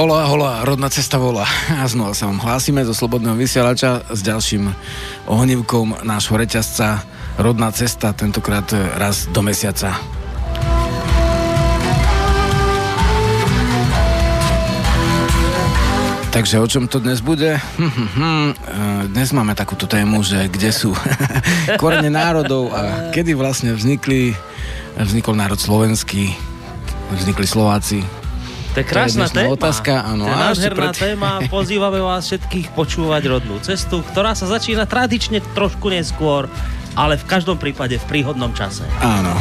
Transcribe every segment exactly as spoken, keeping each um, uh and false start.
Hola, hola, rodná cesta volá. A znova sa vám hlásime zo Slobodného vysielača s ďalším ohnívkom nášho reťazca Rodná cesta, tentokrát raz do mesiaca. Takže o čom to dnes bude? Dnes máme takúto tému, že kde sú korene národov a kedy vlastne vznikli, vznikol národ slovenský, vznikli Slováci. To je krásna to je téma. Otázka, áno. To je nádherná pred... téma. Pozývame vás všetkých počúvať Rodnú cestu, ktorá sa začína tradične trošku neskôr, ale v každom prípade v príhodnom čase. Áno.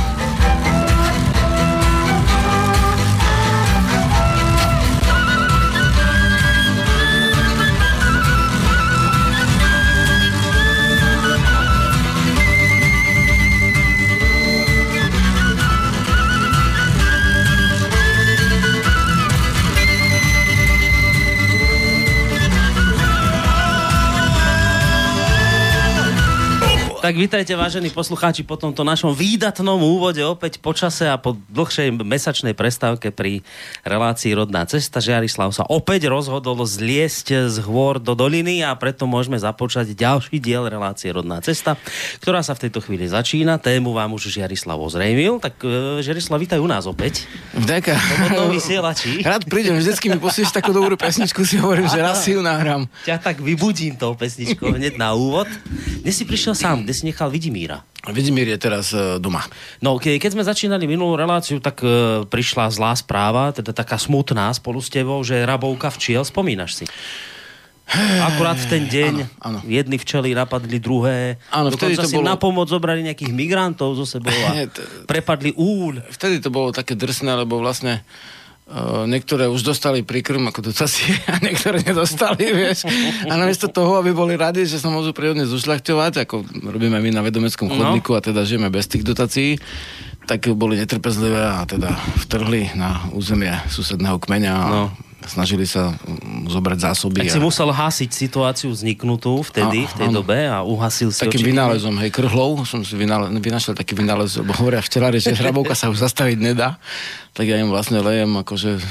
Tak vítajte, vážení poslucháči, po tomto našom výdatnom úvode opäť po čase a po dlhšej mesačnej prestávke pri relácii Rodná cesta. Žiarislav sa opäť rozhodol zliesť z hôr do doliny a preto môžeme započať ďalší diel relácie Rodná cesta, ktorá sa v tejto chvíli začína. Tému vám už Žiarislav ozrejmil. Tak Žiarislav, vítaj u nás opäť. Vďaka. Slobodnom vysielači. Rád prídem, vždycky mi posíš takú dobrú pesničku, si hovorím, že raz si ju nahrám. Ťa tak vybudím tou pesničkou hneď na úvod. Dnes si prišiel sám, kde si nechal Vidimíra. Vidimír je teraz uh, doma. No, ke, keď sme začínali minulú reláciu, tak uh, prišla zlá správa, teda taká smutná spolu s tebou, že rabovka včiel, spomínaš si? Akurát v ten deň áno, áno. Jedni včely napadli druhé, áno, dokonca si bolo... na pomoc zobrali nejakých migrantov zo sebou a prepadli úľ. Vtedy to bolo také drsné, lebo vlastne Uh, niektoré už dostali príkrm ako dotacie a niektoré nedostali, vieš. A namiesto toho, aby boli radi, že sa môžu prírodne zušľachťovať, ako robíme my na vedomeckom chodníku, no. A teda žijeme bez tých dotácií, tak boli netrpezlivé a teda vtrhli na územie susedného kmeňa a no. Snažili sa zobrať zásoby. Tak a... si musel hasiť situáciu vzniknutú vtedy, a, v tej áno. dobe a uhasil si takým vynálezom, hej, krhlov, som si vynál... vynašiel taký vynález, lebo hovoria včelári, že hrabovka sa už zastaviť nedá, tak ja im vlastne lejem, akože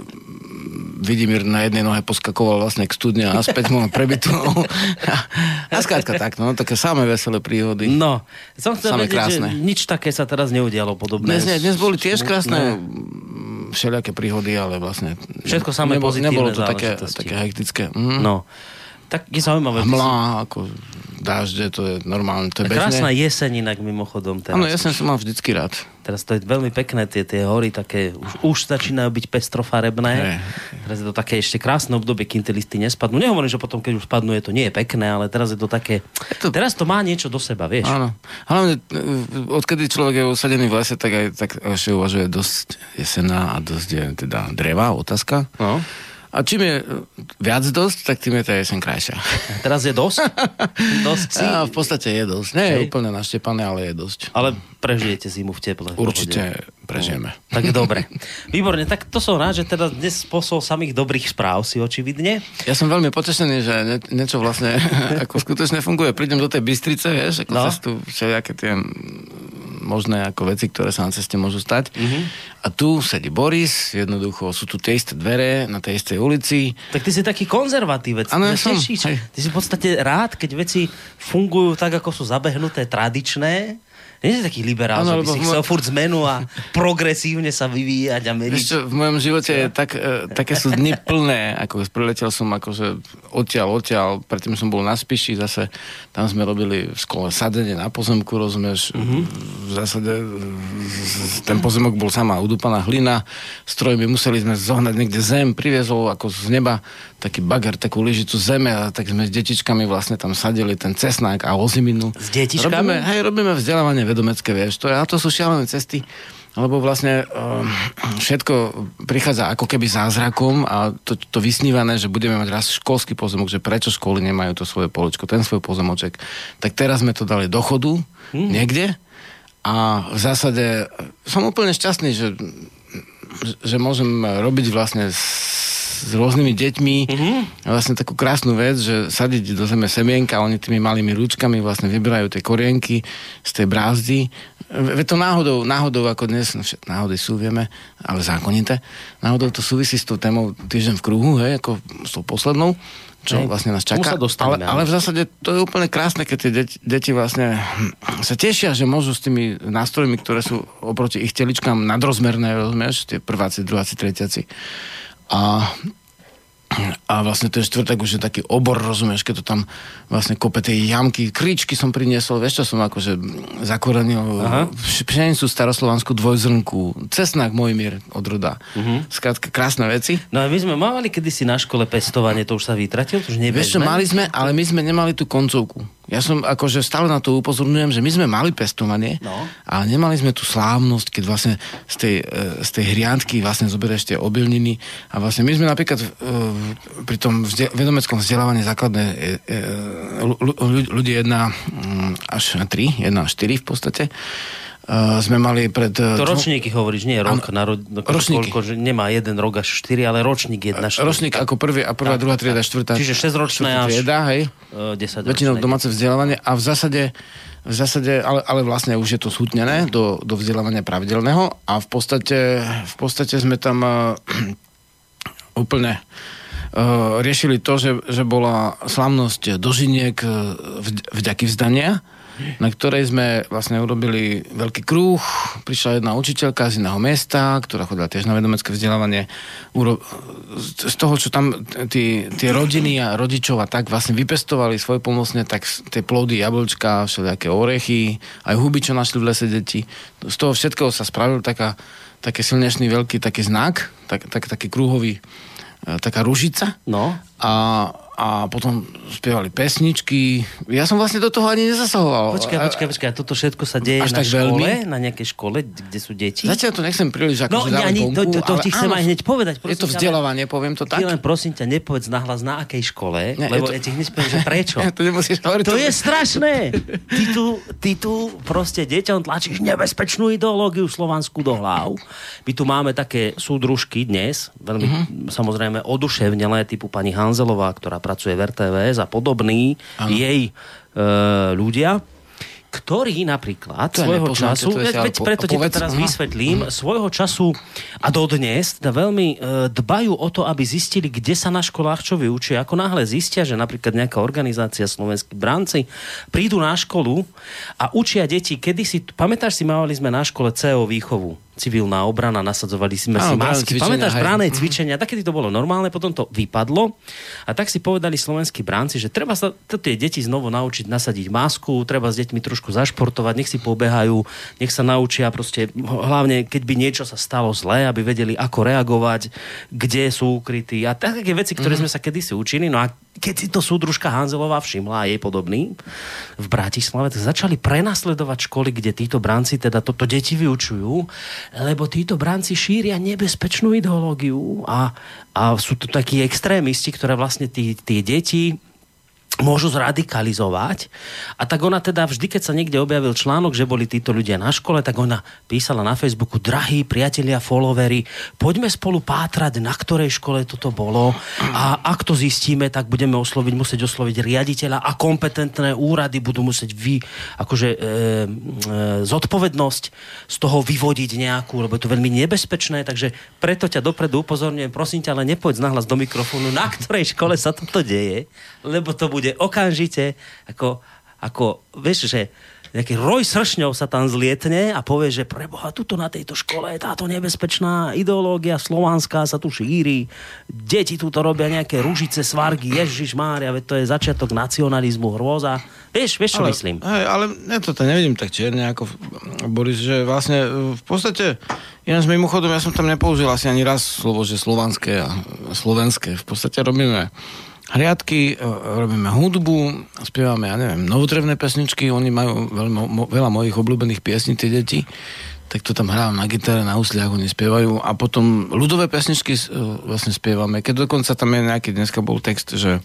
Vidimír na jednej nohe poskakoval vlastne k studne a naspäť mu prebytú. A skrátka tak, no, také samé veselé príhody. No, som chcel vedieť, že nič také sa teraz neudialo podobné. Dnes, nie, dnes boli tiež krásne všelijaké príhody, ale vlastne všetko samé nebolo, pozitívne nebolo to také, také hektické. Mm. No, tak je zaujímavé. Hmla, ako dážde, to je normálne, to je bežné. Krásna jeseň inak mimochodom. Áno, jeseň som mal vždycky rád. Teraz to je veľmi pekné, tie, tie hory také, už, už začínajú byť pestrofarebné. Hey. Teraz je to také ešte krásne obdobie, kým tie listy nespadnú. Nehovorím, že potom, keď už spadnú, je to nie je pekné, ale teraz je to také, je to... teraz to má niečo do seba, vieš. Áno. Hlavne, odkedy človek je usadený v lese, tak aj tak ešte uvažuje dosť jesená a dosť je teda dreva, otázka. No. A čím je viac dosť, tak tým je tá jeseň krajšia. A teraz je dosť? Dosť si? A v podstate je dosť. Nie je úplne naštepané, ale je dosť. Ale prežijete zimu v teple. Určite prežijeme. No, tak dobre. Výborne, tak to som rád, že teda dnes posol samých dobrých správ si očividne. Ja som veľmi potešený, že nie, niečo vlastne ako skutočne funguje. Prídem do tej Bystrice, vieš, ako no. cestu, všelijaké tie možné ako veci, ktoré sa na ceste môžu stať. Mm-hmm. A tu sedí Boris, jednoducho sú tu tie isté dvere na tej istej ulici. Tak ty si taký konzervatívec. Áno, ja som. Ty si v podstate rád, keď veci fungujú tak, ako sú zabehnuté, tradičné. Nie si taký liberál, ano, že by si chcel moj... furt zmenu a progresívne sa vyvíjať a meniť. Víš čo, v mojom živote je tak, e, také sú dny plné, ako priletel som akože odtiaľ, odtiaľ, predtým som bol na Spiši, zase tam sme robili v škole sadenie na pozemku, rozumieš, mm-hmm. v zásade ten pozemok bol sama udúpaná hlina, strojmi museli sme zohnať niekde zem, priviezol ako z neba taký bager, takú lyžicu zeme a tak sme s detičkami vlastne tam sadili ten cesnák a oziminu. S detičkami? Robíme, hej, robíme vzdelávanie vedomecké, vieš, to je, a to sú šialené cesty, lebo vlastne um, všetko prichádza ako keby zázrakom a to, to vysnívané, že budeme mať raz školský pozemok, že prečo školy nemajú to svoje polečko, ten svoj pozemoček, tak teraz sme to dali do chodu, hmm. niekde a v zásade som úplne šťastný, že, že môžem robiť vlastne s rôznymi deťmi mm-hmm. vlastne takú krásnu vec, že sadiť do zeme semienka, oni tými malými ručkami vlastne vyberajú tie korienky z tej brázdy, Veď to náhodou, náhodou, ako dnes, náhody sú, vieme, ale zákonité, náhodou to súvisí s tou témou Týždeň v kruhu, hej, ako s tou poslednou, čo hej, vlastne nás čaká. Ale, ale v zásade to je úplne krásne, keď tie deti, deti vlastne sa tešia, že môžu s tými nástrojmi, ktoré sú oproti ich teličkám nadrozmerné, rozumieš, tie prváci, druháci, tretiaci. A A vlastne ten štvrták už je taký obor, rozumieš, keď to tam vlastne kope tej jamky, kríčky som priniesol, vieš, čo som akože zakorenil, pšenicu staroslovanskú dvojzrnku, cesnák Mojmír od roda. Uh-huh. Skrátka, krásne veci. No a my sme mali kedysi na škole pestovanie, to už sa vytratilo, to už nebežné. Vieš čo, mali sme, ale my sme nemali tú koncovku. Ja som akože stále na to upozorňujem, že my sme mali pestovanie, no. Ale nemali sme tú slávnosť, keď vlastne z tej, z tej hriadky vlastne zoberieš tie obilniny a vlastne my sme napríklad pri tom vzde- vedomeckom vzdelávaní základné ľudí jedna až tri, jedna až štyri v podstate, Uh, sme mali pred... To ročníky hovoríš, nie rok. Na ro- ročníky. Koľko, že nemá jeden rok až štyri, ale ročník jedna štyri. Ročník ako prvý a prvá, tak, druhá trieda, štvrtá. Čiže šesťročné až trieda, hej. desaťročné. Väčšinou domáce vzdelávanie a v zásade, v zásade ale, ale vlastne už je to zhutnené do, do vzdelávania pravidelného a v podstate, v podstate sme tam uh, úplne uh, riešili to, že, že bola slávnosť dožiniek vďaky vzdania, na ktorej sme vlastne urobili veľký kruh. Prišla jedna učiteľka z iného mesta, ktorá chodila tiež na vedomecké vzdelávanie. Uro... Z toho, čo tam tí, tie rodiny a rodičov a tak vlastne vypestovali svoje pomocne, tak tie plody, jablčka, všelijaké orechy, aj huby, čo našli v lese deti. Z toho všetkého sa spravil taká, taký slnečný veľký taký znak, tak, tak, taký kruhový, taká ružica. No. A a potom spievali pesničky. Ja som vlastne do toho ani nezasahoval. Počkaj, počkaj, počkaj. Toto všetko sa deje až na škole? Veľmi? Na nejakej škole, kde sú deti? Zatiaľ to nechcem príliš ako no, dávať vonku. To, to, to ti chcem aj hneď povedať. Prosím, je to vzdelávanie, poviem to tak. Ty len prosím ťa, nepovedz nahlas na akej škole, ne, lebo to... ja ti hneď poviem, že prečo. Ja to nemusíš hovoriť. To je strašné. Ty tu, ty tu proste deťom tlačíš nebezpečnú ideológiu slovanskú do hlav. My tu máme také súdružky dnes, veľmi uh-huh. samozrejme oduševnelé, typu pani Hanzelová, ktorá pracuje v er té vé a podobný ano. jej e, ľudia, ktorí napríklad to svojho času, ja, veď preto ti to teraz aha. vysvetlím, svojho času a dodnes teda veľmi e, dbajú o to, aby zistili, kde sa na školách čo vyučia. Ako náhle zistia, že napríklad nejaká organizácia Slovenskí branci prídu na školu a učia deti, kedysi, pamätáš si, mávali sme na škole cé ó výchovu, civilná obrana, nasadzovali sme si masky. Pamätáš bráne cvičenia? Takedy to bolo normálne, potom to vypadlo. A tak si povedali slovenskí bránci, že treba sa tie deti znovu naučiť nasadiť masku, treba s deťmi trošku zašportovať, nech si pobehajú, nech sa naučia proste, hlavne keď by niečo sa stalo zlé, aby vedeli, ako reagovať, kde sú ukrytí a také veci, ktoré mm-hmm. sme sa kedysi učili. No a keď si to súdružka Hanzelová všimla a jej podobný v Bratislave, tak začali prenasledovať školy, kde títo branci teda toto deti vyučujú, lebo títo branci šíria nebezpečnú ideológiu a, a sú to takí extrémisti, ktoré vlastne tí, tí deti môžu zradikalizovať. A tak ona teda vždy, keď sa niekde objavil článok, že boli títo ľudia na škole, tak ona písala na Facebooku: drahí priatelia, followery, poďme spolu pátrať, na ktorej škole toto bolo a ak to zistíme, tak budeme osloviť, musieť osloviť riaditeľa a kompetentné úrady budú musieť vy, akože e, e, zodpovednosť z toho vyvodiť nejakú, lebo je to veľmi nebezpečné, takže preto ťa dopredu upozorňujem, prosím ťa, ale nepoď nahlas do mikrofónu, na ktorej škole sa toto deje, lebo to bude okamžite, ako, ako vieš, že nejaký roj sršňov sa tam zlietne a povie, že preboha, tuto na tejto škole táto nebezpečná ideológia slovanská sa tu šíri, deti tuto robia nejaké ružice, svargy, Ježišmária, veď to je začiatok nacionalizmu, hrôza. Vieš, vieš, čo ale, myslím? Hej, ale ja to nevidím tak čierne ako Boris, že vlastne v podstate, ináč mimochodom, ja som tam nepoužil asi ani raz slovo, že slovanské a slovenské. V podstate robíme hriadky, robíme hudbu, spievame, ja neviem, novotrevné pesničky, oni majú veľmi, veľa mojich obľúbených piesní, tie deti, tak to tam hrávam na gitare, na úsliach, oni spievajú a potom ľudové pesničky vlastne spievame. Keď dokonca tam je nejaký, dneska bol text, že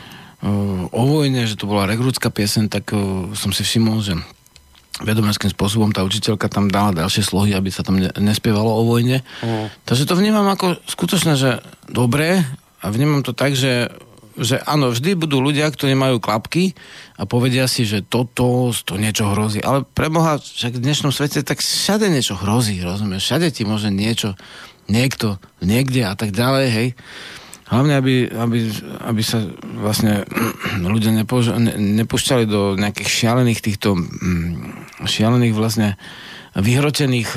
o vojne, že to bola rekrútská pieseň, tak som si všimol, že vedomenským spôsobom tá učiteľka tam dala ďalšie slohy, aby sa tam nespievalo o vojne. Mm. Takže to vnímam ako skutočne, že dobre a vnímam to tak, že že áno, vždy budú ľudia, ktorí majú klapky a povedia si, že toto, to niečo hrozí. Ale pre Boha, však v dnešnom svete tak všade niečo hrozí, rozumieš? Všade ti môže niečo, niekto, niekde a tak ďalej, hej. Hlavne, aby, aby, aby sa vlastne ľudia nepož- ne, nepúšťali do nejakých šialených týchto šialených vlastne vyhrotených uh,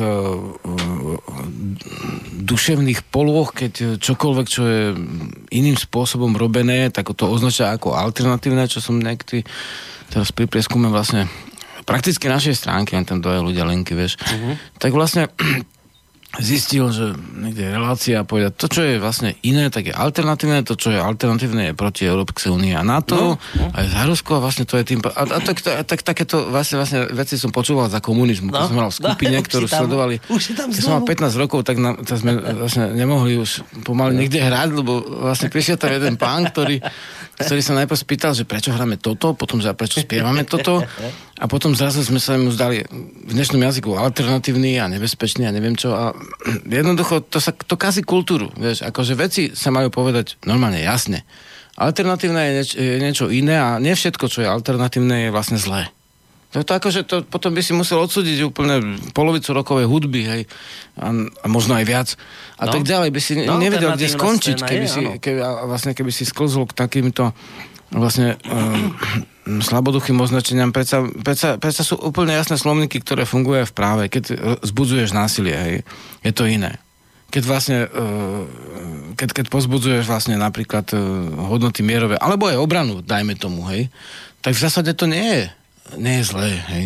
duševných polôch, keď čokoľvek, čo je iným spôsobom robené, tak to označia ako alternatívne, čo som niekedy teraz pri prieskume vlastne prakticky našej stránky, len tam doje ľudia linky, vieš, uh-huh. tak vlastne zistil, že niekde je relácia a povedať, to, čo je vlastne iné, tak je alternatívne, to, čo je alternatívne, je proti Európskej únii a NATO, no, no. aj za Rusko a vlastne to je tým... A, a tak, tak, takéto vlastne, vlastne veci som počúval za komunizmu, no, keď som mal v skupine, no, ktorú tam, sledovali. Keď som mal pätnásť rokov, tak, na, tak sme vlastne nemohli už pomaly no. nikde hrať, lebo vlastne prišiel tam jeden pán, ktorý, ktorý sa najprv spýtal, že prečo hráme toto, potom že prečo spievame toto a potom zrazu sme sa mu zdali v dnešnom jazyku alternatívny a nebezpečný a neviem čo a jednoducho to sa to kazí kultúru, vieš, akože veci sa majú povedať normálne jasne. Alternatívne je, nieč, je niečo iné a nie všetko, čo je alternatívne, je vlastne zlé. To, to akože to, potom by si musel odsúdiť úplne polovicu rokovej hudby, hej, a, a možno aj viac. A no. tak ďalej by si no, nevedel, kde skončiť, keby je, si, keby, vlastne, keby si sklzol k takýmto vlastne um, slaboduchým označeniam. Predsa, predsa, predsa sú úplne jasné slovníky, ktoré fungujú v práve. Keď zbudzuješ násilie, hej, je to iné. Keď vlastne uh, keď, keď pozbudzuješ vlastne napríklad uh, hodnoty mierové, alebo aj obranu, dajme tomu, hej, tak v zásade to nie je nie je zlé, hej.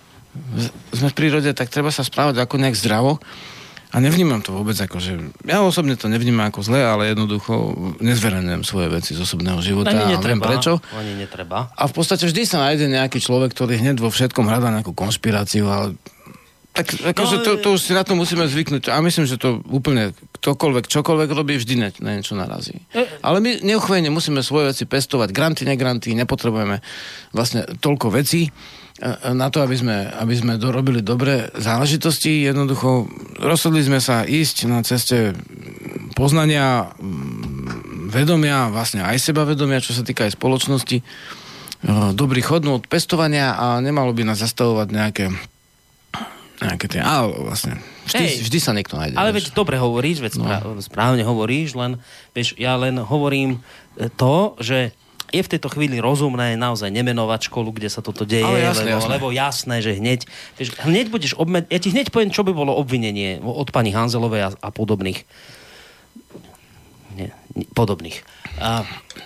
Sme v prírode, tak treba sa správať ako nejak zdravo. A nevnímam to vôbec ako, že... Ja osobne to nevnímam ako zlé, ale jednoducho nezverejňujem svoje veci z osobného života. Ani netreba, a viem prečo. Ani netreba. A v podstate vždy sa nájde nejaký človek, ktorý hneď vo všetkom hľadá nejakú konšpiráciu, ale... Tak akože no, to, to už si na to musíme zvyknúť. A myslím, že to úplne ktokoľvek, čokoľvek robí, vždy na niečo narazí. Ale my neuchvejne musíme svoje veci pestovať. Granty, negranty, nepotrebujeme vlastne toľko vecí na to, aby sme, aby sme dorobili dobré záležitosti. Jednoducho rozhodli sme sa ísť na ceste poznania, vedomia, vlastne aj sebavedomia, čo sa týka aj spoločnosti, dobrých hodnôt, pestovania a nemalo by nás zastavovať nejaké nejaké tie, ale vlastne vždy, Ej, vždy sa niekto nájde. Ale veď dobre hovoríš, veď no. správne hovoríš, len vieš, ja len hovorím to, že je v tejto chvíli rozumné naozaj nemenovať školu, kde sa toto deje, jasné, lebo, jasné. lebo jasné, že hneď, vieš, hneď budeš obmed... Ja ti hneď poviem, čo by bolo obvinenie od pani Hanzelovej a, a podobných. Nie, podobných. A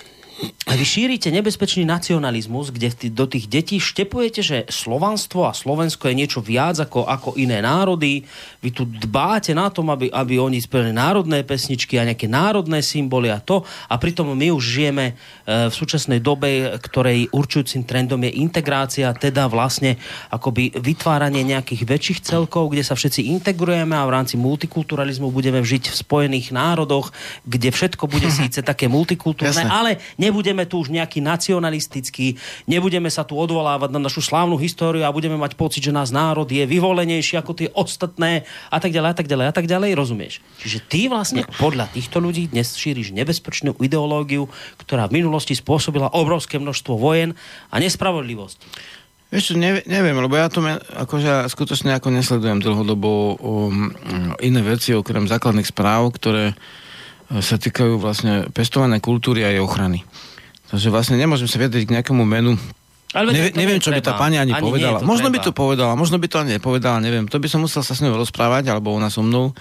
vy šírite nebezpečný nacionalizmus, kde do tých detí štepujete, že slovanstvo a Slovensko je niečo viac ako, ako iné národy. Vy tu dbáte na tom, aby, aby oni speli národné pesničky a nejaké národné symboly a to. A pritom my už žijeme v súčasnej dobe, ktorej určujúcim trendom je integrácia, teda vlastne akoby vytváranie nejakých väčších celkov, kde sa všetci integrujeme a v rámci multikulturalizmu budeme žiť v Spojených národoch, kde všetko bude síce také multikultúrne, ale nebudeme tu už nejaký nacionalistický, nebudeme sa tu odvolávať na našu slávnu históriu a budeme mať pocit, že náš národ je vyvolenejší ako tie ostatné a tak ďalej a tak ďalej a tak ďalej, rozumieš? Čiže ty vlastne podľa týchto ľudí dnes šíriš nebezpečnú ideológiu, ktorá v minulosti spôsobila obrovské množstvo vojen a nespravodlivosť. Vieš čo, neviem, neviem, lebo ja to akože ja skutočne ako nesledujem dlhodobo um, iné veci okrem základných správ, ktoré sa týkajú vlastne pestovanej kultúry a jej ochrany. Takže vlastne nemôžem sa vyjadriť k nejakému menu. Ale ne, neviem, čo by tá pani ani, ani povedala. Možno treba. by to povedala, možno by to ani nepovedala, neviem. To by som musel sa s ňou rozprávať, alebo ona so mnou.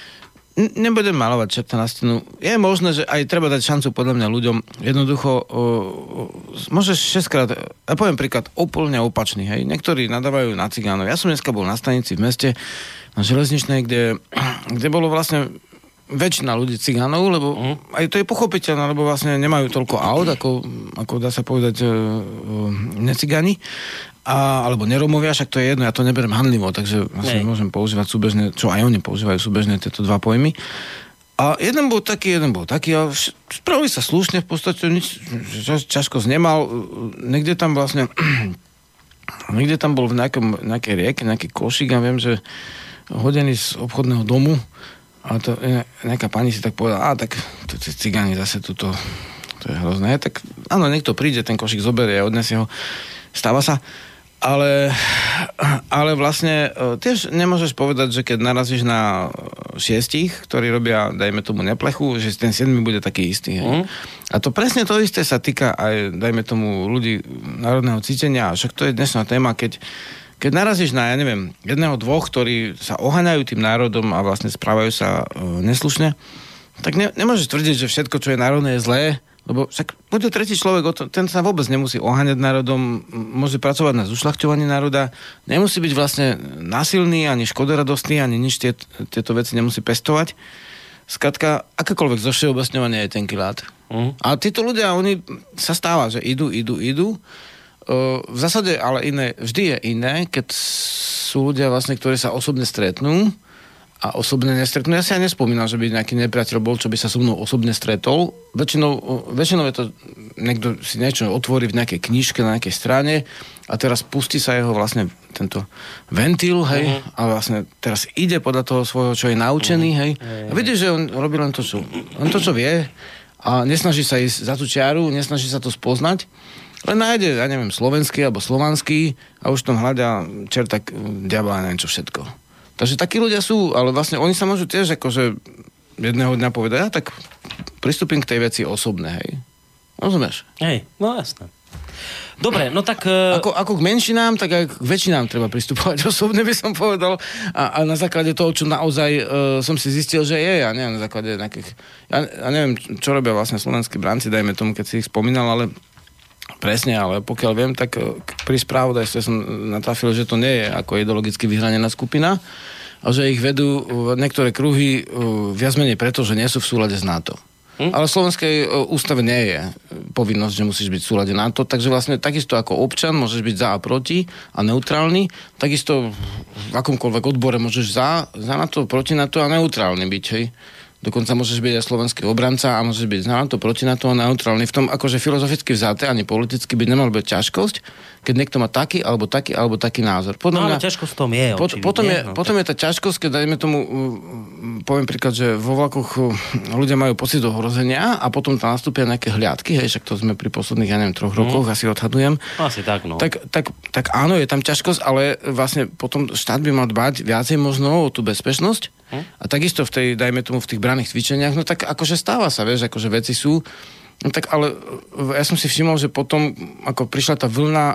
N- nebudem malovať čerta na stenu. Je možné, že aj treba dať šancu podľa mňa ľuďom. Jednoducho, o, o, môžeš šesťkrát, ja poviem príklad, úplne opačný. Hej. Niektorí nadávajú na cigánov. Ja som dneska bol na stanici v meste, na železničnej, kde, kde bolo vlastne väčšina ľudí cigánov, lebo mm. aj to je pochopiteľné, lebo vlastne nemajú toľko aut, ako, ako dá sa povedať e, e, necigáni, a, alebo neromovia, však to je jedno, ja to neberiem hanlivo, takže vlastne môžem používať súbežne, čo aj oni používajú súbežne tieto dva pojmy. A jeden bol taký, jeden bol taký a spravili sa slušne, v podstate nič ťažko nemal. Niekde tam vlastne niekde tam bol v nejakom, nejakej rieke, nejaký košík a viem, že hodený z obchodného domu. A to nejaká pani si tak povedala, a tak to tie cigáni zase tuto to je hrozné. Tak áno, niekto príde, ten košík zoberie a odnesie ho. Stáva sa. Ale, ale vlastne tiež nemôžeš povedať, že keď narazíš na šiestich, ktorí robia, dajme tomu, neplechu, že ten siedmy bude taký istý. Hej. Mm. A to presne to isté sa týka aj, dajme tomu, ľudí národného cítenia. Však to je dnešná téma, keď, keď narazíš na, ja neviem, jedného, dvoch, ktorí sa oháňajú tým národom a vlastne správajú sa e, neslušne, tak ne, nemôžeš tvrdiť, že všetko, čo je národné, je zlé. Lebo však bude tretí človek, ten sa vôbec nemusí oháňať národom, môže pracovať na zušľachťovaní národa, nemusí byť vlastne násilný, ani škodoradostný, ani nič tie, tieto veci nemusí pestovať. Skrátka, akékoľvek zovšeobecňovanie je tenký lát. Mm. A títo ľudia, oni sa stáva, že idú, idú, idú. V zásade ale iné, vždy je iné, keď sú ľudia vlastne, ktorí sa osobne stretnú a osobne nestretnú. Ja si aj nespomínam, že by nejaký nepriateľ bol, čo by sa so mnou osobne stretol. Väčšinou, väčšinou je to, niekto si niečo otvorí v nejakej knižke na nejakej strane a teraz pustí sa jeho vlastne tento ventil, hej, uh-huh. a vlastne teraz ide podľa toho svojho, čo je naučený, uh-huh. hej. A vidíš, že on robí len to, čo, len to, čo vie a nesnaží sa ísť za tú čiaru, nesnaží sa to spoznať, len nájde, ja neviem, slovenský alebo slovanský a už tam hľadá čerta diabla a neviem čo všetko. Takže takí ľudia sú, ale vlastne oni sa môžu tiež akože jedného dňa povedať, ja tak pristúpim k tej veci osobne, hej. Rozumieš? Hej, no jasné. Dobre, no tak... Uh... Ako, ako k menšinám, tak aj k väčšinám treba pristupovať osobne, by som povedal. A, a na základe toho, čo naozaj uh, som si zistil, že je, ja neviem, na základe nejakých... Ja, ja neviem, čo robia vlastne slovenskí bránci, dajme tomu, keď si ich spomínal, ale presne, ale pokiaľ viem, tak pri spravodajstve som natrafil, že to nie je ako ideologicky vyhranená skupina a že ich vedú niektoré kruhy viac menej preto, že nie sú v súlade s NATO. Hm? Ale v slovenskej ústave nie je povinnosť, že musíš byť v súlade NATO, takže vlastne takisto ako občan môžeš byť za a proti a neutrálny, takisto v akomkoľvek odbore môžeš za, za NATO, proti NATO a neutrálny byť, hej. Dokonca môžeš byť aj slovenský obranca a môžeš byť za NATO, proti NATO a neutrálny. V tom akože filozoficky vzaté, ani politicky by nemal byť ťažkosť, keď niekto má taký, alebo taký, alebo taký názor. Podľa no ale mňa, ťažkosť v tom je, pot, potom, je no, potom je tá ťažkosť, keď dajme tomu, poviem príklad, že vo vlakoch ľudia majú pocit ohrozenia a potom tam nastúpia nejaké hliadky, hej, však to sme pri posledných, ja neviem, troch rokoch, mm. asi odhadujem. Asi tak, no. Tak, tak, tak áno, je tam ťažkosť, ale vlastne potom štát by mal dbať viacej možno o tú bezpečnosť. Hm? A takisto v tej, dajme tomu, v tých branných cvičeniach, no tak akože stáva sa, vieš, akože veci sú, no tak ale ja som si všimol, že potom, ako prišla tá vlna, uh,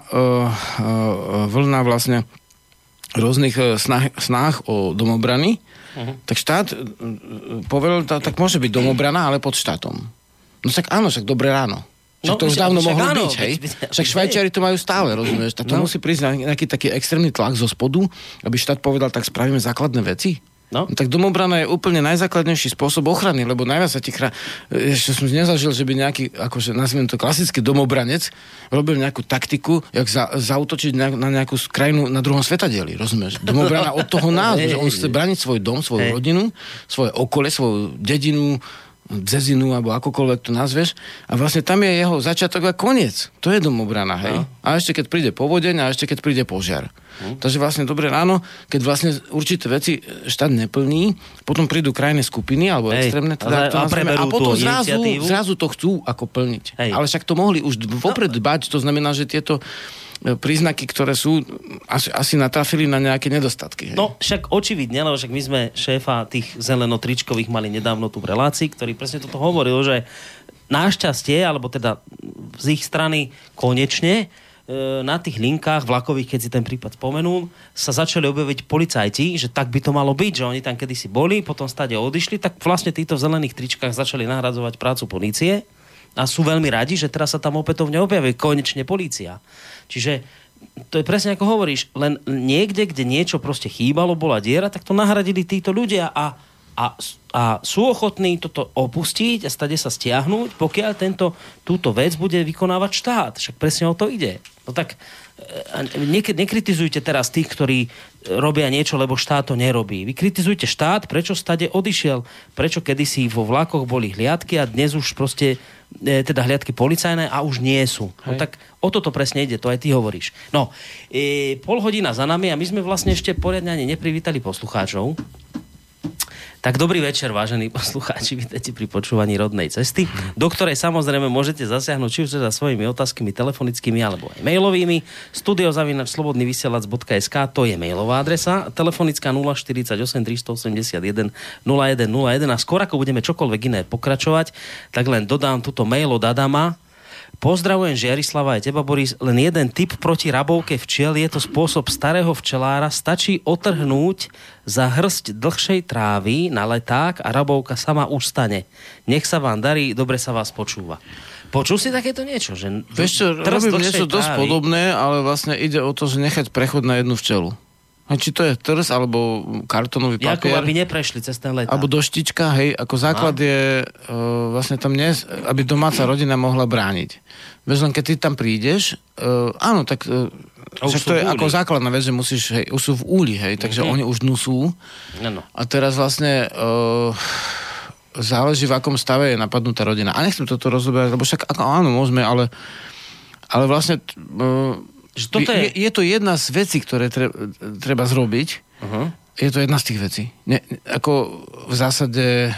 uh, vlna vlastne rôznych uh, snah, snah o domobrany, uh-huh. tak štát uh, povedal, tak môže byť domobrana, ale pod štátom. No tak áno, však dobré ráno. Však no, to už dávno mohlo áno, byť, hej? Však Švajčiari to majú stále, rozumieš? Tak to no. musí prísť nejaký taký extrémny tlak zo spodu, aby štát povedal, tak spravíme základné veci. No? Tak domobrana je úplne najzákladnejší spôsob ochrany, lebo najviac sa ti chrá... Ešte som nezažil, že by nejaký, akože nazviem to klasický domobranec, robil nejakú taktiku, jak za, zautočiť na, na nejakú krajinu na druhom svetadieli, rozumieš? Domobrana od toho názvu, že on chce braniť svoj dom, svoju hey. rodinu, svoje okolie, svoju dedinu, dzezinu, alebo akokoľvek to nazveš. A vlastne tam je jeho začiatok a koniec. To je domobrana, hej? No. A ešte keď príde povodeň a ešte keď príde požiar. Hm. Takže vlastne dobré ráno, keď vlastne určité veci štát neplní, potom prídu krajné skupiny, alebo Hej, extrémne, teda, to a, nazveme, a potom zrazu, zrazu to chcú ako plniť. Hej. Ale však to mohli už vopred dbať, to znamená, že tieto príznaky, ktoré sú, asi, asi natrafili na nejaké nedostatky. Hej. No však očividne, lebo však my sme šéfa tých zelenotričkových mali nedávno tu v relácii, ktorý presne toto hovoril, že našťastie, alebo teda z ich strany konečne na tých linkách vlakových, keď si ten prípad spomenul, sa začali objaviť policajti, že tak by to malo byť, že oni tam kedysi boli, potom stade odišli, tak vlastne títo v zelených tričkách začali nahradzovať prácu polície a sú veľmi radi, že teraz sa tam opätovne objavuje konečne polícia. Čiže to je presne ako hovoríš, len niekde, kde niečo proste chýbalo, bola diera, tak to nahradili títo ľudia a, a, a sú ochotní toto opustiť a stade sa stiahnuť, pokiaľ tento, túto vec bude vykonávať štát. Však presne o to ide. No tak nekritizujte teraz tých, ktorí robia niečo, lebo štát to nerobí. Vy kritizujte štát, prečo stade odišiel, prečo kedysi vo vlakoch boli hliadky a dnes už proste teda hliadky policajné a už nie sú. No tak o toto presne ide, to aj ty hovoríš. No, e, pol hodina za nami a my sme vlastne ešte poriadne ani neprivítali poslucháčov. Tak dobrý večer, vážení poslucháči, vítajte pri počúvaní Rodnej cesty, do ktorej samozrejme môžete zasiahnuť či už teda svojimi otázkami telefonickými alebo aj mailovými. studio zavináč slobodný vysielač bodka es ká, to je mailová adresa, telefonická nula štyridsaťosem tristoosemdesiatjeden nula jeden nula jeden a skôr ako budeme čokoľvek iné pokračovať, tak len dodám túto mail od Adama. Pozdravujem Žiarislava aj teba, Boris. Len jeden tip proti rabovke včiel. Je to spôsob starého včelára. Stačí otrhnúť za hrst dlhšej trávy na leták a rabovka sama ustane. Nech sa vám darí, dobre sa vás počúva. Počul si takéto niečo? Že Vieš čo, robím niečo dosť trávy podobné, ale vlastne ide o to, že nechať prechod na jednu včelu. A či to je trs, alebo kartonový papier. Jako, aby neprešli cez ten leták. Alebo doštička, hej, ako základ a? je uh, vlastne tam nie, aby domáca rodina mohla brániť. Veď len keď ty tam prídeš, uh, áno, tak uh, však to je ako základná vec, že musíš, hej, už sú v úli, hej, takže mm-hmm. oni už dnu sú. No, no. A teraz vlastne uh, záleží, v akom stave je napadnutá rodina. A nechcem toto rozoberať, lebo však ako, áno, môžeme, ale, ale vlastne... Uh, Je, je... je to jedna z vecí, ktoré treba, treba zrobiť. Uh-huh. Je to jedna z tých vecí. Ne, ako v zásade...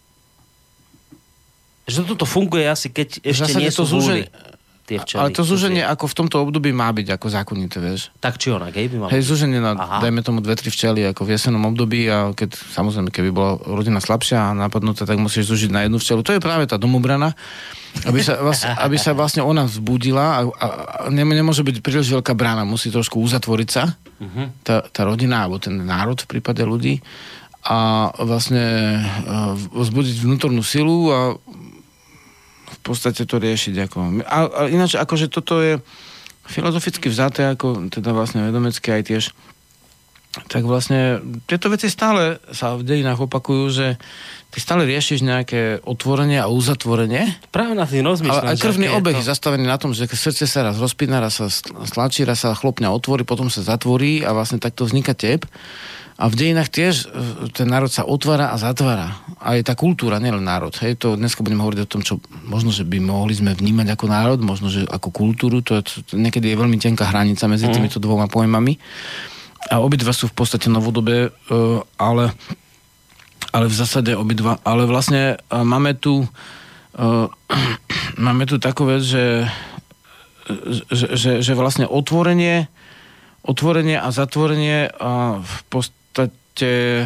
Že toto funguje asi, keď ešte nie sú zúženie, tie včely. Ale to zúženie ako v tomto období má byť ako zákonité, vieš. Tak či onak, hej, by malo Hej, zúženie na, Aha. dajme tomu dve tri včely ako v jesennom období a keď, samozrejme, keby bola rodina slabšia a napadnutá, tak musíš zúžiť na jednu včelu. To je práve tá domobrana, aby sa, vlastne, aby sa vlastne ona vzbudila a, a, a nemôže byť príliš veľká brána, musí trošku uzatvoriť sa uh-huh. tá, tá rodina alebo ten národ v prípade ľudí a vlastne vzbudiť vnútornú silu a v podstate to riešiť. Ako. A, a ináč, akože toto je filozoficky vzaté, ako teda vlastne vedomecky aj tiež, tak vlastne tieto veci stále sa v dejinách opakujú, že ty stále riešiš nejaké otvorenie a uzatvorenie. Práve na tým rozmýšľam. Ale aj krvný obeh je zastavený na tom, že srdce sa raz rozpína, raz sa stlačí, raz sa chlopňa otvorí, potom sa zatvorí a vlastne takto vzniká tep. A v dejinách tiež ten národ sa otvára a zatvára. A je tá kultúra, nielen národ. Hej, to dneska budeme hovoriť o tom, čo možno, že by mohli sme vnímať ako národ, možno, že ako kultúru. To, je, to niekedy je veľmi tenká hranica medzi mm. týmito dvoma pojmami. A obidva sú v podstate novodobé, ale, ale v zásade obidva. Ale vlastne máme tu máme tu takú vec, že, že, že, že vlastne otvorenie otvorenie a zatvorenie v podstate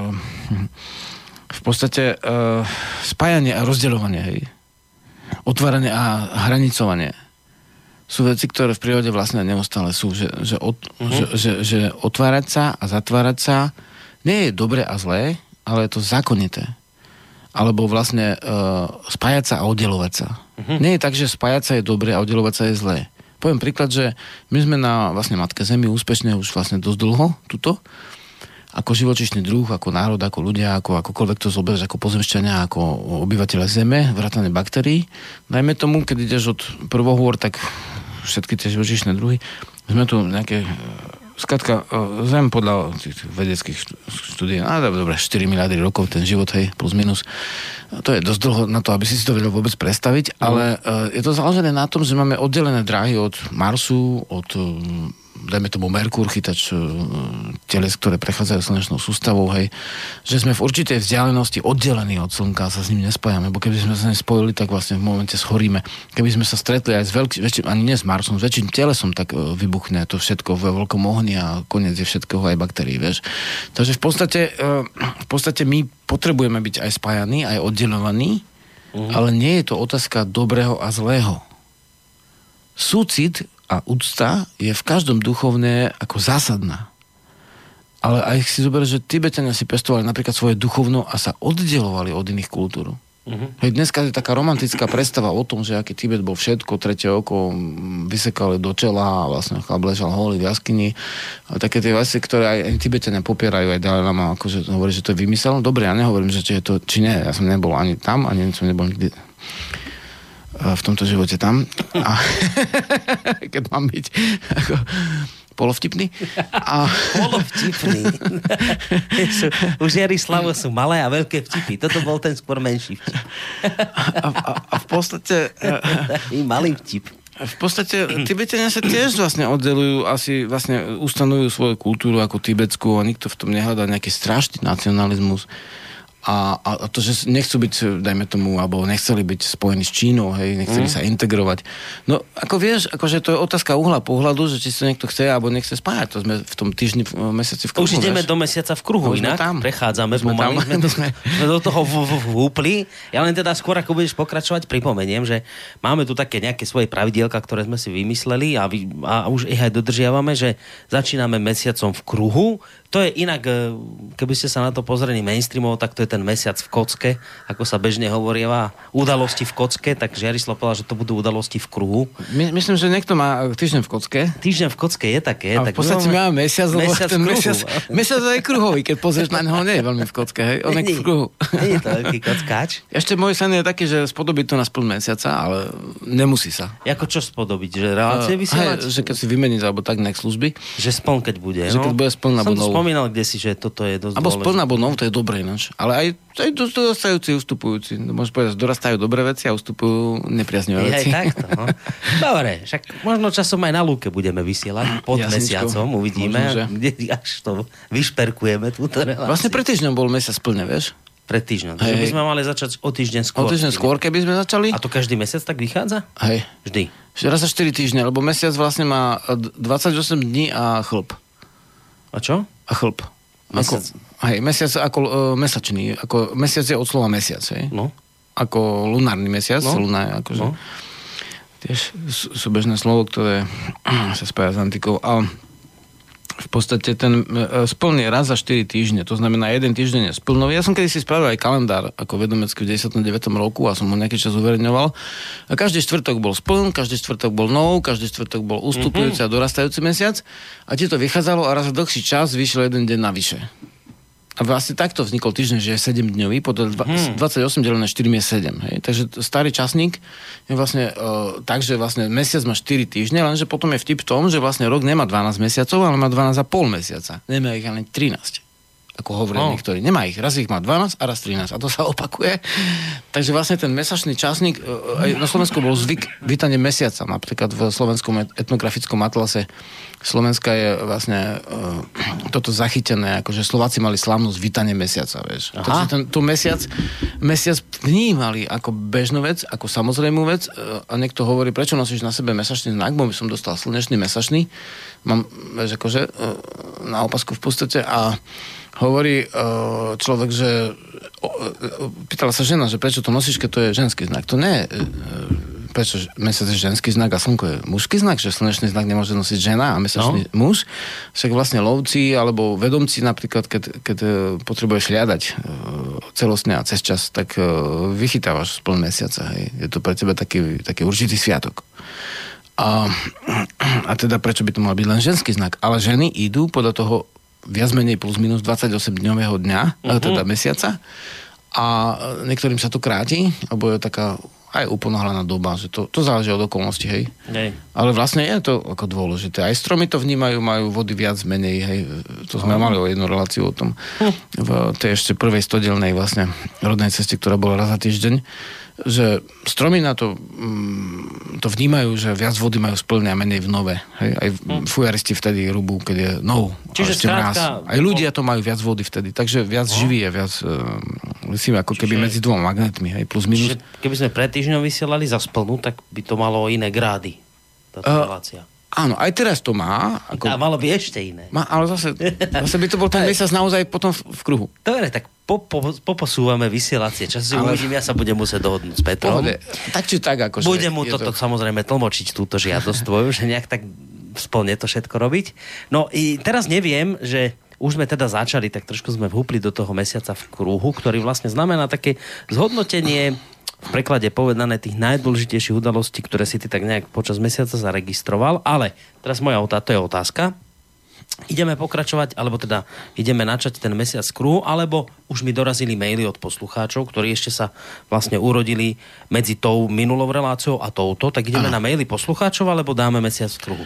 v podstate spájanie a rozdeľovanie, hej. Otváranie a hranicovanie sú veci, ktoré v prírode vlastne neustále sú, že, že, od, uh-huh. že, že, že otvárať sa a zatvárať sa nie je dobre a zlé, ale je to zákonité. Alebo vlastne uh, spájať sa a oddelovať sa. Uh-huh. Nie je tak, že spájať sa je dobre a oddelovať sa je zlé. Poviem príklad, že my sme na vlastne Matke Zemi úspešne už vlastne dosť dlho, tuto, ako živočíšny druh, ako národ, ako ľudia, ako akokoľvek to zoberieš, ako pozemšťania, ako obyvateľe Zeme, vrátane baktérií. Dajme tomu, keď ideš od prvohôr, tak všetky tie živočíšne druhy. Sme tu nejaké, skrátka, Zem podľa tých vedeckých štúdií, no dobre, štyri miliardy rokov, ten život, hej, plus minus. To je dosť dlho na to, aby si si to vedel vôbec predstaviť, ale mm. je to založené na tom, že máme oddelené dráhy od Marsu, od dajme tomu Merkúr, chytač teles, ktoré prechádzajú slnečnou sústavou, hej, že sme v určitej vzdialenosti oddelení od Slnka a sa s ním nespájame, bo keby sme sa nespojili, tak vlastne v momente schoríme. Keby sme sa stretli aj s veľkým, väčším, ani nie s Marsom, s väčším telesom, tak vybuchne to všetko vo veľkom ohni a koniec je všetkého aj baktérií, vieš. Takže v podstate, v podstate my potrebujeme byť aj spájaní, aj oddelovaní, uh-huh. ale nie je to otázka dobrého a zlého. Súcit a úcta je v každom duchovne ako zásadná. Ale aj si zober, že Tibetania si pestovali napríklad svoje duchovno a sa oddelovali od iných kultúr. Uh-huh. Hej, dneska je taká romantická predstava o tom, že aký Tibet bol všetko, tretie oko vysekali do čela a vlastne chlap ležal holý v jaskyni. A také tie veci, ktoré aj, aj Tibetania popierajú, aj Dalai Lama akože hovorí, že to je vymysel. Dobre, ja nehovorím, že či je to, či nie. Ja som nebol ani tam, ani som nebol nikdy v tomto živote tam. A keď mám byť ako polovtipný. A... Polovtipný. Už Jarislavo sú malé a veľké vtipy. Toto bol ten skôr menší vtip. A, a, a v podstate... I malý vtip. V podstate Tibetania sa tiež vlastne oddelujú, asi vlastne ustanujú svoju kultúru ako tibetskú a nikto v tom nehľadá nejaký strašný nacionalizmus. A, a to, že nechcú byť, dajme tomu, alebo nechceli byť spojení s Čínou, hej, nechceli mm. sa integrovať. No, ako vieš, akože to je otázka uhla pohľadu, že či sa niekto chce, alebo nechce spájať. To sme v tom týždni, v mesiaci v kruhu. Už ideme do mesiaca v kruhu, inak tam. Prechádzame pomaly. Sme, sme, sme do toho vúpli. Ja len teda skôr, ako budeš pokračovať, pripomeniem, že máme tu také nejaké svoje pravidielka, ktoré sme si vymysleli a, vy, a už ich aj dodržiavame, že začíname mesiacom v kruhu. To je inak, keby ste sa na to pozreli mainstreamovo, tak to je ten mesiac v kocke, ako sa bežne hovoríva, udalosti v kocke, tak Žiarislav povedal, že to budú udalosti v kruhu. My, myslím, že niekto má týždeň v kocke. Týždeň v kocke je také. A tak v podstate máme mesiac, lebo mesiac ten mesiac, mesiac je kruhový, keď pozrieš na neho, nie je veľmi v kocke, hej, on je v kruhu. Nie je to veľký kockáč. Ešte môj sen je taký, že spodobiť to na spln mesiaca, ale nemusí sa. Ako čo spodobiť? Že relácie vysielať? Hej, že keď si vymeniť, alebo tak nejak služby. Že spln, keď bude. Že keď bude spln, alebo nov. Spomínal kdesi, že toto je dosť Abo dôležité. spln, alebo nov, to je dobré ináč. Ale aj, aj dorastajúci, ustupujúci. Môžeš povedať, dorastajú dobré veci a ustupujú nepriaznivé veci. Aj takto, no. Dobre, však možno časom aj na lúke budeme vysielať pod Jasničko. Mesiacom, uvidíme, možno, kde až to vyšperkujeme túto reláciu. Vlastne pred týždňom bol mesiac plne, vieš? Pred týždňom. Takže by sme mali začať o týždeň skôr. O týždeň skôr, keby sme začali. A to každý mesiac tak vychádza? Hej. Vždy. Raz za štyri týždne, lebo mesiac vlastne má dvadsaťosem dní a chlp. A čo? A chlp. Mesiac. Ako, hej, mesiac ako uh, mesačný. Ako, mesiac je od slova mesiac, hej? No. Ako lunárny mesiac. No. Luna je akože... No. Tiež súbežné slovo, ktoré sa spája s antikou. A v podstate ten spln je raz za štyri týždne. To znamená, jeden týždeň je splnový. Ja som kedysi spravil aj kalendár ako vedomecký v deväťdesiatom deviatom roku a som ho nejaký čas uverejňoval. A každý štvrtok bol spln, každý štvrtok bol nov, každý štvrtok bol ustupujúci mm-hmm. a dorastajúci mesiac. A ti to vychádzalo a raz za dlhší čas vyšiel jeden deň navyše. A vlastne takto vznikol týždeň, že je sedemdňový, podľa hmm. dvadsaťosem delené štyri je sedem. Hej. Takže starý časník je vlastne uh, tak, že vlastne mesiac má štyri týždne, lenže potom je vtip v tom, že vlastne rok nemá dvanásť mesiacov, ale má dvanásť a pol mesiaca. Nemá ich ani trinásť. Ako hovoria oh. niektorí. Nemá ich. Raz ich má dvanásť a raz trinásť. A to sa opakuje. Takže vlastne ten mesačný časník, aj na Slovensku bol zvyk vítanie mesiaca. Napríklad v slovenskom etnografickom atlase Slovenska je vlastne uh, toto zachytené, akože Slováci mali slávnosť vítanie mesiaca, vieš. Takže ten, to mesiac, mesiac vnímali ako bežnú vec, ako samozrejmú vec uh, a niekto hovorí, prečo nosíš na sebe mesačný znak, bo by som dostal slnečný mesačný. Mám, vieš, akože uh, na opasku v podstate a hovorí uh, človek, že uh, pýtala sa žena, že prečo to nosíš, keď to je ženský znak. To nie je uh, prečo mesiac je ženský znak a slnko je mužský znak, že slnečný znak nemôže nosiť žena a mesačný no. muž. Však vlastne lovci alebo vedomci napríklad, keď, keď potrebuješ hľadať uh, celostne a cez čas, tak uh, vychytávaš spln mesiaca. Hej. Je to pre teba taký, taký určitý sviatok. A, a teda prečo by to mal byť len ženský znak? Ale ženy idú podľa toho viac menej plus minus dvadsaťosem dňového dňa, uh-huh. teda mesiaca a niektorým sa to kráti, alebo je taká aj uponáhľaná doba, že to, to záleží od okolností, hej. hej. Ale vlastne je to ako dôležité. Aj stromy to vnímajú, majú vody viac, menej, hej. To sme uh-huh. mali o jednu reláciu o tom. Uh-huh. V tej ešte prvej stodielnej vlastne rodnej ceste, ktorá bola raz za týždeň, že stromy na to mm, to vnímajú, že viac vody majú splne a menej v nove. Hej? Aj hmm. fujaristi vtedy rubú, keď je nov. Čiže skrátka... Aj ľudia to majú viac vody vtedy, takže viac no. živí je, viac myslím, ako Čiže... keby medzi dvoma magnetmi, hej, plus minus. Čiže keby sme pred týždňom vysielali za splnu, tak by to malo iné grády, táto uh, relácia. Áno, aj teraz to má. Ako... A malo by ešte iné. Má, ale zase, zase by to bol ten mesiac naozaj potom v, v kruhu. Dobre, tak po, po, poposúvame vysielacie časy. Ale... Uvidím, ja sa budem musieť dohodnúť s Petrom. Pohode. Tak či tak, akože... Budem mu toto to... samozrejme tlmočiť, túto žiadosť tvoju, že nejak tak splne to všetko robiť. No i teraz neviem, že už sme teda začali, tak trošku sme vhúpli do toho mesiaca v kruhu, ktorý vlastne znamená také zhodnotenie v preklade povedané tých najdôležitejších udalostí, ktoré si ty tak nejak počas mesiaca zaregistroval. Ale teraz moja otázka, to je otázka. Ideme pokračovať, alebo teda ideme načať ten mesiac kruhu, alebo už mi dorazili maily od poslucháčov, ktorí ešte sa vlastne urodili medzi tou minulou reláciou a touto, tak ideme Aha. na maily poslucháčov, alebo dáme mesiac kruhu?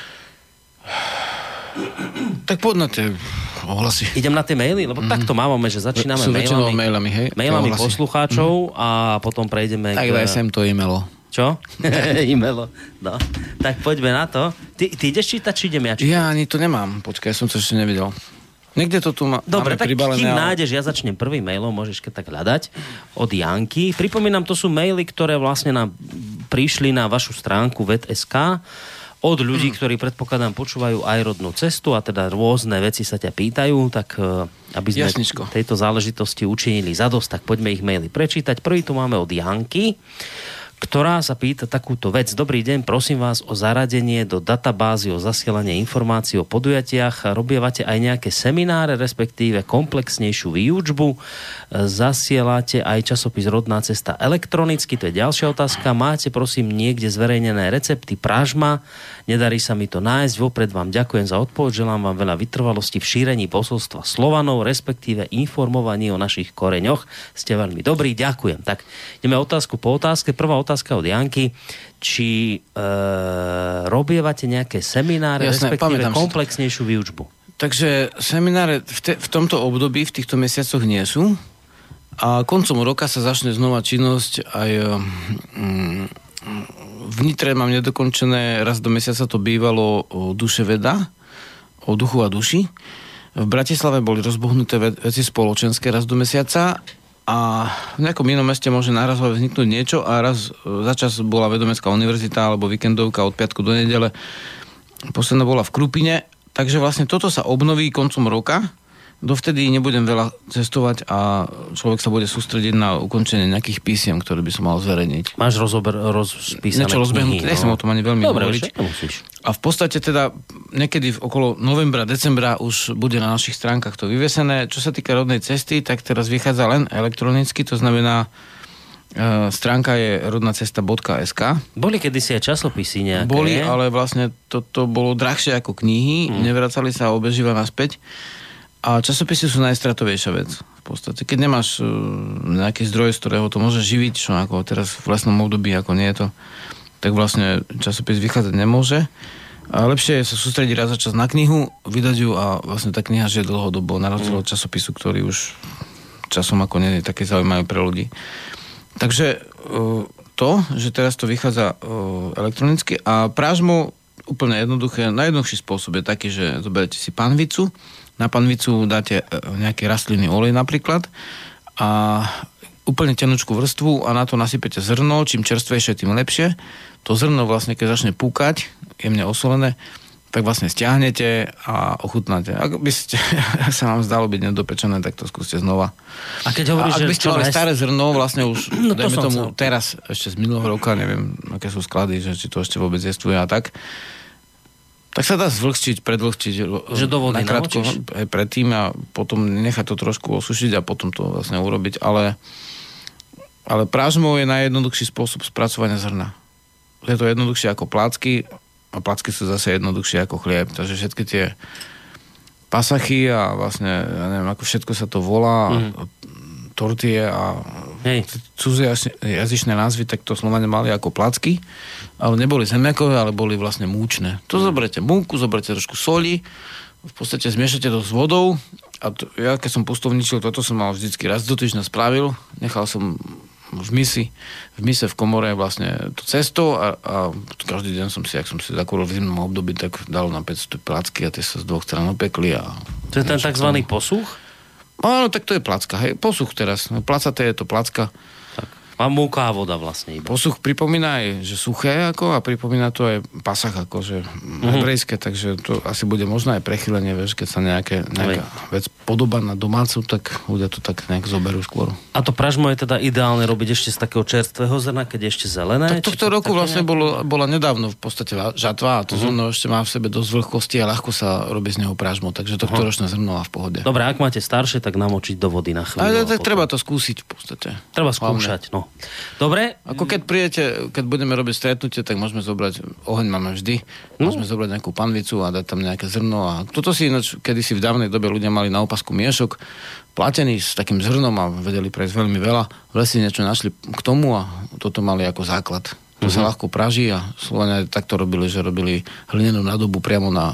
Tak poď na tie ohlasy. Idem na tie maily, lebo mm. takto máme, že začíname Sú mailami, mailami, hej, mailami poslucháčov mm. a potom prejdeme tak k... daj sem to e-mailo. Čo? e-mailo. No. Tak poďme na to. Ty, ty ideš čítať, či idem ja čítať? Ja ani to nemám. Počkaj, ja som to ešte nevidel. Niekde to tu má, dobre, tak pribalené, kým ale... nájdeš, ja začnem prvým mailom, môžeš keď tak hľadať, od Janky. Pripomínam, to sú maily, ktoré vlastne nám prišli na vašu stránku vet bodka es ká od ľudí, hmm. ktorí predpokladám počúvajú aj rodnú cestu a teda rôzne veci sa ťa pýtajú, tak aby sme Jasničko. tejto záležitosti učinili zadosť, tak poďme ich maily prečítať. Prvý tu máme od Janky, ktorá sa pýta takúto vec. Dobrý deň, prosím vás o zaradenie do databázy o zasielanie informácií o podujatiach. Robievate aj nejaké semináre, respektíve komplexnejšiu výučbu. Zasielate aj časopis Rodná cesta elektronicky, to je ďalšia otázka. Máte prosím niekde zverejnené recepty pražma? Nedarí sa mi to nájsť. Vopred vám ďakujem za odpoveď. Želám vám veľa vytrvalosti v šírení posolstva Slovanov, respektíve informovaní o našich koreňoch. Ste veľmi dobrí, ďakujem. Tak ideme otázku po otázke. Prvá otázka od Janky. Či e, robievate nejaké semináre, Jasné, respektíve komplexnejšiu výučbu? Takže semináre v, te, v tomto období, v týchto mesiacoch nie sú. A koncom roka sa začne znova činnosť aj... Mm, v Nitre mám nedokončené, raz do mesiaca to bývalo o duše veda, o duchu a duši. V Bratislave boli rozbohnuté veci spoločenské raz do mesiaca a v nejakom inom meste môže naraz vzniknúť niečo a raz za čas bola Vedomecká univerzita alebo víkendovka od piatku do nedele. Posledná bola v Krupine, takže vlastne toto sa obnoví koncom roka. Dovtedy nebudem veľa cestovať a človek sa bude sústrediť na ukončenie nejakých písiem, ktoré by som mal zverejniť. Máš rozober, rozpísané Niečo rozbehnuté, nechcem no. o tom ani veľmi Dobre, hovoriť. Dobre, a v podstate teda niekedy okolo novembra, decembra už bude na našich stránkach to vyvesené. Čo sa týka rodnej cesty, tak teraz vychádza len elektronicky, to znamená e, stránka je rodná cesta bodka es ká. Boli kedysi aj časopisy nejaké. Boli, ale vlastne toto bolo drahšie ako knihy, mm. nevracali sa a obežíva naspäť. A časopisy sú najstratovejšia vec. V podstate, keď nemáš uh, nejaký zdroj, z ktorého to môžeš živiť, čo ako teraz v lesnom období, ako nie je to, tak vlastne časopis vychádzať nemôže. A lepšie je sa sústrediť raz za čas na knihu, vydať ju a vlastne tá kniha žije dlhodobo, na rozdiel od časopisu, ktorý už časom ako nie je také zaujímavé pre ľudí. Takže uh, to, že teraz to vychádza uh, elektronicky a prážmo úplne jednoduché, najjednoduchší spôsob je taký, že zoberete si panvicu, na panvicu dáte nejaký rastlinný olej napríklad a úplne tenučkú vrstvu a na to nasypete zrno, čím čerstvejšie, tým lepšie. To zrno vlastne, keď začne púkať, jemne osolené, tak vlastne stiahnete a ochutnáte. Ak by ste, sa vám zdalo byť nedopečené, tak to skúste znova. A keď hovoríš, a ak by ste mali najst... staré zrno, vlastne už, no dajme tomu chcel. teraz, ešte z minulého roka, neviem, aké sú sklady, že či to ešte vôbec jestvuje a tak, tak sa dá zvlhčiť, predvlhčiť. Že do vody nakrátko, namočíš? aj predtým a potom nechať to trošku osušiť a potom to vlastne urobiť. Ale, ale prážmou je najjednoduchší spôsob spracovania zrna. Je to jednoduchšie ako plácky a plácky sú zase jednoduchšie ako chlieb. Takže všetky tie pasachy a vlastne, ja neviem, ako všetko sa to volá, mm. tortie a cudzie jazyčné názvy, tak to Slovania mali ako placky, ale neboli zemiakové, ale boli vlastne múčne. To zoberete múku, zoberete trošku soli, v podstate zmiešate to s vodou a to, ja keď som pustovničil, toto som mal vždycky raz do týždňa spravil, nechal som v misi, v mise v komore vlastne to cesto a, a každý deň som si, ak som si zakúril v zimnom období, tak dal na päťsto placky a tie sa z dvoch strán opekli. A to je ten takzvaný posuch? Áno, tak to je placka, hej, posuch teraz. Placaté je to placka. Tak. A múka a voda vlastne iba. Posuch pripomína aj, že suché ako a pripomína to aj pasach ako, že mm-hmm. hebrejské, takže to asi bude možno aj prechylenie, vieš, keď sa nejaké, nejaká vec podobá na domácu, tak ľudia to tak nejak zoberú skôr. A to pražmo je teda ideálne robiť ešte z takého čerstvého zrna, keď je ešte zelené? Tak tohto roku vlastne bolo, bola nedávno v podstate žatva a to mm-hmm. zrno ešte má v sebe dosť vlhkosti a ľahko sa robí z neho pražmo, takže tohto uh-huh. ročné zrno má v pohode. Dobre, ak máte staršie, tak namočiť do vody na chvíľu. Ale tak treba to skúsiť v podstate. Treba skúšať, no. Dobre. Ako keď prídete, keď budeme robiť stretnutie, tak môžeme zobrať, oheň máme vždy, môžeme no. zobrať nejakú panvicu a dať tam nejaké zrno a toto si ináč, kedysi v dávnej dobe ľudia mali na opasku miešok, platený s takým zrnom a vedeli prejsť veľmi veľa. V lesi niečo našli k tomu a toto mali ako základ. To mm-hmm. sa ľahko praží a Slovania takto robili, že robili hlinenú nádobu priamo na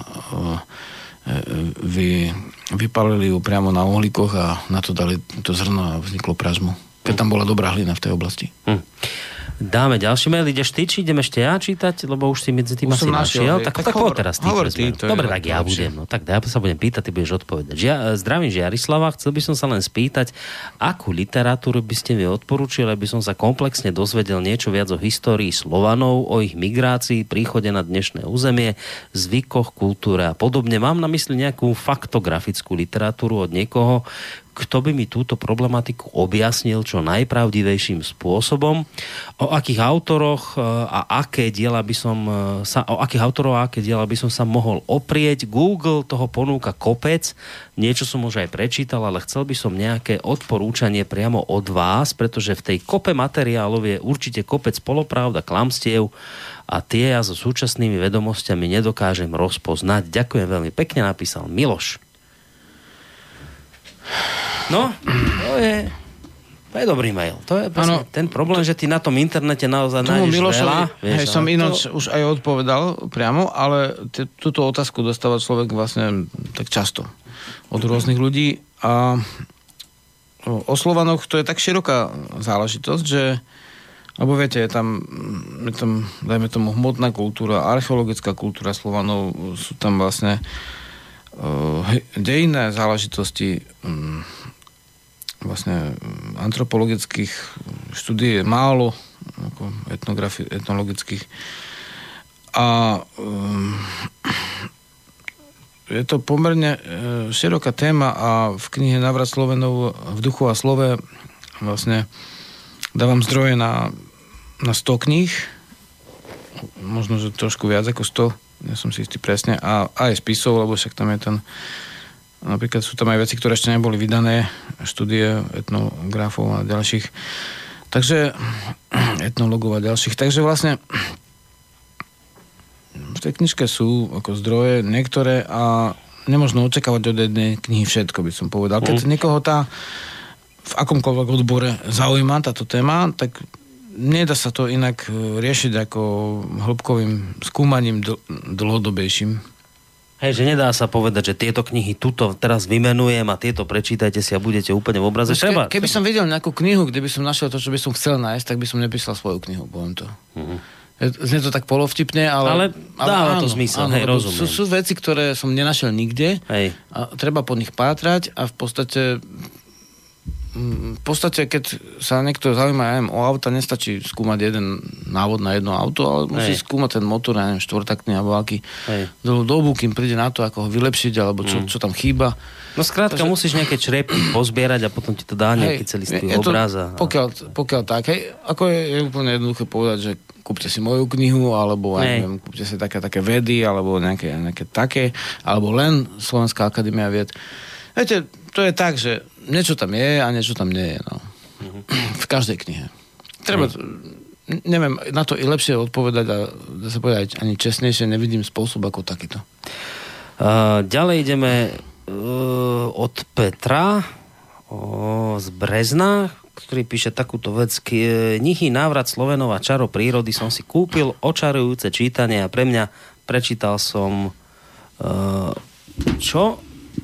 vy, vypalili ju priamo na uhlíkoch a na to dali to zrno a vzniklo pražmo. Keď tam bola dobrá hlina v tej oblasti. Hm. Dáme ďalší mail. Ideš ty, či idem ešte ja čítať? Lebo už si medzi tým asi našiel. Tak, tak, tak poď teraz ty. Hovor ty Dobre, tak ja budem. No, tak ja sa budem pýtať, ty budeš odpovedať. Ja, zdravím Žiarislava, chcel by som sa len spýtať, akú literatúru by ste mi odporúčili, aby som sa komplexne dozvedel niečo viac o histórii Slovanov, o ich migrácii, príchode na dnešné územie, zvykoch, kultúre a podobne. Mám na mysli nejakú faktografickú literatúru od niekoho, kto by mi túto problematiku objasnil čo najpravdivejším spôsobom, o akých autoroch a aké diela by som sa, o akých autorov a aké diela by som sa mohol oprieť. Google toho ponúka kopec, niečo som už aj prečítal, ale chcel by som nejaké odporúčanie priamo od vás, pretože v tej kope materiálov je určite kopec polopravd a klamstiev a tie ja so súčasnými vedomosťami nedokážem rozpoznať. Ďakujem veľmi pekne, napísal Miloš. No, to je, to je dobrý mail. To je ano, ten problém, že ty na tom internete naozaj nájdeš Milošovi, veľa. Vieš, hej, som ináč to... už aj odpovedal priamo, ale t- túto otázku dostáva človek vlastne tak často od rôznych ľudí. A o Slovanoch to je tak široká záležitosť, že lebo viete, je tam, je tam dajme tomu hmotná kultúra, archeologická kultúra Slovanov, sú tam vlastne dejinné záležitosti vlastne antropologických štúdií je málo, ako etnografi- etnologických. A um, je to pomerne široká téma a v knihe Návrat Slovenov v duchu a slove vlastne dávam zdroje na, na sto kníh, možno, že trošku viac ako sto, ja som si istý presne, a aj spisov, lebo však tam je ten, napríklad sú tam aj veci, ktoré ešte neboli vydané, štúdie etnografov a ďalších, takže etnologov a ďalších, takže vlastne v tej knižke sú ako zdroje niektoré a nemožno očakávať od jednej knihy všetko, by som povedal. Keď niekoho tá v akomkoľvek odbore zaujíma táto téma, tak nedá sa to inak riešiť ako hĺbkovým skúmaním dl- dlhodobejším. Hej, že nedá sa povedať, že tieto knihy tuto teraz vymenujem a tieto prečítajte si a budete úplne v obraze. Ke, keby som videl nejakú knihu, kde by som našiel to, čo by som chcel nájsť, tak by som nepísal svoju knihu, poviem to. Uh-huh. Znie to tak polovtipne, ale... Ale dáva ale to áno, zmysel, áno, hej, rozumiem. Sú, sú veci, ktoré som nenašiel nikde, hej. A treba po nich pátrať a v podstate... V podstate, keď sa niekto zaujíma ja neviem, o auta, nestačí skúmať jeden návod na jedno auto, ale musí Hej. skúmať ten motor, ja neviem, štvortaktný alebo aký. Do dobu, kým príde na to, ako ho vylepšiť, alebo čo, mm. čo tam chýba. No skrátka, Takže... musíš nejaké črepy pozbierať a potom ti to dá nejaký celistvý obraz. A... Pokiaľ, pokiaľ tak, hej, ako je, je úplne jednoduché povedať, že kúpte si moju knihu, alebo ja neviem, kúpte si také, také vedy, alebo nejaké, nejaké také, alebo len Slovenská akadémia vied. Viete, to je tak, že niečo tam je a niečo tam nie je. No. Mm-hmm. V každej knihe. Treba, mm. neviem, na to i lepšie odpovedať a dá sa povedať ani čestnejšie, nevidím spôsob ako takýto. Uh, ďalej ideme uh, od Petra uh, z Brezna, ktorý píše takúto vec. Knihy Návrat Slovenov a čaro prírody som si kúpil, očarujúce čítanie a pre mňa prečítal som uh, čo?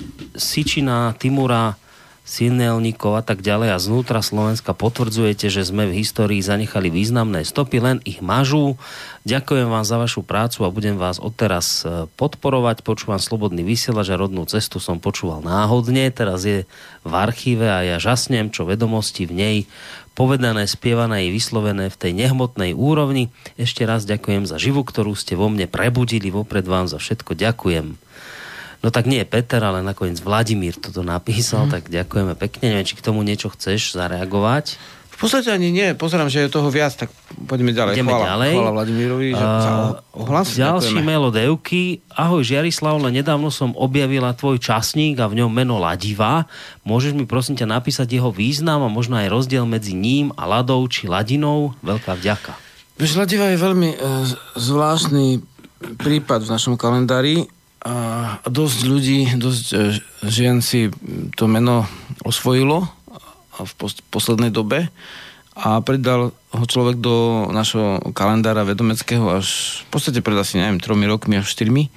Sičina, Timura, Sinelníkov a tak ďalej a znútra Slovenska potvrdzujete, že sme v histórii zanechali významné stopy, len ich mažú. Ďakujem vám za vašu prácu a budem vás odteraz podporovať. Počúvam Slobodný vysielač a Rodnú cestu som počúval náhodne, teraz je v archíve a ja žasnem, čo vedomosti v nej povedané, spievané i vyslovené v tej nehmotnej úrovni. Ešte raz ďakujem za živu, ktorú ste vo mne prebudili. Vopred vám za všetko ďakujem. No tak nie je Peter, ale nakoniec Vladimír toto napísal, mm. tak ďakujeme pekne. Neviem, či k tomu niečo chceš zareagovať? V podstate ani nie. Pozerám, že je toho viac, tak poďme ďalej. Ideme chvála, ďalej. Chvála Vladimírovi, že uh, sa ohlas. Ďalší mail od Evky. Ahoj Žiarislav, len nedávno som objavila tvoj časník a v ňom meno Ladiva. Môžeš mi prosím ťa napísať jeho význam a možno aj rozdiel medzi ním a Ladou či Ladinou? Veľká vďaka. Vieš, Ladiva je veľmi e, zvláštny prípad v našom kalendári. A dosť ľudí, dosť žien si to meno osvojilo v poslednej dobe a pridal ho človek do našho kalendára vedomeckého až v podstate pred asi, neviem, tromi rokmi až štyrmi.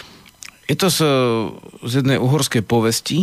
Je to z, z jednej uhorskej povesti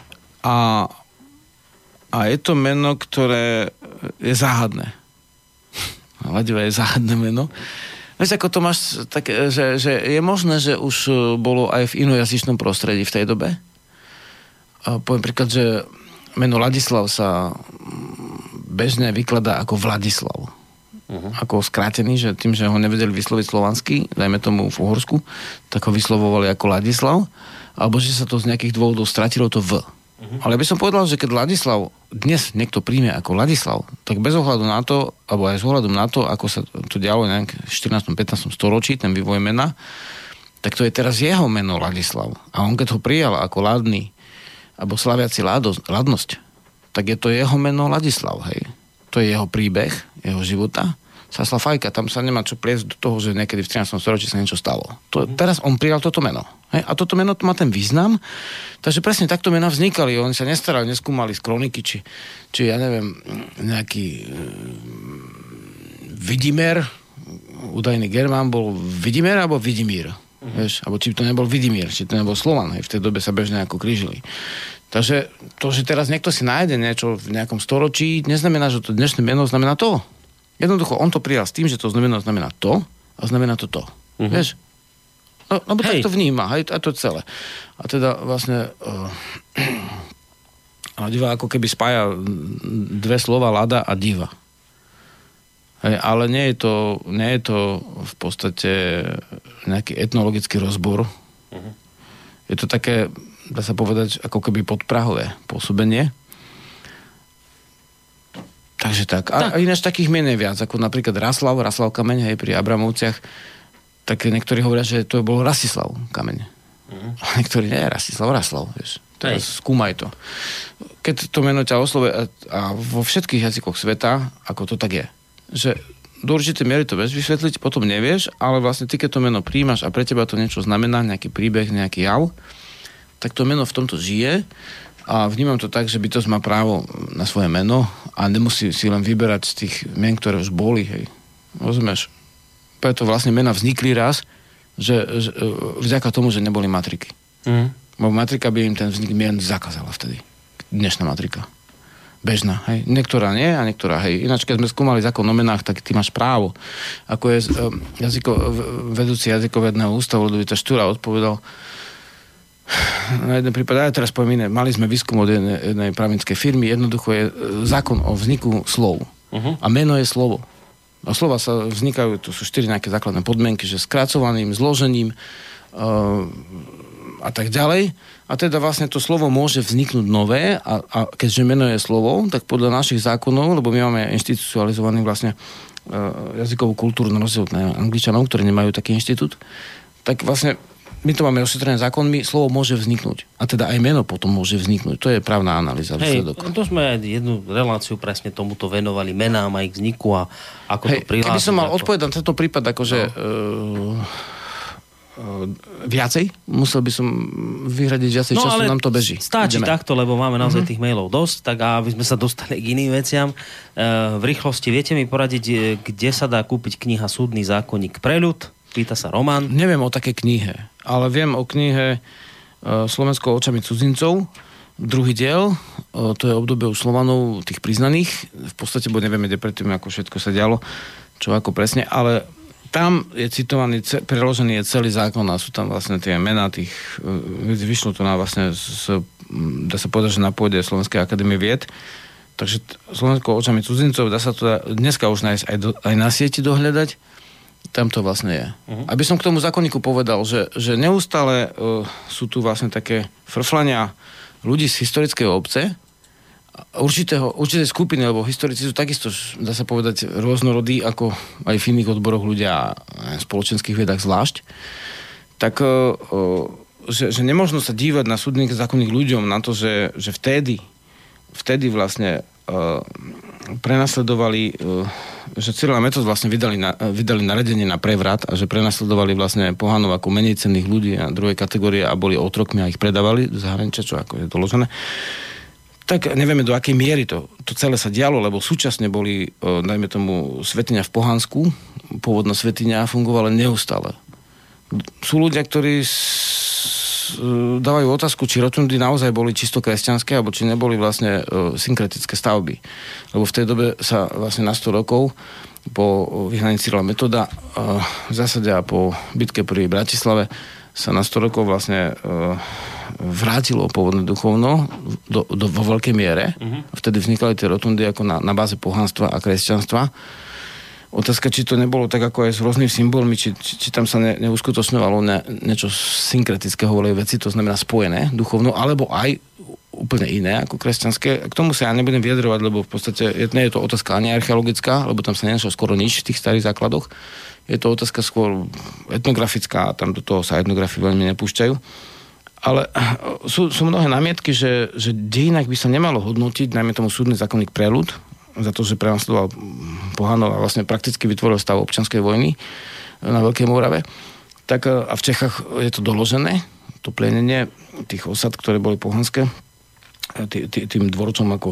a, a je to meno, ktoré je záhadné. Ladiva je záhadné meno. Vieš, ako to máš, tak, že, že je možné, že už bolo aj v inojazyčnom prostredí v tej dobe. A poviem príklad, že meno Ladislav sa bežne vykladá ako Vladislav. Uh-huh. Ako skrátený, že tým, že ho nevedeli vysloviť slovansky, dajme tomu v Uhorsku, tak ho vyslovovali ako Ladislav, alebo že sa to z nejakých dôvodov stratilo to V. Uh-huh. Ale ja by som povedal, že keď Ladislav dnes niekto príjme ako Ladislav, tak bez ohľadu na to, alebo aj s ohľadom na to, ako sa to dialo nejak v štrnástom pätnástom storočí, ten vývoj mena, tak to je teraz jeho meno Ladislav. A on keď ho prijal ako Ladný, alebo slaviaci Ladnosť, tak je to jeho meno Ladislav, hej. To je jeho príbeh, jeho života. Sásla Fajka, tam sa nemá čo pliesť do toho, že niekedy v trinástom storočí sa niečo stalo. To, teraz on prijal toto meno. Hej? A toto meno má ten význam, takže presne takto mená vznikali. Oni sa nestarali, neskúmali z kroniky, či, či ja neviem, nejaký e, Vidimer, údajný Germán bol Vidimer alebo Vidimír. Uh-huh. Vieš? Alebo či to nebol Vidimír, či to nebol Slovan. Hej? V tej dobe sa bežne ako krížili. Takže to, že teraz niekto si nájde niečo v nejakom storočí, neznamená, že to dnešné meno znamená to. Jednoducho, on to prijal s tým, že to znamená, znamená to a znamená to to. Uh-huh. Vieš? No, no bo tak to vníma, hej, a to celé. A teda vlastne uh, diva ako keby spája dve slova Lada a diva. Hej, ale nie je to, nie je to v podstate nejaký etnologický rozbor. Uh-huh. Je to také, dá sa povedať, ako keby podprahové pôsobenie. Takže tak. A, tak. Ináč takých mien je viac, ako napríklad Raslav, Raslav kameň, hej, pri Abramovciach, tak niektorí hovoria, že to bol Rasislav kameň. Mm. A niektorí nie, Rasislav, Raslav, vieš. Teraz hej. Skúmaj to. Keď to meno ťa oslovuje a, a vo všetkých jazykoch sveta, ako to tak je, že do určitej miery to vieš vysvetliť, potom nevieš, ale vlastne ty, keď to meno príjmaš a pre teba to niečo znamená, nejaký príbeh, nejaký jav, tak to meno v tomto žije. A vnímam to tak, že bytosť má právo na svoje meno a nemusí si len vyberať z tých mien, ktoré už boli, hej. Rozumieš? Preto vlastne mena vznikli raz, že, že vďaka tomu, že neboli matriky. Mm. Bo matrika by im ten vznik mien zakázala vtedy. Dnešná matrika. Bežná, hej. Niektorá nie a niektorá, hej. Ináč, keď sme skúmali zákon o menách, tak ty máš právo. Ako je jazyko, vedúci jazykovedného ústavu Ľudovita Štúra odpovedal na jeden prípad, ja teraz poviem iné, mali sme výskum od jednej, jednej právnickej firmy, jednoducho je zákon o vzniku slov. Uh-huh. A meno je slovo. A slova sa vznikajú, tu sú štyri nejaké základné podmienky, že skracovaným, zložením uh, a tak ďalej. A teda vlastne to slovo môže vzniknúť nové a, a keďže meno je slovo, tak podľa našich zákonov, lebo my máme inštitucionalizovaný vlastne uh, jazykovú kultúru na rozdiel od Angličanov, ktorí nemajú taký inštitút, tak vlastne my to máme ošetrené zákonmi, slovo môže vzniknúť. A teda aj meno potom môže vzniknúť. To je právna analýza. Hej, to sme aj jednu reláciu presne tomuto venovali, menám a ich vzniku a ako Hej, to prihlásiť. Keby som mal ako... odpovedať na tento prípad, akože no. uh, uh, viacej, musel by som vyhradiť viacej no, času, nám to beží. Stáči Ideme. Takto, lebo máme naozaj uh-huh. tých mailov dosť, tak aby sme sa dostali k iným veciam. Uh, v rýchlosti viete mi poradiť, kde sa dá kúpiť kniha Súdny zákonník pre ľud? Pýta sa Roman. Neviem o také knihe, ale viem o knihe uh, Slovensko očami cudzincov, druhý diel, uh, to je obdobie u Slovanov, tých priznaných, v podstate, bo nevieme, kde predtým, ako všetko sa dialo, čo ako presne, ale tam je citovaný, ce, preložený je celý zákon a sú tam vlastne tie mená tých, uh, vyšlo to na vlastne, z, dá sa povedať, že na pôde Slovenskej akadémie vied, takže Slovensko očami cudzincov, dá sa to dneska už nájsť aj, do, aj na sieti dohľadať. Tam to vlastne je. Uh-huh. Aby som k tomu zákonníku povedal, že, že neustále uh, sú tu vlastne také frflania ľudí z historickej obce, určitého, určitej skupiny, lebo historici sú takisto, dá sa povedať, rôznorodí, ako aj v iných odboroch ľudia, v spoločenských vedách zvlášť, tak uh, uh, že, že nemožno sa dívať na súdnych zákonných ľuďom na to, že, že vtedy, vtedy vlastne uh, prenasledovali uh, že Cyril a Metod vlastne vydali, na, vydali naredenie na prevrat a že prenasledovali vlastne pohanov ako menej cenných ľudí a druhej kategórie a boli otrokmi a ich predávali do zahraničia, čo ako je doložené. Tak nevieme, do akej miery to, to celé sa dialo, lebo súčasne boli, dajme tomu, svätyňa v Pohansku, pôvodná svätyňa fungovala neustále. Sú ľudia, ktorí dávajú otázku, či rotundy naozaj boli čisto kresťanské, alebo či neboli vlastne uh, synkretické stavby. Lebo v tej dobe sa vlastne na sto rokov po vyhnaní Cyrila Metoda v zásade a po bitke pri Bratislave sa na sto rokov vlastne vrátilo pôvodné duchovno do, do, vo veľkej miere. Uh-huh. Vtedy vznikali tie rotundy ako na, na báze pohanstva a kresťanstva. Otázka, či to nebolo tak ako aj s rôznymi symbolmi, či, či, či tam sa ne, neuskutočňovalo ne, niečo synkretického volej veci, to znamená spojené duchovno, alebo aj úplne iné ako kresťanské. K tomu sa ja nebudem vyjadrovať, lebo v podstate nie je to otázka ani archeologická, lebo tam sa nenašlo skoro nič v tých starých základoch. Je to otázka skôr etnografická a tam do toho sa etnografii veľmi nepúšťajú. Ale sú, sú mnohé námietky, že, že dejinách by sa nemalo hodnotiť, najmä tomu súdny zákonník Preľud, za to, že prenasledoval pohanov a vlastne prakticky vytvoril stav občianskej vojny na Veľkej Morave. Tak a v Čechách je to doložené, to plenenie tých osad, ktoré boli pohanské, tý, tý, tým dvorcom ako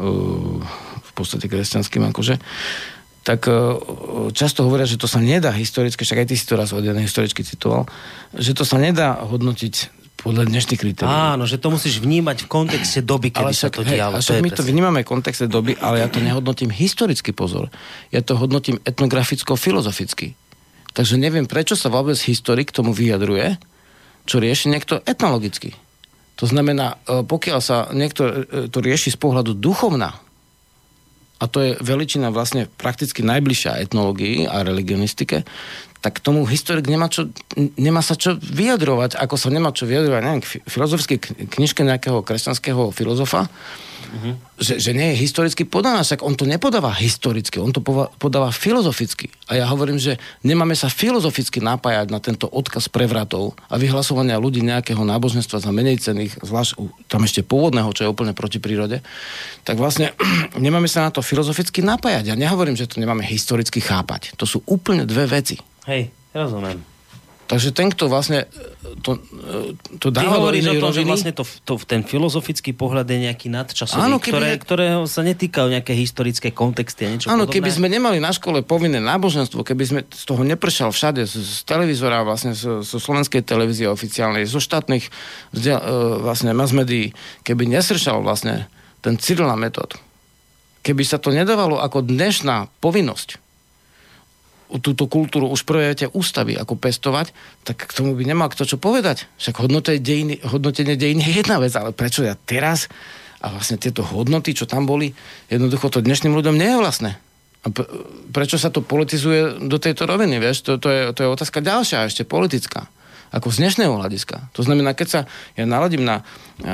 v podstate kresťanským akože, tak často hovoria, že to sa nedá historicky, však aj ty si to raz od jednej historičky citoval, že to sa nedá hodnotiť podľa dnešných kritérií. Áno, že to musíš vnímať v kontexte doby, kedy však, sa to dialo. Hej, a však my to vnímame v kontexte doby, ale ja to nehodnotím historicky, pozor. Ja to hodnotím etnograficko-filozoficky. Takže neviem, prečo sa vôbec historik tomu vyjadruje, čo rieši niekto etnologicky. To znamená, pokiaľ sa niekto to rieši z pohľadu duchovna, a to je veličina vlastne prakticky najbližšia etnológii a religionistike, tak tomu historik nemá, čo, nemá sa čo vyjadrovať, ako sa nemá čo vyjadrovať, neviem, k filozofickej knižke nejakého kresťanského filozofa, mm-hmm. že, že nie je historicky podaná, však on to nepodáva historicky, on to podáva filozoficky. A ja hovorím, že nemáme sa filozoficky napájať na tento odkaz prevratov a vyhlasovania ľudí nejakého náboženstva za menej cenných, zvlášť tam ešte pôvodného, čo je úplne proti prírode, tak vlastne nemáme sa na to filozoficky napájať. Ja nehovorím, že to nemáme historicky chápať. To sú úplne dve veci. Hej, rozumiem. Takže ten, kto vlastne to, to dáva do inej roviny... Ty hovoríš o tom, že vlastne to, to, ten filozofický pohľad je nejaký nadčasový, áno, ktoré, je... ktorého sa netýkajú nejaké historické kontexty a niečo áno, podobné. Keby sme nemali na škole povinné náboženstvo, keby sme z toho nepršal všade, z, z televízora, vlastne zo, zo slovenskej televízie oficiálnej, zo štátnych vlastne mass médií, keby nesršal vlastne ten Cyrila Metod, keby sa to nedávalo ako dnešná povinnosť túto kultúru už prvé ústavy ako pestovať, tak k tomu by nemal kto čo povedať. Však hodnotenie dejiny, hodnotenie dejiny je jedna vec, ale prečo ja teraz a vlastne tieto hodnoty, čo tam boli, jednoducho to dnešným ľuďom nie je vlastné. A prečo sa to politizuje do tejto roviny, vieš? To, to, je, to je otázka ďalšia, ešte politická. Ako z dnešného hľadiska. To znamená, keď sa ja naladím na,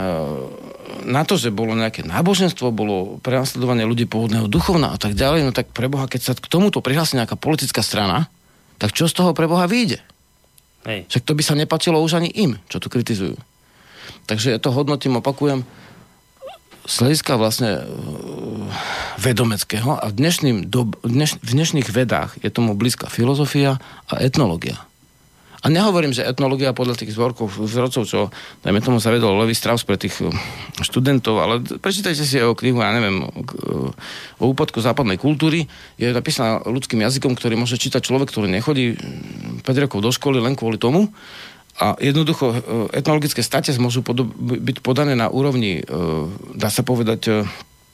na to, že bolo nejaké náboženstvo, bolo prenasledovanie ľudí pôvodného duchovna a tak ďalej, no tak preboha, keď sa k tomuto prihlási nejaká politická strana, tak čo z toho preboha vyjde? Hej. Však to by sa nepáčilo už ani im, čo tu kritizujú. Takže ja to hodnotím, opakujem, z hľadiska vlastne vedomeckého a v, dnešným dob, dneš, v dnešných vedách je tomu blízka filozofia a etnológia. A nehovorím, že etnológia podľa tých vzorkov, vzorcov, čo dajme tomu zavedol Levi Strauss pre tých študentov, ale prečítajte si jeho knihu, ja neviem, o úpadku západnej kultúry. Je napísaná ľudským jazykom, ktorý môže čítať človek, ktorý nechodí päť rokov do školy len kvôli tomu. A jednoducho etnologické state môžu podo- byť podané na úrovni, dá sa povedať,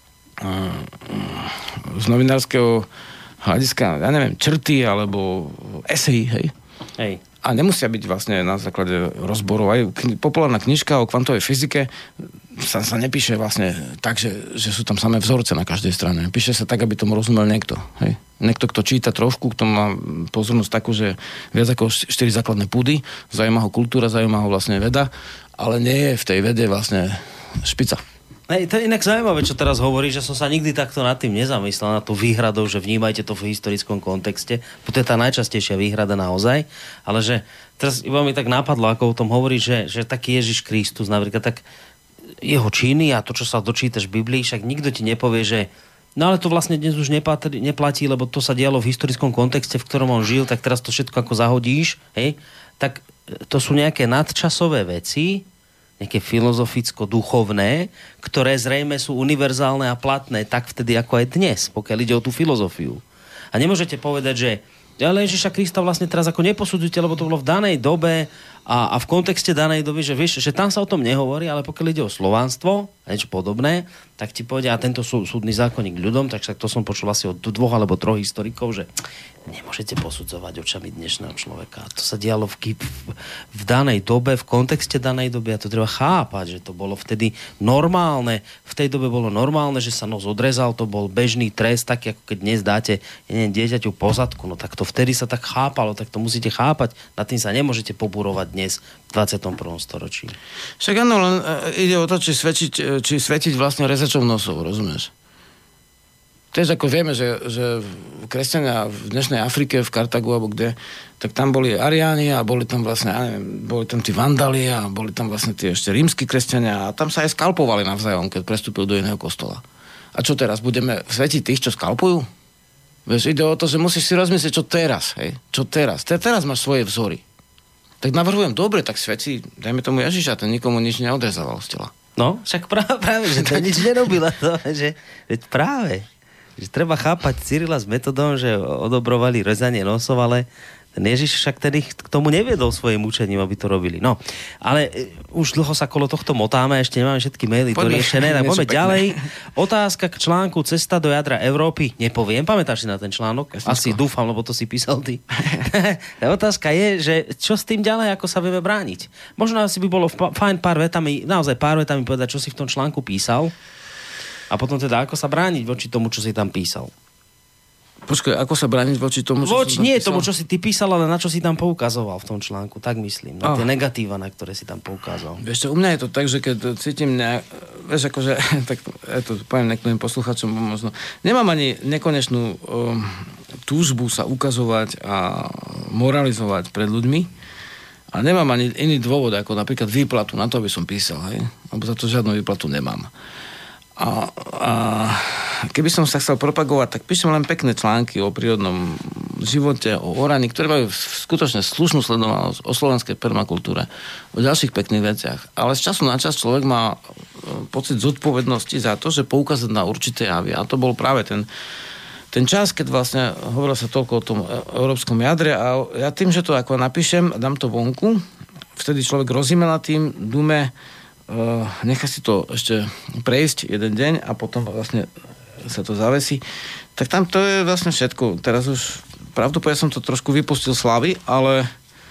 z novinárskeho hľadiska, ja neviem, črty alebo esejí, hej? Hej. A nemusia byť vlastne na základe rozborov. Aj kni- populárna knižka o kvantovej fyzike sa, sa nepíše vlastne tak, že, že sú tam samé vzorce na každej strane. Píše sa tak, aby tomu rozumel niekto. Hej? Niekto, kto číta trošku, kto má pozornosť takú, že viac ako štyri základné púdy, zaujíma ho kultúra, zaujíma ho vlastne veda, ale nie je v tej vede vlastne špica. Hej, to je inak zaujímavé, čo teraz hovorí, že som sa nikdy takto nad tým nezamyslel, na tú výhradou, že vnímajte to v historickom kontexte. To je tá najčastejšia výhrada naozaj, ale že teraz iba mi tak napadlo, ako o tom hovorí, že, že taký Ježiš Kristus, napríklad tak jeho činy a to, čo sa dočítaš v Biblii, však nikto ti nepovie, že no ale to vlastne dnes už neplatí, neplatí, lebo to sa dialo v historickom kontexte, v ktorom on žil, tak teraz to všetko ako zahodíš, hej? Tak to sú nejaké nadčasové veci, nejaké filozoficko-duchovné, ktoré zrejme sú univerzálne a platné tak vtedy, ako aj dnes, pokiaľ ide o tú filozofiu. A nemôžete povedať, že ale Ježiša Krista vlastne teraz ako neposudzujte, lebo to bolo v danej dobe A, a v kontexte danej doby, že vieš, že tam sa o tom nehovorí, ale pokiaľ ide o slovanstvo a niečo podobné, tak ti povedia, a tento sú, súdny zákonník ľuďom, tak to som počul asi od dvoch alebo troch historikov, že nemôžete posudzovať očami dnešného človeka. To sa dialo v, v, v danej dobe, v kontexte danej doby a to treba chápať, že to bolo vtedy normálne. V tej dobe bolo normálne, že sa nos odrezal, to bol bežný trest, taký ako keď dnes dáte neviem, dieťaťu pozadku, no tak to vtedy sa tak chápalo, tak to musíte chápať, nad tým sa nemôžete poburovať dnes v dvadsiatom prvom storočí. Však áno, len ide o to, či svetiť, či svetiť vlastne rezačom nosov, rozumieš? Tež ako vieme, že, že kresťania v dnešnej Afrike, v Kartagu alebo kde, tak tam boli Ariáni a boli tam vlastne, ja neviem, boli tam tí Vandali a boli tam vlastne tí ešte rímski kresťania a tam sa aj skalpovali navzájom, keď prestúpil do iného kostola. A čo teraz? Budeme svetiť tých, čo skalpujú? Vieš, ide o to, že musíš si rozmyslieť, čo teraz, hej? Čo teraz? Te, teraz máš svoje vzory. Tak navrhujem, dobre, tak sveti, dajme tomu Ježiša, ten nikomu nič neodrezával z tela. No, však práve, práve že to nič nerobila to, že veď práve. Že treba chápať Cyrila s Metodom, že odobrovali rezanie nosov, ale ten Ježiš však tedy k tomu neviedol svojim učením, aby to robili. No, ale už dlho sa kolo tohto motáme, ešte nemáme všetky maily doriešené, tak poďme ďalej. Otázka k článku Cesta do jadra Európy. Nepoviem, pamätáš si na ten článok? Jasnečko. Asi dúfam, lebo to si písal ty. Otázka je, že čo s tým ďalej, ako sa vieme brániť? Možno asi by bolo fajn pár vetami, naozaj pár vetami povedať, čo si v tom článku písal. A potom teda, ako sa brániť voči tomu, čo si tam písal? Počkaj, ako sa brániť voči tomu, čo voči, som tam nie písal? tomu, čo si ty písal, ale na čo si tam poukazoval v tom článku, tak myslím. Na oh. tie negatíva, na ktoré si tam poukázal. Vieš čo, u mňa je to tak, že keď cítim nejak, vieš, akože, tak ja to poviem niektorým posluchačom, možno, nemám ani nekonečnú um, túžbu sa ukazovať a moralizovať pred ľuďmi a nemám ani iný dôvod, ako napríklad výplatu, na to, aby som písal, hej? Lebo za to žiadnu výplatu nemám. A, a keby som sa chcel propagovať, tak píšem len pekné články o prírodnom živote, o oraní, ktoré majú skutočne slušnú sledovanosť, o slovenskej permakultúre, o ďalších pekných veciach. Ale z času na čas človek má pocit zodpovednosti za to, že poukázať na určité javy. A to bol práve ten, ten čas, keď vlastne hovorilo sa toľko o tom európskom jadre a ja tým, že to ako napíšem, dám to vonku, vtedy človek rozíma nad tým, dume, Uh, nechá si to ešte prejsť jeden deň a potom vlastne sa to zavesí. Tak tam to je vlastne všetko. Teraz už pravdu povedať som to trošku vypustil slavy, ale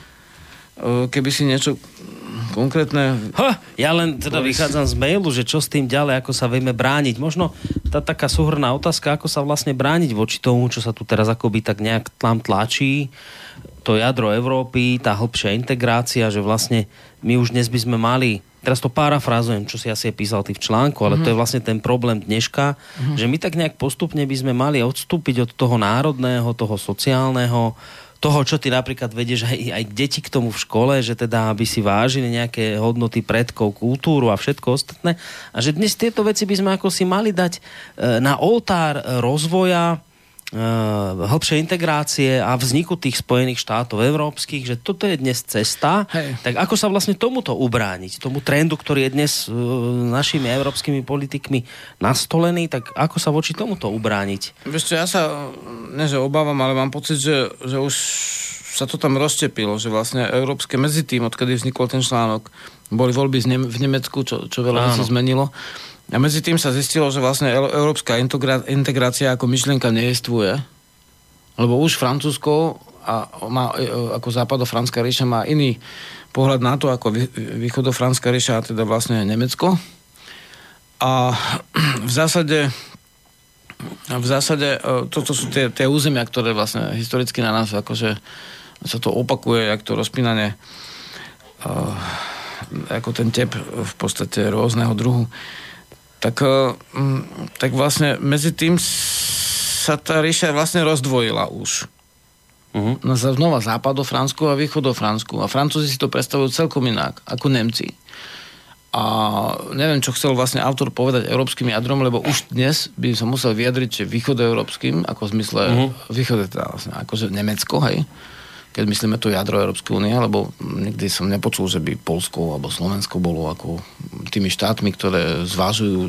uh, keby si niečo konkrétne... Ha, ja len teda vychádzam z mailu, že čo s tým ďalej, ako sa vieme brániť. Možno tá taká súhrnná otázka, ako sa vlastne brániť voči tomu, čo sa tu teraz akoby tak nejak tam tlačí, to jadro Európy, tá hlbšia integrácia, že vlastne my už dnes by sme mali, teraz to parafrázujem, čo si asi písal ty v článku, ale mm-hmm. to je vlastne ten problém dneška, mm-hmm. že my tak nejak postupne by sme mali odstúpiť od toho národného, toho sociálneho, toho, čo ty napríklad vedieš aj, aj deti k tomu v škole, že teda aby si vážili nejaké hodnoty predkov, kultúru a všetko ostatné. A že dnes tieto veci by sme ako si mali dať na oltár rozvoja, hĺbšej integrácie a vzniku tých Spojených štátov európskych, že toto je dnes cesta. Hej. Tak ako sa vlastne tomuto ubrániť? Tomu trendu, ktorý je dnes uh, našimi európskymi politikmi nastolený, tak ako sa voči tomuto ubrániť? Vieš čo, ja sa, ne že obávam, ale mám pocit, že, že už sa to tam rozštepilo, že vlastne európske medzitým, odkedy vznikol ten článok, boli voľby v Nemecku, čo, čo veľa sa zmenilo. A medzi tým sa zistilo, že vlastne európska integrácia ako myšlienka nejestvuje, lebo už Francúzsko a má, ako západofranská ríša má iný pohľad na to, ako východofranská ríša, a teda vlastne Nemecko. A v zásade v zásade toto sú tie, tie územia, ktoré vlastne historicky na nás akože sa to opakuje, jak to rozpínanie ako ten tep v podstate rôzneho druhu. Tak, tak vlastne medzi tým sa tá ríša vlastne rozdvojila už. Uh-huh. No znova západofransku a východofransku. A Francúzi si to predstavujú celkom inak, ako Nemci. A neviem, čo chcel vlastne autor povedať európskym jadrom, lebo už dnes by som musel vyjadriť, že východoeurópskym, ako v zmysle uh-huh. východe, teda vlastne, akože Nemecko, hej, keď myslíme to jadro Európskej únie, lebo nikdy som nepočul, že by Poľsko alebo Slovensko bolo ako tými štátmi, ktoré zvážujú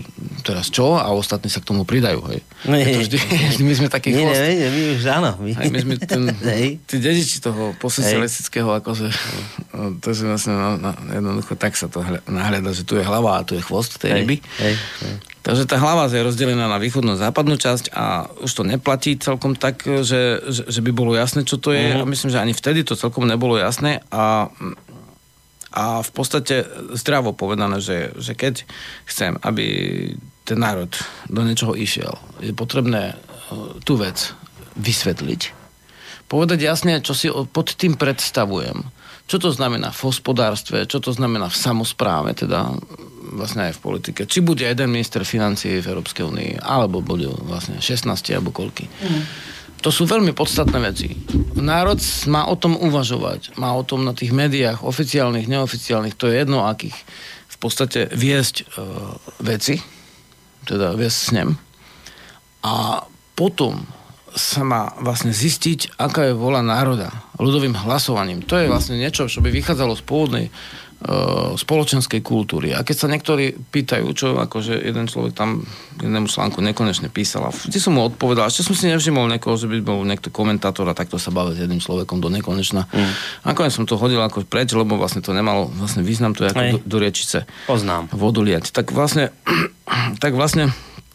teraz čo? A ostatní sa k tomu pridajú, hej. Nie, vždy, my sme taký nie, chvost. Nie, nie, my už áno. My, hej, my sme ten, tí dediči toho posocialistického, akože, to je vlastne na, na, jednoducho tak sa to nahľada, že tu je hlava a tu je chvost tej ryby. Hej, hej. Takže tá hlava je rozdelená na východnú a západnú časť a už to neplatí celkom tak, že, že, že by bolo jasné, čo to je. Uh-huh. A myslím, že ani vtedy to celkom nebolo jasné a A v podstate zdravo povedané, že, že keď chcem, aby ten národ do niečoho išiel, je potrebné tú vec vysvetliť. Povedať jasne, čo si pod tým predstavujem. Čo to znamená v hospodárstve, čo to znamená v samospráve, teda vlastne aj v politike. Či bude jeden minister financií v Európskej únii, alebo bude vlastne šestnásť alebo koľky. Mm. To sú veľmi podstatné veci. Národ má o tom uvažovať. Má o tom na tých médiách, oficiálnych, neoficiálnych, to je jedno, akých v podstate viesť e, veci, teda viesť s ním. A potom sa má vlastne zistiť, aká je vôľa národa ľudovým hlasovaním. To je vlastne niečo, čo by vychádzalo z pôvodnej spoločenskej kultúry. A keď sa niektorí pýtajú, čo akože jeden človek tam jednému článku nekonečne písal, a vždy som mu odpovedal, ešte som si nevšimol niekoho, že by bol niekto komentátor a takto sa bavil s jedným človekom do nekonečna. Mm. Nakoniec som to hodil ako preč, lebo vlastne to nemalo vlastne význam, to je ako do, do riečice. Poznám. Vodu liať. Tak vlastne tak vlastne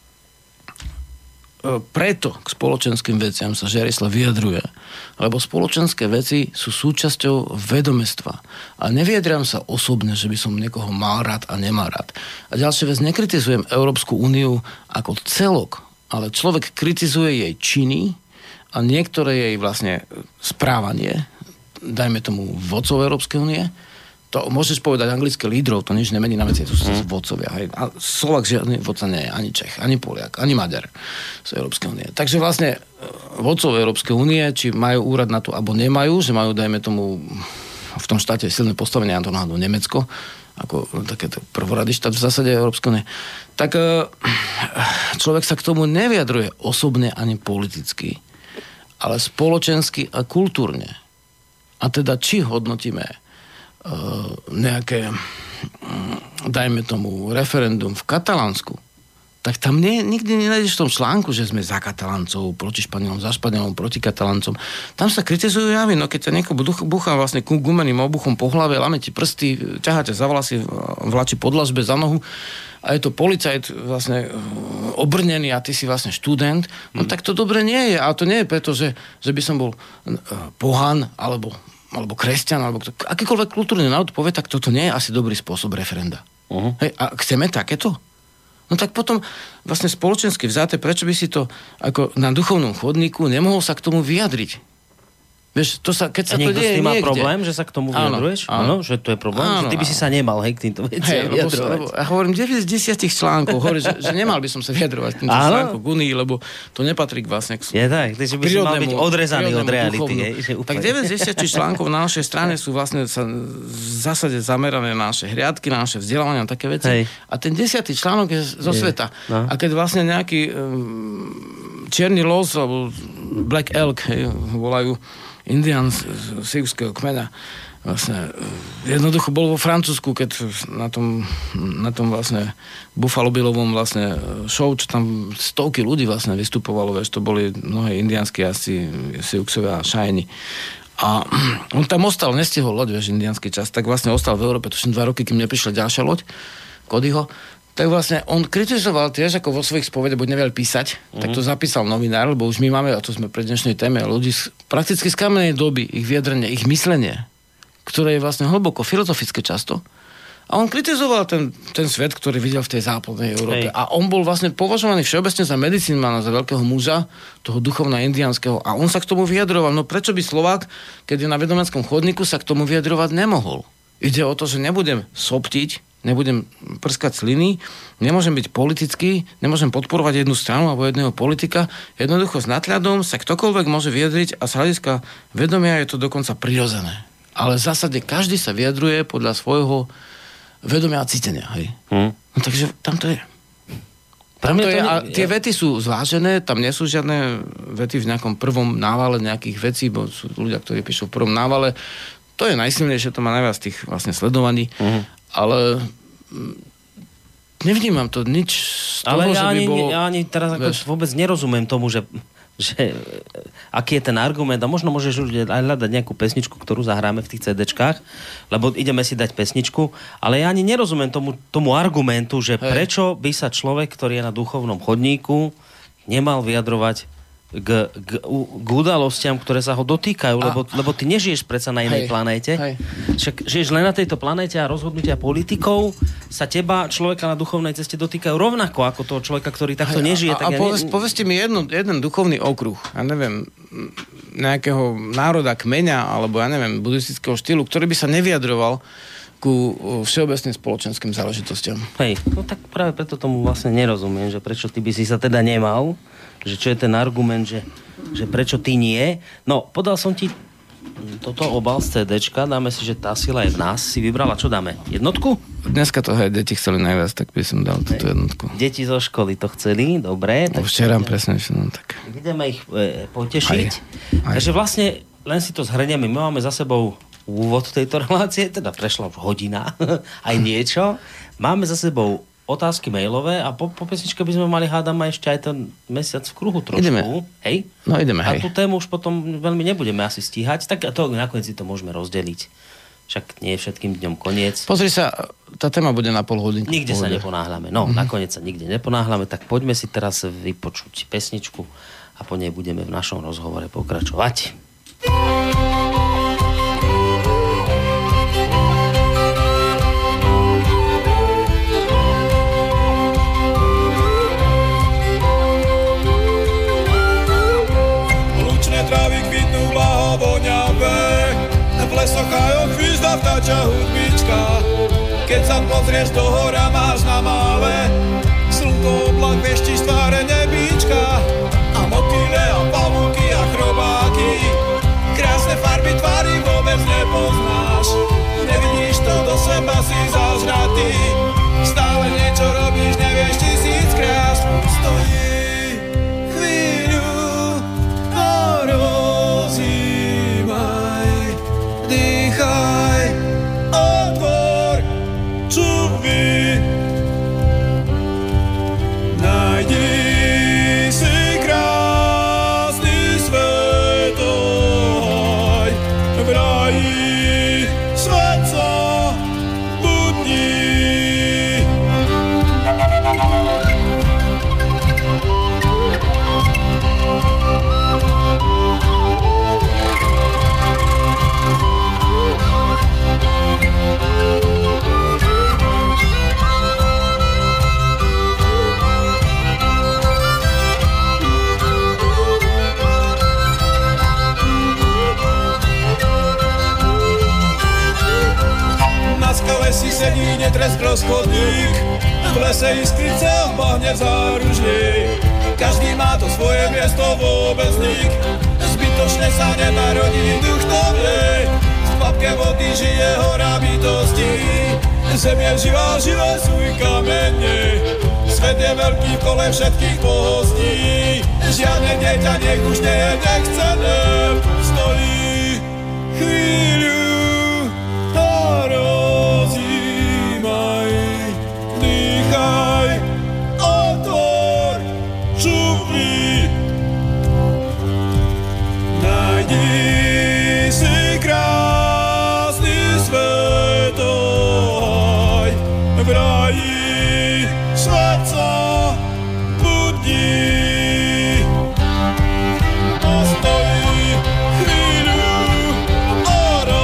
preto k spoločenským veciam sa Žiarislav vyjadruje. Lebo spoločenské veci sú súčasťou vedomestva. A nevyjadriam sa osobne, že by som niekoho mal rád a nemal rád. A ďalšia vec, nekritizujem Európsku úniu ako celok, ale človek kritizuje jej činy a niektoré jej vlastne správanie, dajme tomu vodcov Európskej únie. To môžeš povedať anglické lídrov, to nič nemení na veci, to sú mm. vodcovia. Hej. A Slovak žiadny vodca nie je, ani Čech, ani Poliak, ani Maďar z Európskej únie. Takže vlastne vodcov Európskej únie, či majú úrad na to, alebo nemajú, že majú, dajme tomu, v tom štáte silné postavenie, a to náhodou Nemecko, ako takéto prvorady štát v zásade Európskej únie, tak človek sa k tomu nevyjadruje osobne ani politicky, ale spoločensky a kultúrne. A teda či hodnotíme nejaké, dajme tomu, referendum v Katalánsku, tak tam nie, nikdy nenájdeš v tom článku, že sme za Kataláncov, proti Španielom, za Španielom, proti Kataláncom. Tam sa kritizujú javy, no keď ťa niekto búcha vlastne gumeným obuchom po hlave, lame ti prsty, ťahá ťa za vlasy, vlači po dlažbe za nohu a je to policajt vlastne obrnený a ty si vlastne študent, no mm. tak to dobre nie je. A to nie je preto, že, že by som bol pohan, alebo alebo kresťan, alebo kto, akýkoľvek kultúrny národ povie, tak toto nie je asi dobrý spôsob referenda. Uh-huh. Hej, a chceme takéto? No tak potom vlastne spoločensky vzáte, prečo by si to ako na duchovnom chodníku nemohol sa k tomu vyjadriť? Vieš, to sa, keď sa a niekto to deje s tým má niekde. problém, že sa k tomu vyjadruješ? Áno, áno, že to je problém? Áno, že ty by si sa nemal, hej, k týmto veciam hey, vyjadrovať. Lebo, ja hovorím deväť z desať článkov, hovorím, že, že nemal by som sa vyjadrovať k týmto článkom k Unii, lebo to nepatrí k vlastne k je tak, ty by si mal byť odrezaný od reality. Hej, že tak deväť z desať článkov na našej strane sú vlastne sa v zásade zamerané na naše hriadky, na naše vzdelávanie a také veci. Hej. A ten desiatý článok je zo je. sveta. No. A keď vlastne nejaký um, čierny los, alebo Black Elk, hej, volajú Indian z siouxského kmena. Vlastne jednoducho bol vo Francúzsku, keď na tom, na tom vlastne Buffalo Billovom vlastne show, čo tam stovky ľudí vlastne vystupovalo, vieš, to boli mnohé indianskí jazdci, siouxovia a šajni. A on tam ostal, nestihol loď, vieš, indianský čas, tak vlastne ostal v Európe, tuším dva roky, kým neprišla ďalšia loď, Codyho. Tak vlastne on kritizoval tiež, ako vo svojich spovede, buď nevedel písať, mm-hmm. tak to zapísal novinár, lebo už my máme, a to sme pri dnešnej téme, ľudí z, prakticky z kamenej doby, ich vyjadrenie, ich myslenie, ktoré je vlastne hlboko filozofické často. A on kritizoval ten, ten svet, ktorý videl v tej západnej Európe. Hej. A on bol vlastne považovaný všeobecne za medicínmana, za veľkého muža, toho duchovna indiánskeho. A on sa k tomu vyjadroval. No prečo by Slovák, keď je na vedomeckom chodníku, sa k tomu vyjadrovať nemohol? Ide o to, že nebudem soptiť, nebudem prskať sliny, nemôžem byť politický, nemôžem podporovať jednu stranu alebo jedného politika. Jednoducho s nadhľadom sa ktokoľvek môže vyjadriť a z hľadiska vedomia je to dokonca prirodzené. Ale v zásade každý sa vyjadruje podľa svojho vedomia a cítenia. Hej? Hmm. No takže tam to je. Tam to je a tie vety sú zvážené, tam nie sú žiadne vety v nejakom prvom návale nejakých vecí, bo sú ľudia, ktorí píšu v prvom návale. To je najsilnejšie, to má najviac tých vlastne sledovaní. Hmm. Ale nevnímam to nič z toho, ale že ja by ani, bolo... ja ani teraz ako vôbec nerozumiem tomu, že, že aký je ten argument a možno môžeš už aj hľadať nejakú pesničku, ktorú zahráme v tých cédečkách, lebo ideme si dať pesničku, ale ja ani nerozumiem tomu, tomu argumentu, že Hej. prečo by sa človek, ktorý je na duchovnom chodníku, nemal vyjadrovať K, k, k udalostiam, ktoré sa ho dotýkajú, a... lebo, lebo ty nežiješ predsa na inej hej, planéte. Hej. Však žiješ len na tejto planéte a rozhodnutia politikov sa teba, človeka na duchovnej ceste, dotýkajú rovnako ako toho človeka, ktorý takto hej, nežije. A, tak a ja povez, ne... povedzte mi jedno, jeden duchovný okruh, ja neviem, nejakého národa, kmeňa, alebo ja neviem, buddhistického štýlu, ktorý by sa nevyjadroval ku všeobecným spoločenským záležitostiam. Hej, no tak práve preto tomu vlastne nerozumiem, že prečo ty by si sa teda nemal, že čo je ten argument, že, že prečo ty nie. No, podal som ti toto obal z cédečka, dáme si, že tá sila je v nás. Si vybrala, čo dáme? Jednotku? Dneska to aj deti chceli najviac, tak by som dal túto jednotku. Deti zo školy to chceli, dobre. No, včera presne, no tak. Ideme ich e, potešiť. Aj, aj. Takže vlastne, len si to zhrnieme, my máme za sebou úvod tejto relácie, teda prešla už hodina, aj niečo. Máme za sebou otázky mailové a po, po pesničke by sme mali, hádam, ešte aj ten mesiac v kruhu trošku. Ideme. Hej? No ideme, hej. A tú tému už potom veľmi nebudeme asi stíhať, tak to nakoniec si to môžeme rozdeliť. Však nie je všetkým dňom koniec. Pozri sa, tá téma bude na pol hodinku. Nikde sa neponáhľame. No, mm-hmm. nakoniec sa nikde neponáhľame, tak poďme si teraz vypočuť pesničku a po nej budeme v našom rozhovore pokračovať. Trávy kvitnú blahovoňavé, v lesoch aj ochvízda vtáča hudbička. Keď sa pozrieš do hora, máš na mále slnko, oblak, vešti z tváre nebíčka. A motýle a pavúky a chrobáky, krásne farby tvary vôbec nepoznáš. Nevidíš to, do seba si zažratý, stále niečo robíš, nevieš tisíckrát. Stojí rozímaj, dýchaj, otvor čuby, nájdi si krásny svetohaj, v raji svet sa budí. Na skale si sedí netresk rozchodník, v lese iskrice ohne záružník. Každý má to svoje miesto, vôbec nik zbytočne sa nenarodí duch novej. V papke vody žije hora bytosti, zem je živá, živé sú i kamene. Svet je veľký v kole všetkých bohostí, žiadne dieťa nech už nie je nechcené. Stojí chvíľu a rozímaj, dýchaj, otvor čuby, nájdi si krásny svetohaj, v raji svet sa budí. A stojí chvíľu a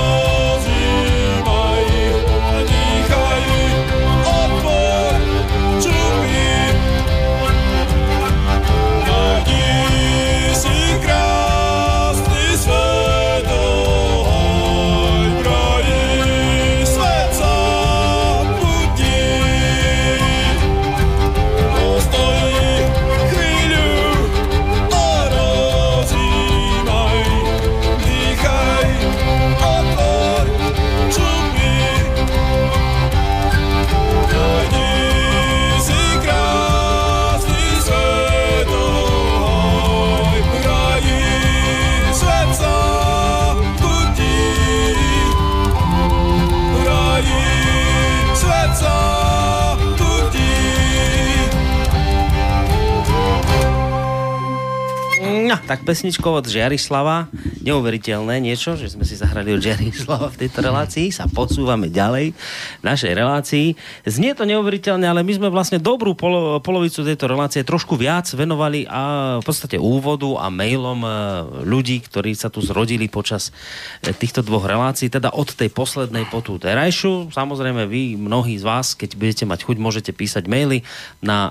tak pesničko od Žiarislava, neuveriteľné niečo, že sme si zahrali od Žiarislava v tejto relácii, sa posúvame ďalej v našej relácii. Znie to neuveriteľne, ale my sme vlastne dobrú polo, polovicu tejto relácie trošku viac venovali a v podstate úvodu a mailom ľudí, ktorí sa tu zrodili počas týchto dvoch relácií, teda od tej poslednej po tú terajšiu. Samozrejme vy, mnohí z vás, keď budete mať chuť, môžete písať maily na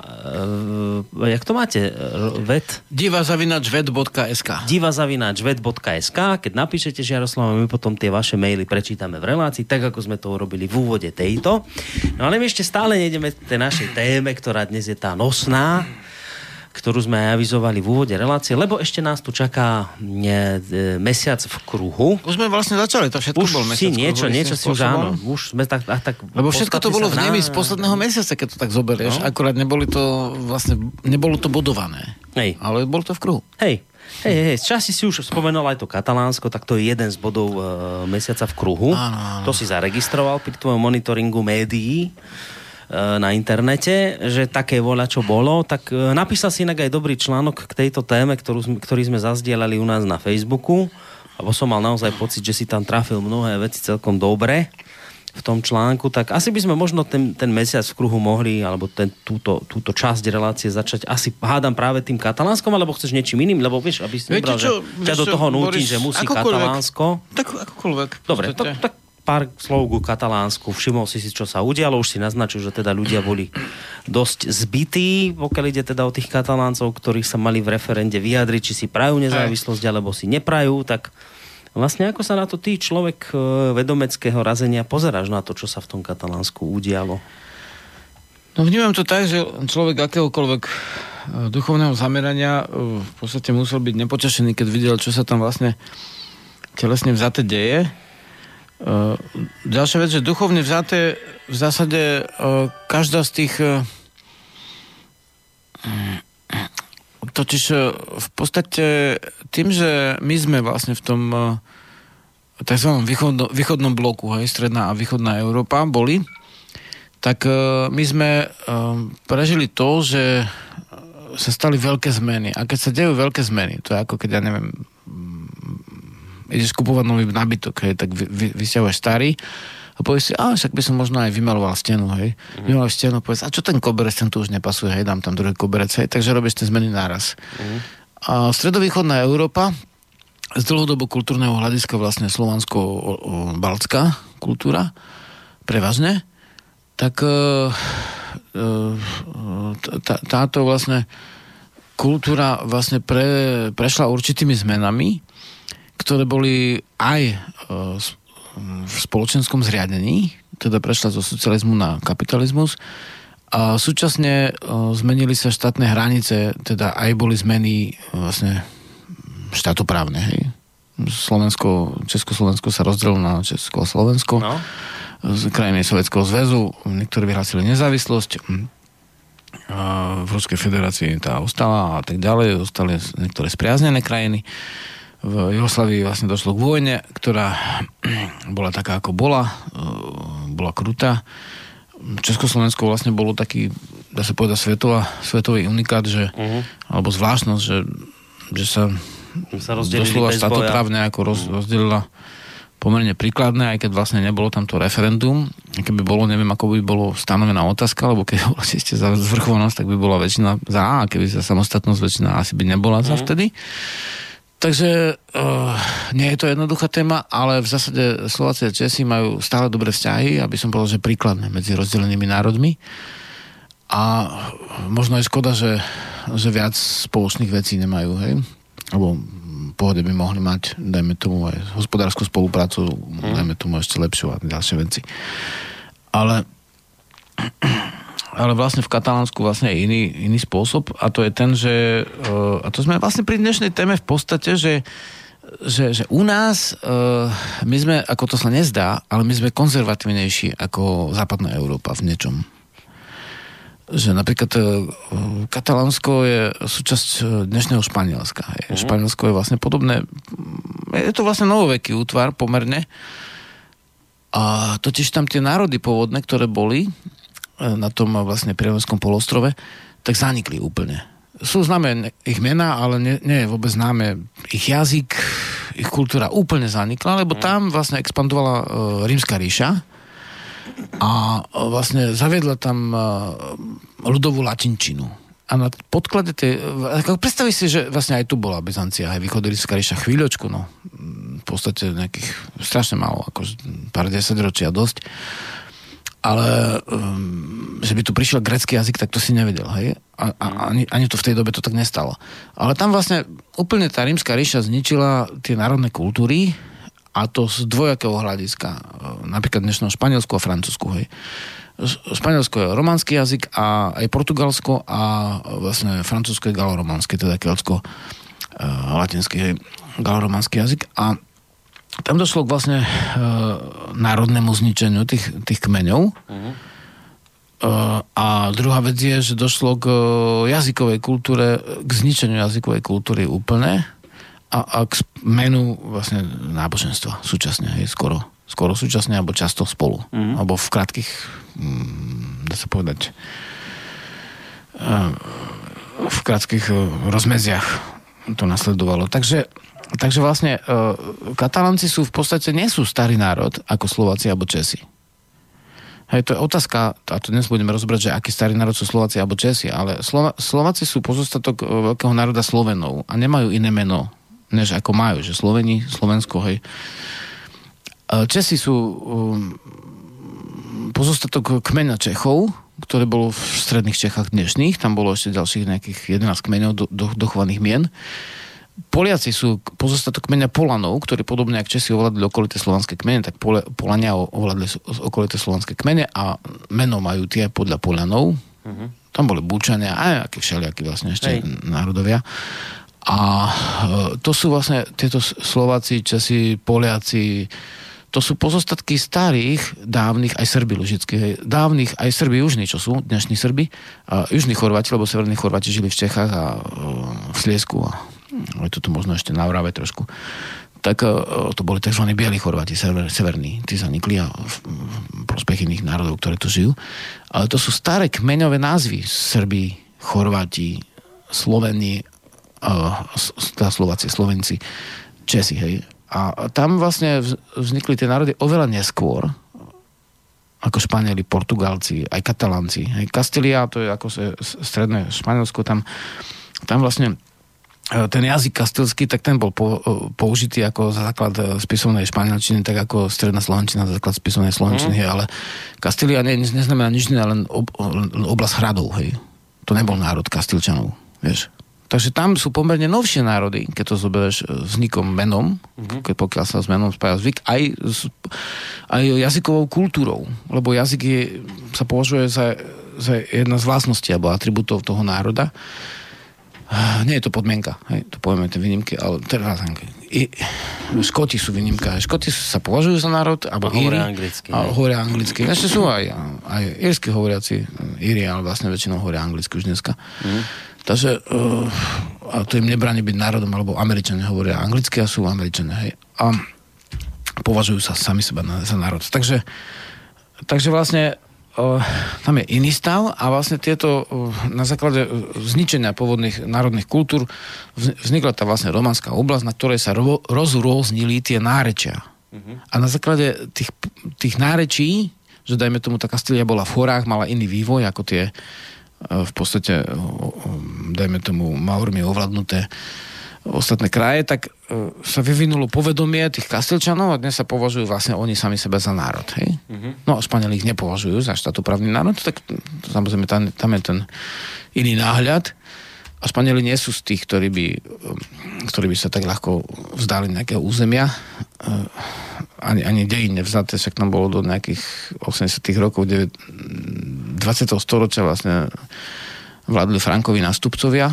uh, jak to máte? Vet? diva zavináč vet bodka es ká diva zavináč vet bodka es ká. Keď napíšete Žiaroslav, my potom tie vaše maily prečítame v relácii, tak ako sme to urobili v úvode tejto. No ale my ešte stále nejdeme k tej našej téme, ktorá dnes je tá nosná, ktorú sme aj avizovali v úvode relácie, lebo ešte nás tu čaká ne, mesiac v kruhu. Už sme vlastne začali, to všetko už bol si mesiac niečo, kruhu. niečo si už áno. Už sme tak, tak lebo všetko to bolo v nemi z posledného mesiaca, keď to tak zoberieš. No. Akurát neboli to vlastne, nebolo to bodované. Hej. Ale bolo to v kruhu. Hej. Hej, hej, z časti si už spomenul aj to Katalánsko, tak to je jeden z bodov e, mesiaca v kruhu. Áno, áno. To si zaregistroval pri tvojom monitoringu médií na internete, že také voľa čo bolo, tak napísal si inak aj dobrý článok k tejto téme, ktorú, ktorý sme zazdielali u nás na Facebooku, lebo som mal naozaj pocit, že si tam trafil mnohé veci celkom dobre v tom článku, tak asi by sme možno ten, ten mesiac v kruhu mohli, alebo ten, túto, túto časť relácie začať asi hádam práve tým Katalánskom, alebo chceš niečím iným, lebo vieš, aby si nebral, že ťa do toho nútim, že musí Katalánsko. Tak akokoľvek. Dobre, tak, tak pár slov ku Katalánsku. Všimol si si, čo sa udialo. Už si naznačil, že teda ľudia boli dosť zbytí, pokiaľ ide teda o tých Kataláncov, ktorí sa mali v referende vyjadriť, či si prajú nezávislosť, alebo si neprajú. Tak vlastne ako sa na to ty, človek vedomeckého razenia, pozeráš na to, čo sa v tom Katalánsku udialo? No vnímam to tak, že človek akéhokoľvek duchovného zamerania v podstate musel byť nepotešený, keď videl, čo sa tam vlastne telesne vzaté deje. Uh, ďalšia vec, že duchovne vzaté v zásade uh, každá z tých uh, totiž uh, v podstate tým, že my sme vlastne v tom uh, takzvanom východno, východnom bloku, hej, stredná a východná Európa boli, tak uh, my sme uh, prežili to, že sa stali veľké zmeny. A keď sa dejú veľké zmeny, to je ako keď, ja neviem, ideš kupovať nový nábytok, hej, tak vy, vy, vysťahuješ starý a povieš si, a však by som možno aj vymaloval stenu, hej. Mm. Vymaloval stenu, povieš, a čo ten koberec, ten tu už nepasuje, hej, dám tam druhý koberec, hej, takže robíš tie zmeny naraz. Mm. A stredovýchodná Európa z dlhodobého kultúrneho hľadiska vlastne slovansko-baltská kultúra, prevažne, tak uh, uh, tá, táto vlastne kultúra vlastne pre, prešla určitými zmenami, ktoré boli aj v spoločenskom zriadení, teda prešla zo socializmu na kapitalizmus a súčasne zmenili sa štátne hranice, teda aj boli zmeny vlastne štátoprávne, hej. Slovensko, Československo sa rozdelilo na Česko a Slovensko. No. Z krajiny Sovietskeho zväzu, niektorí vyhlásili nezávislosť, v Ruskej federácii tá ostala a tak ďalej, ostali niektoré spriaznené krajiny. V Jugoslávii vlastne došlo k vojne, ktorá bola taká, ako bola. Bola krutá. Československo vlastne bolo taký, dá sa povedať, svetová, svetový unikát, že, uh-huh. alebo zvláštnosť, že, že sa, sa doslova štátoprávne ako roz, uh-huh. rozdelila pomerne príkladné, aj keď vlastne nebolo tam to referendum. Keby bolo, neviem, ako by bolo stanovená otázka, lebo keď bola ešte za zvrchovanosť, tak by bola väčšina za, a keby za samostatnosť väčšina asi by nebola uh-huh. za vtedy. Takže uh, nie je to jednoduchá téma, ale v zásade Slováci a Česi majú stále dobré vzťahy, aby som povedal, že príkladné medzi rozdelenými národmi. A možno je škoda, že, že viac spoločných vecí nemajú, hej? Lebo pohode by mohli mať, dajme tomu aj hospodárskú spoluprácu, hmm. dajme tomu ešte lepšiu a ďalšie veci. Ale ale vlastne v Katalánsku vlastne je iný, iný spôsob a to je ten, že uh, a to sme vlastne pri dnešnej téme v podstate, že, že, že u nás uh, my sme, ako to sa nezdá, ale my sme konzervatívnejší ako západná Európa v niečom. Že napríklad uh, Katalánsko je súčasť dnešného Španielska. Mm-hmm. Španielsko je vlastne podobné, je to vlastne novoveký útvar pomerne a totiž tam tie národy pôvodné, ktoré boli na tom vlastne Pyrenejskom polostrove, tak zanikli úplne. Sú známe ich mená, ale nie, nie je vôbec známe ich jazyk, ich kultúra úplne zanikla, lebo tam vlastne expandovala uh, Rímska ríša a uh, vlastne zaviedla tam uh, ľudovú latinčinu. A na podklade tej... Uh, predstaví si, že vlastne aj tu bola Byzancia, aj východorímska ríša chvíľočku, no. V podstate nejakých strašne málo, ako pár desaťročia dosť. Ale um, že by tu prišiel grécky jazyk, tak to si nevedel, hej? A, a ani, ani to v tej dobe to tak nestalo. Ale tam vlastne úplne tá rímska ríša zničila tie národné kultúry a to z dvojakého hľadiska. Napríklad dnešného Španielsku a Francúzsku, hej? Španielsko je románsky jazyk a aj Portugalsko a vlastne francúzsko je galorománsky, teda keľtsko uh, latinský, hej, galorománsky jazyk a tam došlo k vlastne uh, národnému zničeniu tých, tých kmeňov. Uh-huh. Uh, a druhá vec je, že došlo k uh, jazykovej kultúre, k zničeniu jazykovej kultúry úplne a, a k zmenu vlastne náboženstva súčasne, hej, skoro, skoro súčasne, alebo často spolu. Uh-huh. Alebo v krátkych, um, dá sa povedať, uh, v krátkych uh, rozmeziach to nasledovalo. Takže Takže vlastne uh, Katalánci sú v podstate, nie sú starý národ ako Slováci alebo Česi. Hej, to je otázka, a to dnes budeme rozbrať, že aký starý národ sú Slováci alebo Česi, ale Slova, Slováci sú pozostatok uh, veľkého národa Slovenov a nemajú iné meno, než ako majú, že Sloveni, Slovensko, hej. Uh, Česi sú um, pozostatok kmeňa Čechov, ktoré bolo v stredných Čechách dnešných, tam bolo ešte ďalších nejakých jedenásť kmeňov do, do, dochovaných mien. Poliaci sú pozostatok kmeňa Polanov, ktorí podobne ako Česi ovládli okolité slovanské kmene, tak Pol- Polania ovládli okolité slovanské kmene a meno majú tie podľa Polanov. Uh-huh. Tam boli Búčania a akí všelijakí vlastne ešte Hej. národovia. A to sú vlastne tieto Slováci, Česi, Poliaci, to sú pozostatky starých, dávnych, aj Srbi ložických, dávnych, aj Srbi južní, čo sú dnešní Srbi, a južní Chorváti, lebo severní Chorváti žili v Čechách a v Sliesku a aj toto možno ešte na Orave trošku, tak to boli tzv. Bieli Chorváti, sever, severní, tí zanikli a v prospech iných národov, ktoré tu žijú. Ale to sú staré kmeňové názvy. Srbi, Chorváti, Sloveni, uh, Slováci, Slovenci, Česi, hej. A tam vlastne vznikli tie národy oveľa neskôr, ako Španieli, Portugalci, aj Katalánci. Hej. Kastilia, to je ako stredné Španielsko, tam, tam vlastne ten jazyk kastilský, tak ten bol po, použitý ako základ spisovnej španielčiny, tak ako stredná slovenčina základ spisovnej slovenčiny, mm. ale Kastilia ne, neznamená nič, len ob, oblasť hradov, hej. To nebol národ Kastilčanov, vieš. Takže tam sú pomerne novšie národy, keď to zoberieš vznikom menom, mm-hmm. keď pokiaľ sa s menom spája zvyk, aj, aj jazykovou kultúrou, lebo jazyk je, sa považuje za, za jedna z vlastností alebo atribútov toho národa. Nie je to podmienka, hej, to povieme tie výnimky, ale teraz i Škoti sú výnimka. Škoti sa považujú za národ, alebo Íri. Hovoria anglicky. A hovoria anglicky. Ešte sú aj, aj írsky hovoriaci, Íri, ale vlastne väčšinou hovoria anglicky už dneska. Mm. Takže uh, a to im nebráni byť národom, alebo Američania hovoria anglicky a sú Američania, hej. A považujú sa sami seba za národ. Takže, takže vlastne Uh, tam je iný stav a vlastne tieto uh, na základe zničenia pôvodných národných kultúr vznikla tá vlastne románska oblasť, na ktorej sa ro- rozrôznili tie nárečia. Uh-huh. A na základe tých, tých nárečí, že dajme tomu, tá Kastília bola v horách, mala iný vývoj ako tie uh, v podstate uh, dajme tomu Maurmi ovládnuté ostatné kraje, tak uh, sa vyvinulo povedomie tých Kastilčanov a dnes sa považujú vlastne oni sami seba za národ. Hej? Mm-hmm. No a Španieli ich nepovažujú za štátoprávny národ, tak samozrejme tam, tam je ten iný náhľad a Španieli nie sú z tých, ktorí by, ktorí by sa tak ľahko vzdali nejakého územia. Uh, ani, ani dejín nevzaté, však tam bolo do nejakých osemdesiatych rokov dvadsiateho storočia vlastne vládli Frankovi nástupcovia.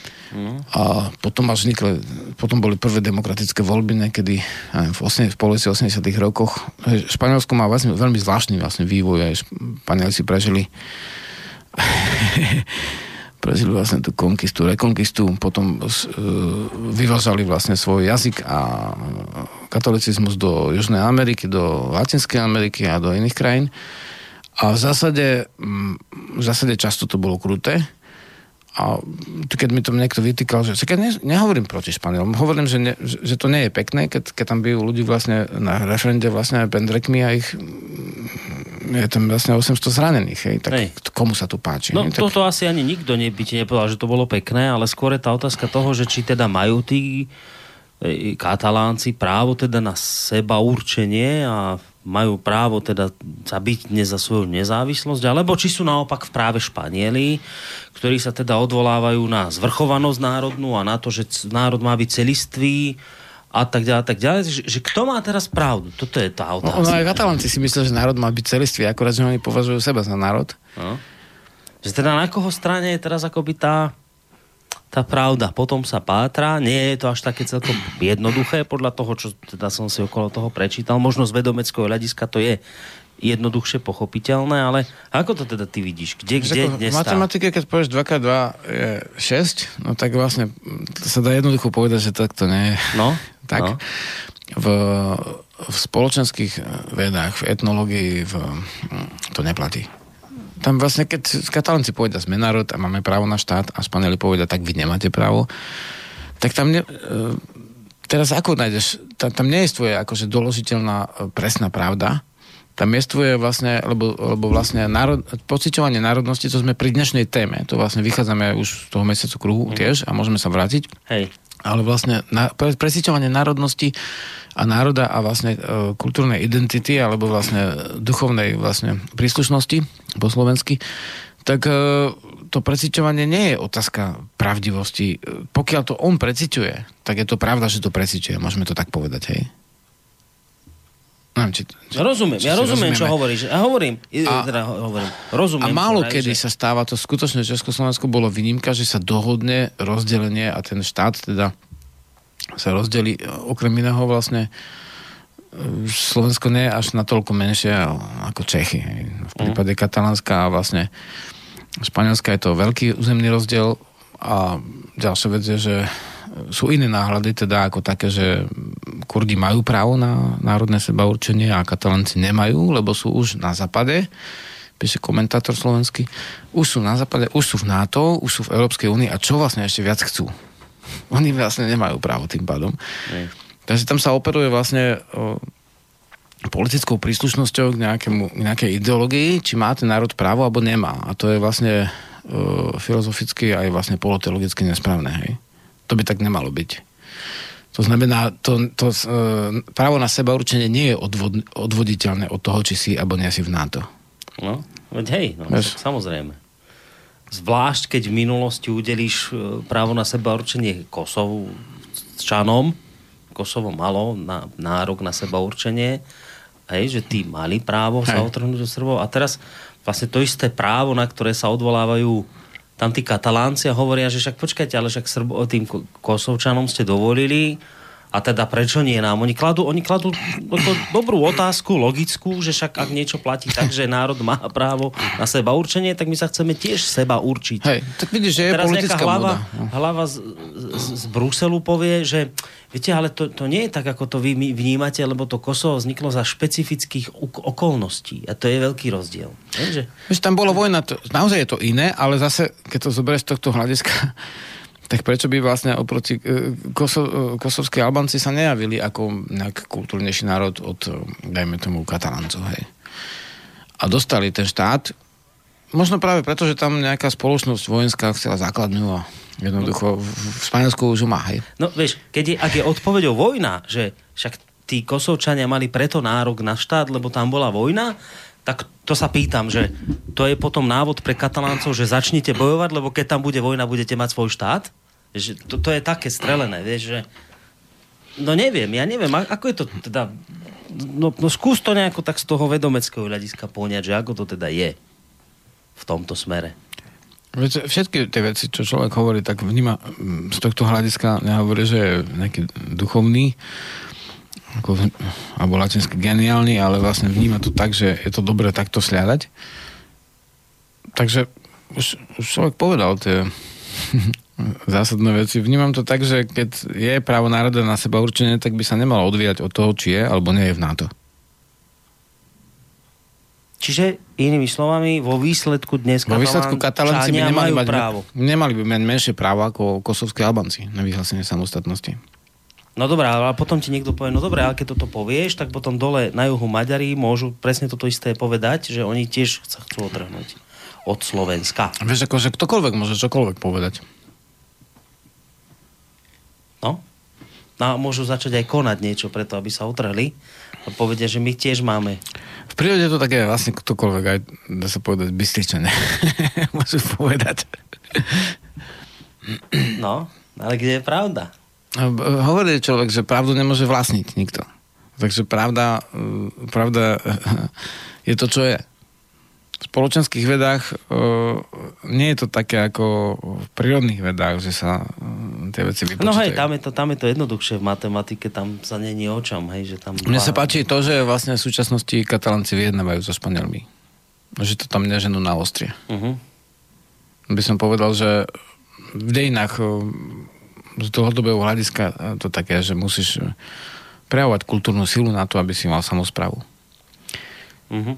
A potom až vznikli, potom boli prvé demokratické voľby niekedy v, v polovici osemdesiatych rokoch. Španielsko má vlastne veľmi zvláštny vlastne vývoj. Aj Španieli si prežili prežili vlastne tú konkistu, rekonkistu, potom uh, vyvážali vlastne svoj jazyk a katolicizmus do Južnej Ameriky, do Latinskej Ameriky a do iných krajín. A v zásade v zásade často to bolo kruté. a keď mi to niekto vytýkal, že keď ne, nehovorím proti Španielom, hovorím, že, ne, že, že to nie je pekné, keď, keď tam bijú ľudí vlastne na referende vlastne pendrekmi a ich je tam vlastne osemsto zranených, hej, tak hej. Komu sa to páči? No hej, toto tak... asi ani nikto by ti nepovedal, že to bolo pekné, ale skôr je tá otázka toho, že či teda majú tí Katalánci právo teda na seba určenie a majú právo teda sa byť dnes za svoju nezávislosť, alebo či sú naopak v práve Španieli, ktorí sa teda odvolávajú na zvrchovanosť národnú a na to, že národ má byť celistvý a tak ďalej, tak ďalej. Že, že kto má teraz pravdu? Toto je tá otázka. No, no aj Katalánci si myslia, že národ má byť celistvý, akorát, že oni považujú seba za národ. No. Že teda na koho strane je teraz akoby tá tá pravda, potom sa pátra, nie je to až také celkom jednoduché, podľa toho, čo teda som si okolo toho prečítal, možno z vedomeckého hľadiska to je jednoduchšie pochopiteľné, ale ako to teda ty vidíš? Kde, kde, kde v matematike, keď povieš dva krát dva je šesť, no tak vlastne sa dá jednoducho povedať, že tak to nie je. No, tak. No. V, v spoločenských vedách, v etnológii v, to neplatí. Tam vlastne, keď Katalánci povedia, sme národ a máme právo na štát a Španieli povedia, tak vy nemáte právo, tak tam ne, teraz ako nájdeš, tam, tam nie je tvoje akože doložiteľná presná pravda, tam je tvoje vlastne, lebo, lebo vlastne národ, pociťovanie národnosti, to sme pri dnešnej téme, to vlastne vychádzame už z toho mesiacu kruhu mm. tiež a môžeme sa vrátiť. Hej. Ale vlastne na, presíťovanie národnosti a národa a vlastne e, kultúrnej identity alebo vlastne duchovnej vlastne príslušnosti po slovensky, tak e, to presíťovanie nie je otázka pravdivosti. Pokiaľ to on preciťuje, tak je to pravda, že to preciťuje. Môžeme to tak povedať, hej? Neviem, či, či, rozumiem, či ja rozumiem, rozumieme. čo hovoríš. Ja hovorím, a, teda hovorím, rozumiem. A málo čo, kedy že... sa stáva, to skutočne Československo bolo výnimka, že sa dohodne rozdelenie a ten štát teda sa rozdelí, okrem iného vlastne Slovensko nie je až natoľko menšie ako Čechy. V prípade mm. Katalánska a vlastne Španielska je to veľký územný rozdiel a ďalšia vec je, že sú iné náhľady, teda ako také, že Kurdi majú právo na národné sebaurčenie a Katalánci nemajú, lebo sú už na západe, píše komentátor slovenský, už sú na západe, už sú v NATO, už sú v Európskej únii a čo vlastne ešte viac chcú? Oni vlastne nemajú právo tým pádom. Nej. Takže tam sa operuje vlastne o, politickou príslušnosťou k, nejakému, k nejakej ideológii, či má ten národ právo, alebo nemá. A to je vlastne o, filozoficky aj vlastne poloteologicky nesprávne, hej. To by tak nemalo byť. To znamená, to, to e, právo na sebaurčenie nie je odvod, odvoditeľné od toho, či si alebo nie si v NATO. No, veď hej, no, samozrejme. Zvlášť, keď v minulosti udelíš právo na sebaurčenie Kosovu s Čanom, Kosovo malo na, nárok na sebaurčenie, hej, že tí mali právo hej. sa otrhnúť do Srbov a teraz vlastne to isté právo, na ktoré sa odvolávajú tam tí Katalánci a hovoria, že však počkajte, ale však Srbo, tým Kosovčanom ste dovolili a teda prečo nie nám? Oni kladú, oni kladú dobrú otázku, logickú, že však ak niečo platí tak, že národ má právo na seba určenie, tak my sa chceme tiež seba určiť. Hej, tak vidíš, že je teraz politická hlava, moda. Hlava z, z, z Bruselu povie, že viete, ale to, to nie je tak, ako to vy vnímate, lebo to Kosovo vzniklo za špecifických okolností a to je veľký rozdiel. Že... Víš, tam bola vojna, to, naozaj je to iné, ale zase, keď to zoberieš z tohto hľadiska, tak prečo by vlastne oproti Koso, kosovskí Albánci sa nejavili ako nejak kultúrnejší národ od, dajme tomu, Kataláncov, hej. A dostali ten štát, možno práve preto, že tam nejaká spoločnosť vojenská chcela základňu a jednoducho v Španielsku už má, hej. No vieš, keď je, ak je odpoveďou vojna, že však tí Kosovčania mali preto nárok na štát, lebo tam bola vojna, tak to sa pýtam, že to je potom návod pre Kataláncov, že začnite bojovať, lebo keď tam bude vojna, budete mať svoj štát? Že to, to je také strelené, vieš, že... No neviem, ja neviem, ako je to teda... No, no skús to nejako tak z toho vedomeckého hľadiska poňať, že ako to teda je v tomto smere. Všetky tie veci, čo človek hovorí, tak vníma z tohto hľadiska, nehovorí, že je nejaký duchovný, ako, alebo latinsky geniálny, ale vlastne vníma to tak, že je to dobré takto sliadať. Takže už, už človek povedal tie zásadné veci. Vnímam to tak, že keď je právo národa na seba určenie, tak by sa nemalo odvíjať od toho, či je alebo nie je v NATO. Čiže inými slovami, vo výsledku dnes vo výsledku Katalánci by nemali mať, právo. Nemali by mať menšie právo ako kosovskí Albánci na vyhlásenie samostatnosti. No dobré, ale potom ti niekto povie, no dobré, ale keď toto povieš, tak potom dole na juhu Maďari môžu presne toto isté povedať, že oni tiež sa chcú otrhnúť od Slovenska. Vieš, akože ktokoľvek môže čokoľvek povedať. No. No a môžu začať aj konať niečo preto, aby sa otrhli a povedia, že my tiež máme. V prírode to také vlastne ktokoľvek, aj dá sa povedať Bystričania. Môžu povedať. No, ale kde je pravda? Hovorí človek, že pravdu nemôže vlastniť nikto. Takže pravda, pravda je to, čo je. V spoločenských vedách uh, nie je to také ako v prírodných vedách, že sa uh, tie veci vypočítajú. No hej, tam je, to, tam je to jednoduchšie v matematike, tam sa není o čom, hej, že tam... Mne sa páči to, že vlastne v súčasnosti Katalánci vyjednávajú so Španielmi. Že to tam neženú na ostrie. Uh-huh. By som povedal, že v dejinách uh, z dlhodobého hľadiska to také, že musíš prejavovať kultúrnu silu na to, aby si mal samosprávu. Mhm.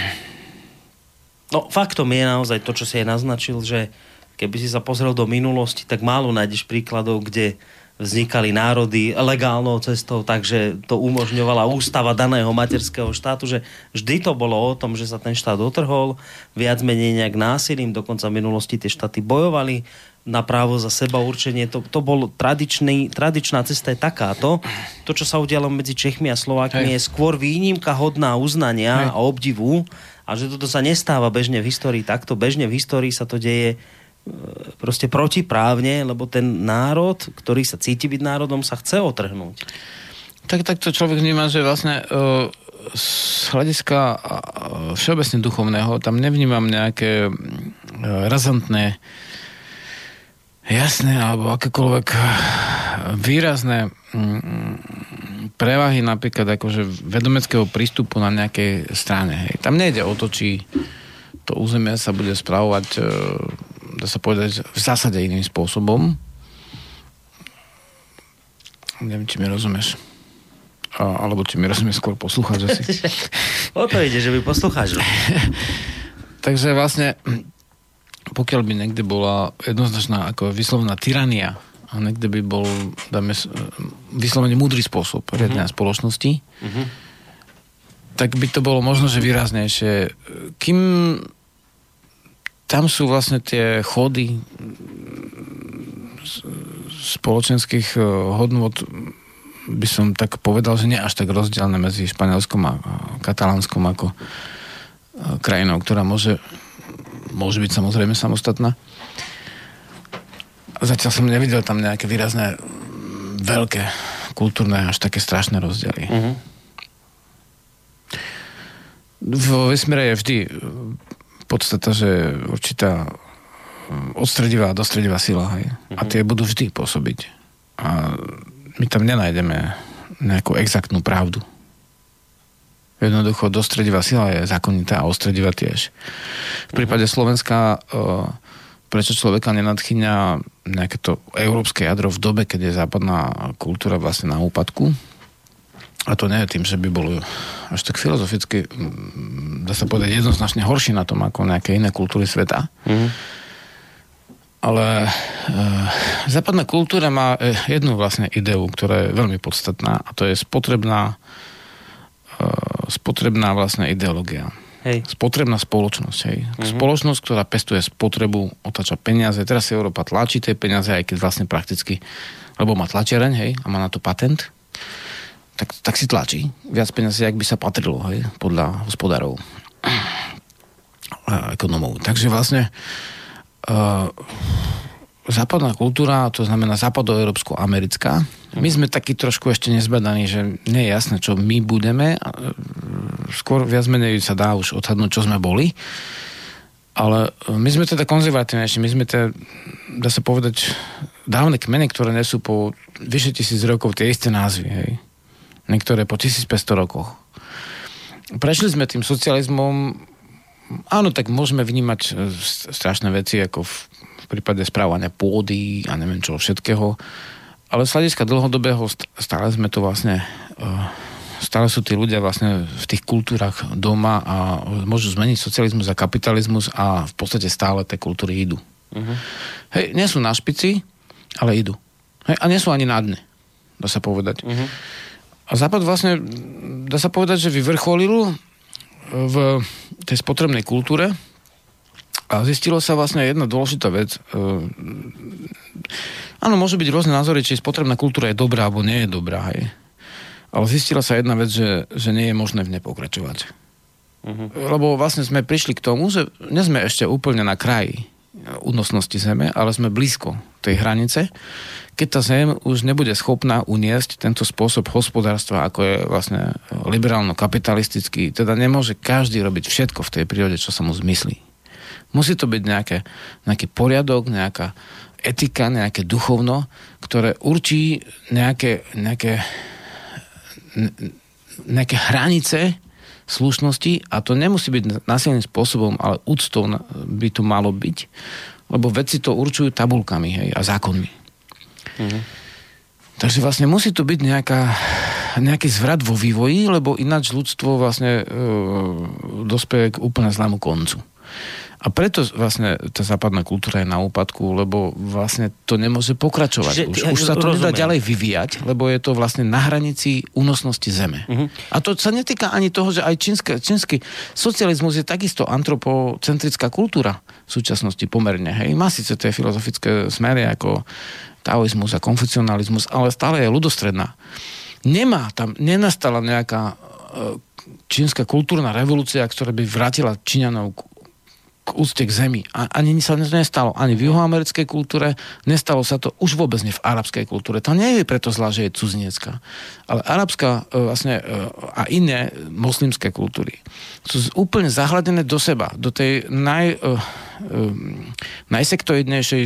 No faktom je naozaj to, čo si aj naznačil, že keby si sa pozrel do minulosti, tak málo nájdeš príkladov, kde vznikali národy legálnou cestou, takže to umožňovala ústava daného materského štátu, že vždy to bolo o tom, že sa ten štát otrhol, viac menej nejak násilím, dokonca v minulosti tie štáty bojovali na právo za seba určenie. To, to bol tradičný, tradičná cesta je takáto. To, čo sa udialo medzi Čechmi a Slovákmi, je skôr výnimka hodná uznania Hej. a obdivu, a že toto sa nestáva bežne v histórii takto. Bežne v histórii sa to deje proste protiprávne, lebo ten národ, ktorý sa cíti byť národom, sa chce otrhnúť. Tak, tak to človek vníma, že vlastne uh, z hľadiska uh, všeobecne duchovného tam nevnímam nejaké uh, razantné jasné, alebo akékoľvek výrazné mm, prevahy napríklad akože vedomeckého prístupu na nejakej strane. Hej. Tam nejde o to, či to územie sa bude spravovať e, dá sa povedať v zásade iným spôsobom. Neviem, či mi rozumieš. A, alebo či mi rozumieš skôr poslúchač asi. O to ide, že by poslúchač. Takže vlastne pokiaľ by niekde bola jednoznačná ako vyslovená tyrania a niekde by bol, dáme, vyslovene múdry spôsob riadenia uh-huh. spoločnosti, uh-huh. tak by to bolo možno, že výraznejšie. Kým tam sú vlastne tie chody spoločenských hodnôt, by som tak povedal, že nie až tak rozdielne medzi Španielskom a Katalánskom ako krajinou, ktorá môže môže byť samozrejme samostatná. Zatiaľ som nevidel tam nejaké výrazné veľké kultúrne až také strašné rozdiely. Uh-huh. Vo vesmíre je vždy podstata, že určitá odstredivá a dostredivá sila, hej? Uh-huh. A tie budú vždy pôsobiť. A my tam nenájdeme nejakú exaktnú pravdu. Jednoducho dostredivá sila je zákonitá a ostredivá tiež. V prípade Slovenska prečo človeka nenadchýňa nejaké to európske jadro v dobe, keď je západná kultúra vlastne na úpadku. A to nie je tým, že by bolo až tak filozoficky, dá sa povedať, jednoznačne horší na tom ako nejaké iné kultúry sveta. Mm. Ale e, západná kultúra má jednu vlastne ideu, ktorá je veľmi podstatná, a to je spotrebná spotrebná vlastne ideológia. Hej. Spotrebná spoločnosť. Hej. Mm-hmm. Spoločnosť, ktorá pestuje spotrebu, otáča peniaze. Teraz si Európa tlačí tie peniaze, aj keď vlastne prakticky, lebo má tlačiareň, hej, a má na to patent, tak, tak si tlačí viac peniazy, jak by sa patrilo, hej, podľa hospodárov a ekonomov. Takže vlastne uh, západná kultúra, to znamená západoeurópsko-americká. My sme takí trošku ešte nezbadaní, že nie je jasné, čo my budeme. Skôr viac menej sa dá už odhadnúť, čo sme boli. Ale my sme teda konzervatívnejší. My sme teda, dá sa povedať, dávne kmene, ktoré nesú po vyše tisíc rokov tie isté názvy. Hej. Niektoré po tisícpäťsto rokoch. Prešli sme tým socializmom. Áno, tak môžeme vnímať strašné veci, ako v v prípade správania pôdy a neviem čo všetkého. Ale z hľadiska dlhodobého stále sme to vlastne uh, stále sú tí ľudia vlastne v tých kultúrach doma a môžu zmeniť socializmus a kapitalizmus a v podstate stále tie kultúry idú. Uh-huh. Hej, nie sú na špici, ale idú. Hej, a nie sú ani na dne, dá sa povedať. Uh-huh. A Západ vlastne, dá sa povedať, že vyvrcholil v tej spotrebnej kultúre a zistilo sa vlastne jedna dôležitá vec. Áno, môžu byť rôzne názory, či spotrebná kultúra je dobrá, alebo nie je dobrá, hej. Ale zistila sa jedna vec, že, že nie je možné v nej pokračovať. Uh-huh. Lebo vlastne sme prišli k tomu, že nie sme ešte úplne na kraji únosnosti zeme, ale sme blízko tej hranice, keď tá zem už nebude schopná uniesť tento spôsob hospodárstva, ako je vlastne liberálno-kapitalistický. Teda nemôže každý robiť všetko v tej prírode, čo sa mu zmyslí. Musí to byť nejaké, nejaký poriadok, nejaká etika, nejaké duchovno, ktoré určí nejaké, nejaké nejaké hranice slušnosti a to nemusí byť násilným spôsobom, ale úctou by to malo byť, lebo vedci to určujú tabulkami, hej, a zákonmi. Mhm. Takže vlastne musí to byť nejaká, nejaký zvrat vo vývoji, lebo ináč ľudstvo vlastne e, dospeje k úplne zlému koncu. A preto vlastne tá západná kultúra je na úpadku, lebo vlastne to nemôže pokračovať. Čiže, už, ty, už sa to rozumiem. Nedá ďalej vyvíjať, lebo je to vlastne na hranici únosnosti zeme. Uh-huh. A to sa netýka ani toho, že aj čínska, čínsky socializmus je takisto antropocentrická kultúra v súčasnosti pomerne. Hej. Má síce tie filozofické smery ako taoizmus a konfucionalizmus, ale stále je ľudostredná. Nemá tam, nenastala nejaká čínska kultúrna revolúcia, ktorá by vrátila Číňanov k úcte k zemi. A ani sa nestalo ani v juhoamerickej kultúre, nestalo sa to už vôbec nie v arabskej kultúre. To nie je preto zlá, že je cudzinecká. Ale arabská vlastne a iné moslimské kultúry sú úplne zahladené do seba, do tej naj, najsektoidnejšej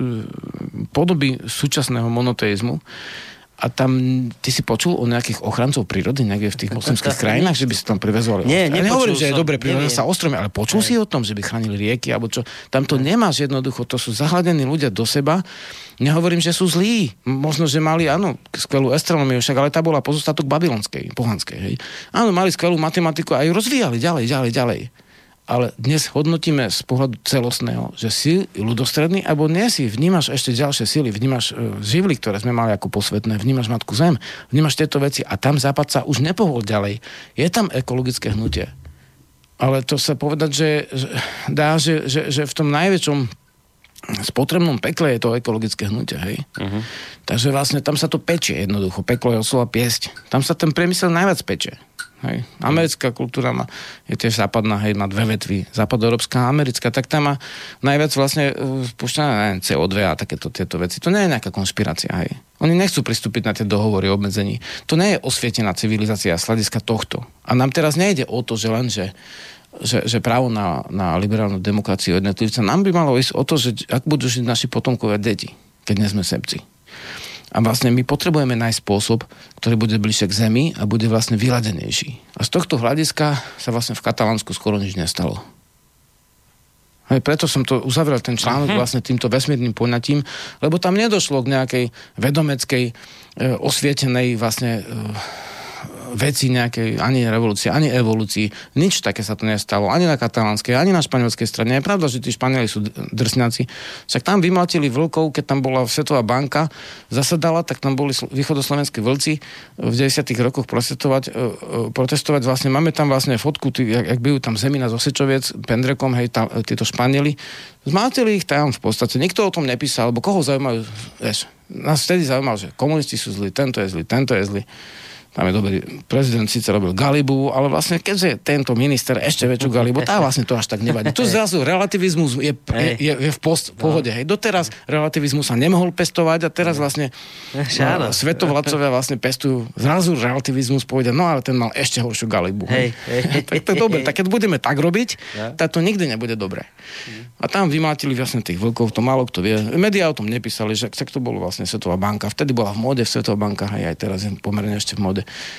podoby súčasného monoteizmu. A tam, ty si počul o nejakých ochrancov prírody niekde v tých moslimských krajinách, že by sa tam privezovali? Nie, ja nehovorím, že je dobre privezovať sa ostromy, ale počul si o tom, že by chránili rieky, alebo čo? Tam to nemáš jednoducho, to sú zahladení ľudia do seba. Nehovorím, že sú zlí. Možno, že mali, áno, skvelú astronómiu, však, ale tá bola pozostatok babylonskej, pohanskej, hej. Áno, mali skvelú matematiku a ju rozvíjali ďalej, ďalej, ďalej. Ale dnes hodnotíme z pohľadu celostného, že si ľudostredný, alebo nie si, vnímaš ešte ďalšie sily, vnímaš uh, živly, ktoré sme mali ako posvetné, vnímaš Matku Zem, vnímaš tieto veci a tam Západ sa už nepohol ďalej. Je tam ekologické hnutie. Ale to sa povedať, že, že dá, že, že, že v tom najväčšom spotrebnom pekle je to ekologické hnutie, hej. Uh-huh. Takže vlastne tam sa to pečie jednoducho. Peklo je oslova piesť. Tam sa ten priemysel najviac pečie. Hej. Americká kultúra má, je tiež západná, hej, má dve vetvy. Západoeurópska a americká, tak tam má najviac vlastne spúšťané cé ó dva a takéto tieto veci. To nie je nejaká konšpirácia, hej. Oni nechcú pristúpiť na tie dohovory o obmedzení. To nie je osvietená civilizácia z hľadiska tohto. A nám teraz nejde o to, že len, že Že, že právo na, na liberálnu demokraciu jednotlivca. Nám by malo ísť o to, že ak budú žiť naši potomkovia deti, keď nie sme sebci. A vlastne my potrebujeme nájsť spôsob, ktorý bude bližšie k zemi a bude vlastne vyladenejší. A z tohto hľadiska sa vlastne v Katalánsku skoro nič nestalo. Hej, preto som to uzavrel ten článok uh-huh. vlastne týmto vesmírnym poňatím, lebo tam nedošlo k nejakej vedomeckej, e, osvietenej vlastne e, veci nejakej, ani revolúcie, ani evolúcii. Nič také sa to nestalo. Ani na katalánskej, ani na španielskej strane. Je pravda, že tí Španieli sú drsňaci. Však tam vymlatili vlkov, keď tam bola Svetová banka, zasadala, tak tam boli východoslovenskí vlci v deväťdesiatych rokoch protestovať, protestovať vlastne. Máme tam vlastne fotku, tý, jak, jak bijú tam Zemina z Osečoviec, Pendrekom, hej, tam, títo Španieli. Zmátili ich tam v podstate. Nikto o tom nepísal, lebo koho zaujímajú, vieš, nás vtedy zaujímalo, že komunisti sú zlí, tento je zlý, tento je zlý. Tam je dobrý, prezident síce robil galibu, ale vlastne keďže tento minister ešte väčšiu galibu, tá vlastne to až tak nevadí. Tu zrazu relativizmus je, je, je, je v post, pohode. Hej. Doteraz relativizmus sa nemohol pestovať a teraz vlastne no, svetovladcovia vlastne pestujú. Zrazu relativizmus povedia, no ale ten mal ešte horšiu galibu. Hej. Hej. Tak to je dobre. Tak keď budeme tak robiť, tak to nikdy nebude dobre. A tam vymátili vlastne tých vlkov, to málo kto vie. Médiá o tom nepísali, že tak to bolo vlastne Svetová banka. Vtedy bola v móde Svetová banka, aj, aj teraz je pomerne ešte v móde.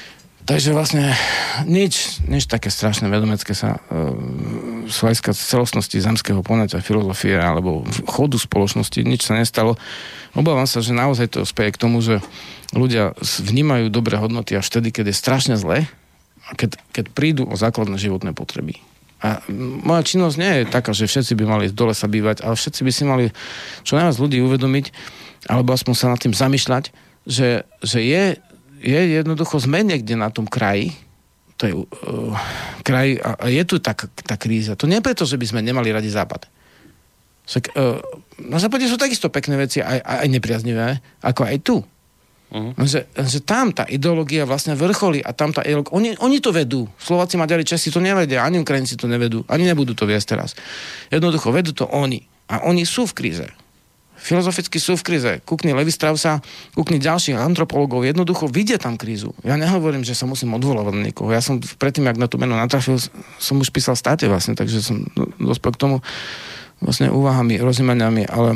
Takže vlastne nič, nič také strašné vedomecké sa z hľadiska celostnosti zemského poňatia filozofie alebo chodu spoločnosti nič sa nestalo. Obávam sa, že naozaj to speje k tomu, že ľudia vnímajú dobré hodnoty až vtedy, keď je strašne zle a keď, keď prídu o základné životné potreby. A moja činnosť nie je taká, že všetci by mali dole sa bývať, ale všetci by si mali čo najviac ľudí uvedomiť, alebo aspoň sa nad tým zamýšľať, že, že je, je jednoducho sme niekde na tom kraji, to je uh, kraj, a, a je tu tá, tá kríza. To nie preto, že by sme nemali radi Západ. Však, uh, na Západe sú takisto pekné veci, aj, aj nepriaznivé, ako aj tu. Uh-huh. Že, že tam tá ideológia vlastne vrcholí a tam tá ideológia, oni, oni to vedú. Slováci, Maďari, Česi to nevedia, ani Ukrajinci to nevedú, ani nebudú to viesť teraz. Jednoducho, vedú to oni. A oni sú v kríze. Filozoficky sú v kríze. Kúkni Levi Straussa, kúkni ďalších antropologov, jednoducho vidia tam krízu. Ja nehovorím, že sa musím odvolávať na niekoho. Ja som predtým, ak na to meno natrafil, som už písal státe vlastne, takže som dospel k tomu vlastne úvahami, rozímaniami, ale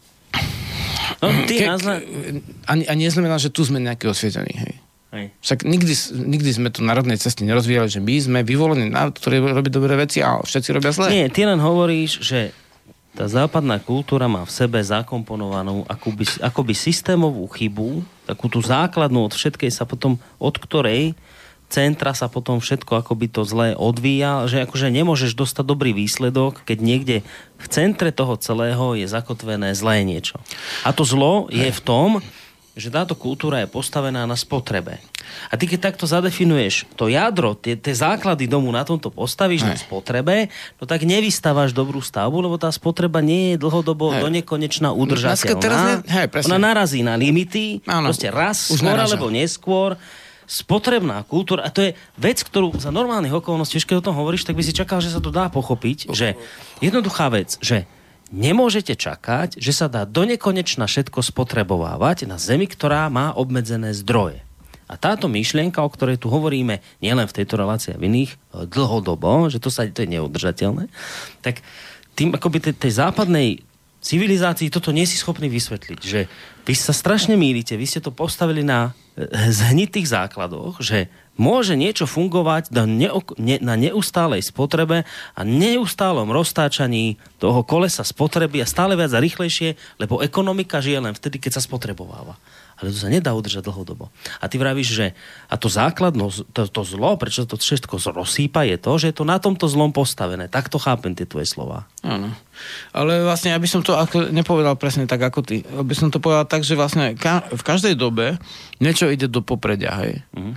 no, ty Ke, nazna... a, a neznamená, že tu sme nejaký osvietení, hej. Hej. Však nikdy, nikdy sme tu národnej ceste nerozvíjali, že my sme vyvolení národ, ktorý robí dobré veci a všetci robia zlé. Nie, ty len hovoríš, že tá západná kultúra má v sebe zakomponovanú akoby, akoby systémovú chybu, takú tú základnú od všetkej sa potom, od ktorej centra sa potom všetko akoby to zlé odvíja, že akože nemôžeš dostať dobrý výsledok, keď niekde v centre toho celého je zakotvené zlé niečo. A to zlo je v tom, že táto kultúra je postavená na spotrebe. A ty keď takto zadefinuješ to jadro, tie, tie základy domu na tomto postavíš na spotrebe, no tak nevystávaš dobrú stavbu, lebo tá spotreba nie je dlhodobo do nekonečna udržateľná. Hej, ona narazí na limity, áno, proste raz, skôr alebo neskôr. Spotrebná kultúra, a to je vec, ktorú za normálnych okolností, keď o tom hovoríš, tak by si čakal, že sa to dá pochopiť, že jednoduchá vec, že nemôžete čakať, že sa dá donekonečna všetko spotrebovávať na zemi, ktorá má obmedzené zdroje. A táto myšlienka, o ktorej tu hovoríme nielen v tejto relácii a v iných, dlhodobo, že to sa to je neudržateľné, tak tým akoby tej, tej západnej civilizácii toto nie si schopný vysvetliť, že vy sa strašne mýlite, vy ste to postavili na zhnitých základoch, že môže niečo fungovať na, neok- ne- na neustálej spotrebe a neustálom roztáčaní toho kolesa spotreby a stále viac a rýchlejšie, lebo ekonomika žije len vtedy, keď sa spotrebováva. Ale to sa nedá udržať dlhodobo. A ty vravíš, že a to základno, to, to zlo, prečo to všetko rozsýpa, je to, že je to na tomto zlom postavené. Tak to chápem tie tvoje slová. Áno. Ale vlastne, ja by som to ako nepovedal presne tak, ako ty. By som to povedal tak, že vlastne ka- v každej dobe niečo ide do popredia, hej. Mhm.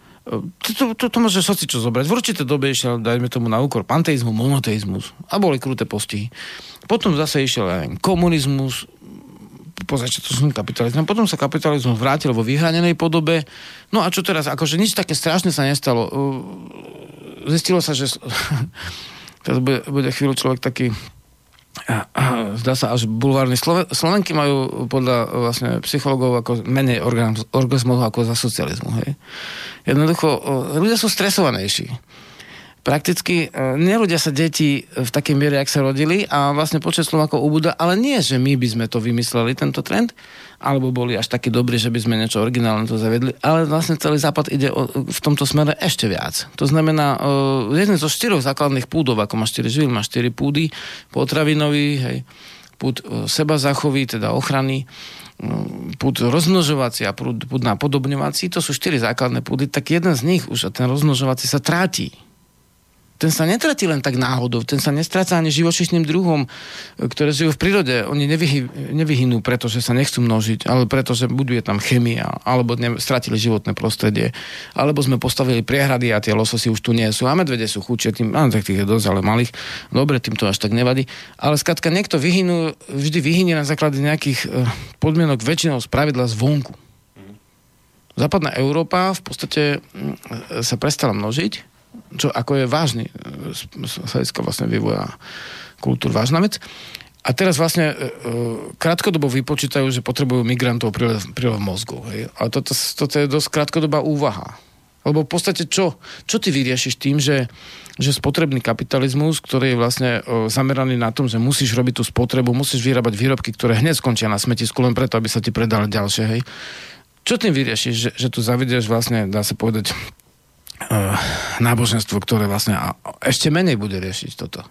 To, to, to, to môže soci čo zobrať. V určitej dobe išiel, dajme tomu na úkor panteizmu, monoteizmus a boli kruté postihy. Potom zase išiel aj komunizmus, pozrieť, to som kapitalizmus. Potom sa kapitalizmus vrátil vo vyhranenej podobe. No a čo teraz? Akože nič také strašné sa nestalo. Zistilo sa, že teraz bude, bude chvíľu človek taký zdá sa až bulvárny. Slovenky majú podľa vlastne psychologov ako menej orgazmov ako za socializmu. Hej. Jednoducho, ľudia sú stresovanejší. Prakticky nerodia sa deti v takej miere, jak sa rodili a vlastne počet Slovákov ubúda, ale nie, že my by sme to vymysleli, tento trend, alebo boli až takí dobrí, že by sme niečo originálne to zavedli, ale vlastne celý Západ ide o, v tomto smere ešte viac. To znamená, uh, jeden zo štyroch základných púdov, ako má štyri živly, má štyri púdy, potravinový, hej, púd uh, seba zachový, teda ochrany, uh, púd rozmnožovací a púd, púd napodobňovací, to sú štyri základné púdy, tak jeden z nich už, a ten rozmnožovací sa tráti. Ten sa netratí len tak náhodou, ten sa nestráca ani živočíšnym druhom, ktoré žijú v prírode. Oni nevyhy, nevyhynú, pretože sa nechcú množiť, ale pretože buduje tam chémia, alebo ne, stratili životné prostredie, alebo sme postavili priehrady a tie lososy už tu nie sú. A medvede sú chudšie, tým, áno, tak tých je dosť, ale malých. Dobre, tým to až tak nevadí. Ale skrátka, niekto vyhynú, vždy vyhynie na základe nejakých podmienok väčšinou spravidla zvonku. Západná Európa v podstate sa prestala množiť, čo ako je vážny z hľadiska vlastne vývoja kultúr vážna vec. A teraz vlastne e, krátkodobo vypočítajú, že potrebujú migrantov prílev, prílev mozgov. Hej. Ale toto, toto je dosť krátkodobá úvaha. Lebo v podstate čo, čo ty vyriešiš tým, že, že spotrebný kapitalizmus, ktorý je vlastne e, zameraný na tom, že musíš robiť tú spotrebu, musíš vyrábať výrobky, ktoré hneď skončia na smetisku len preto, aby sa ti predali ďalšie. Hej. Čo tým vyriešiš? Že, že tu zavidieš vlastne, dá sa povedať, náboženstvo, ktoré vlastne ešte menej bude riešiť toto.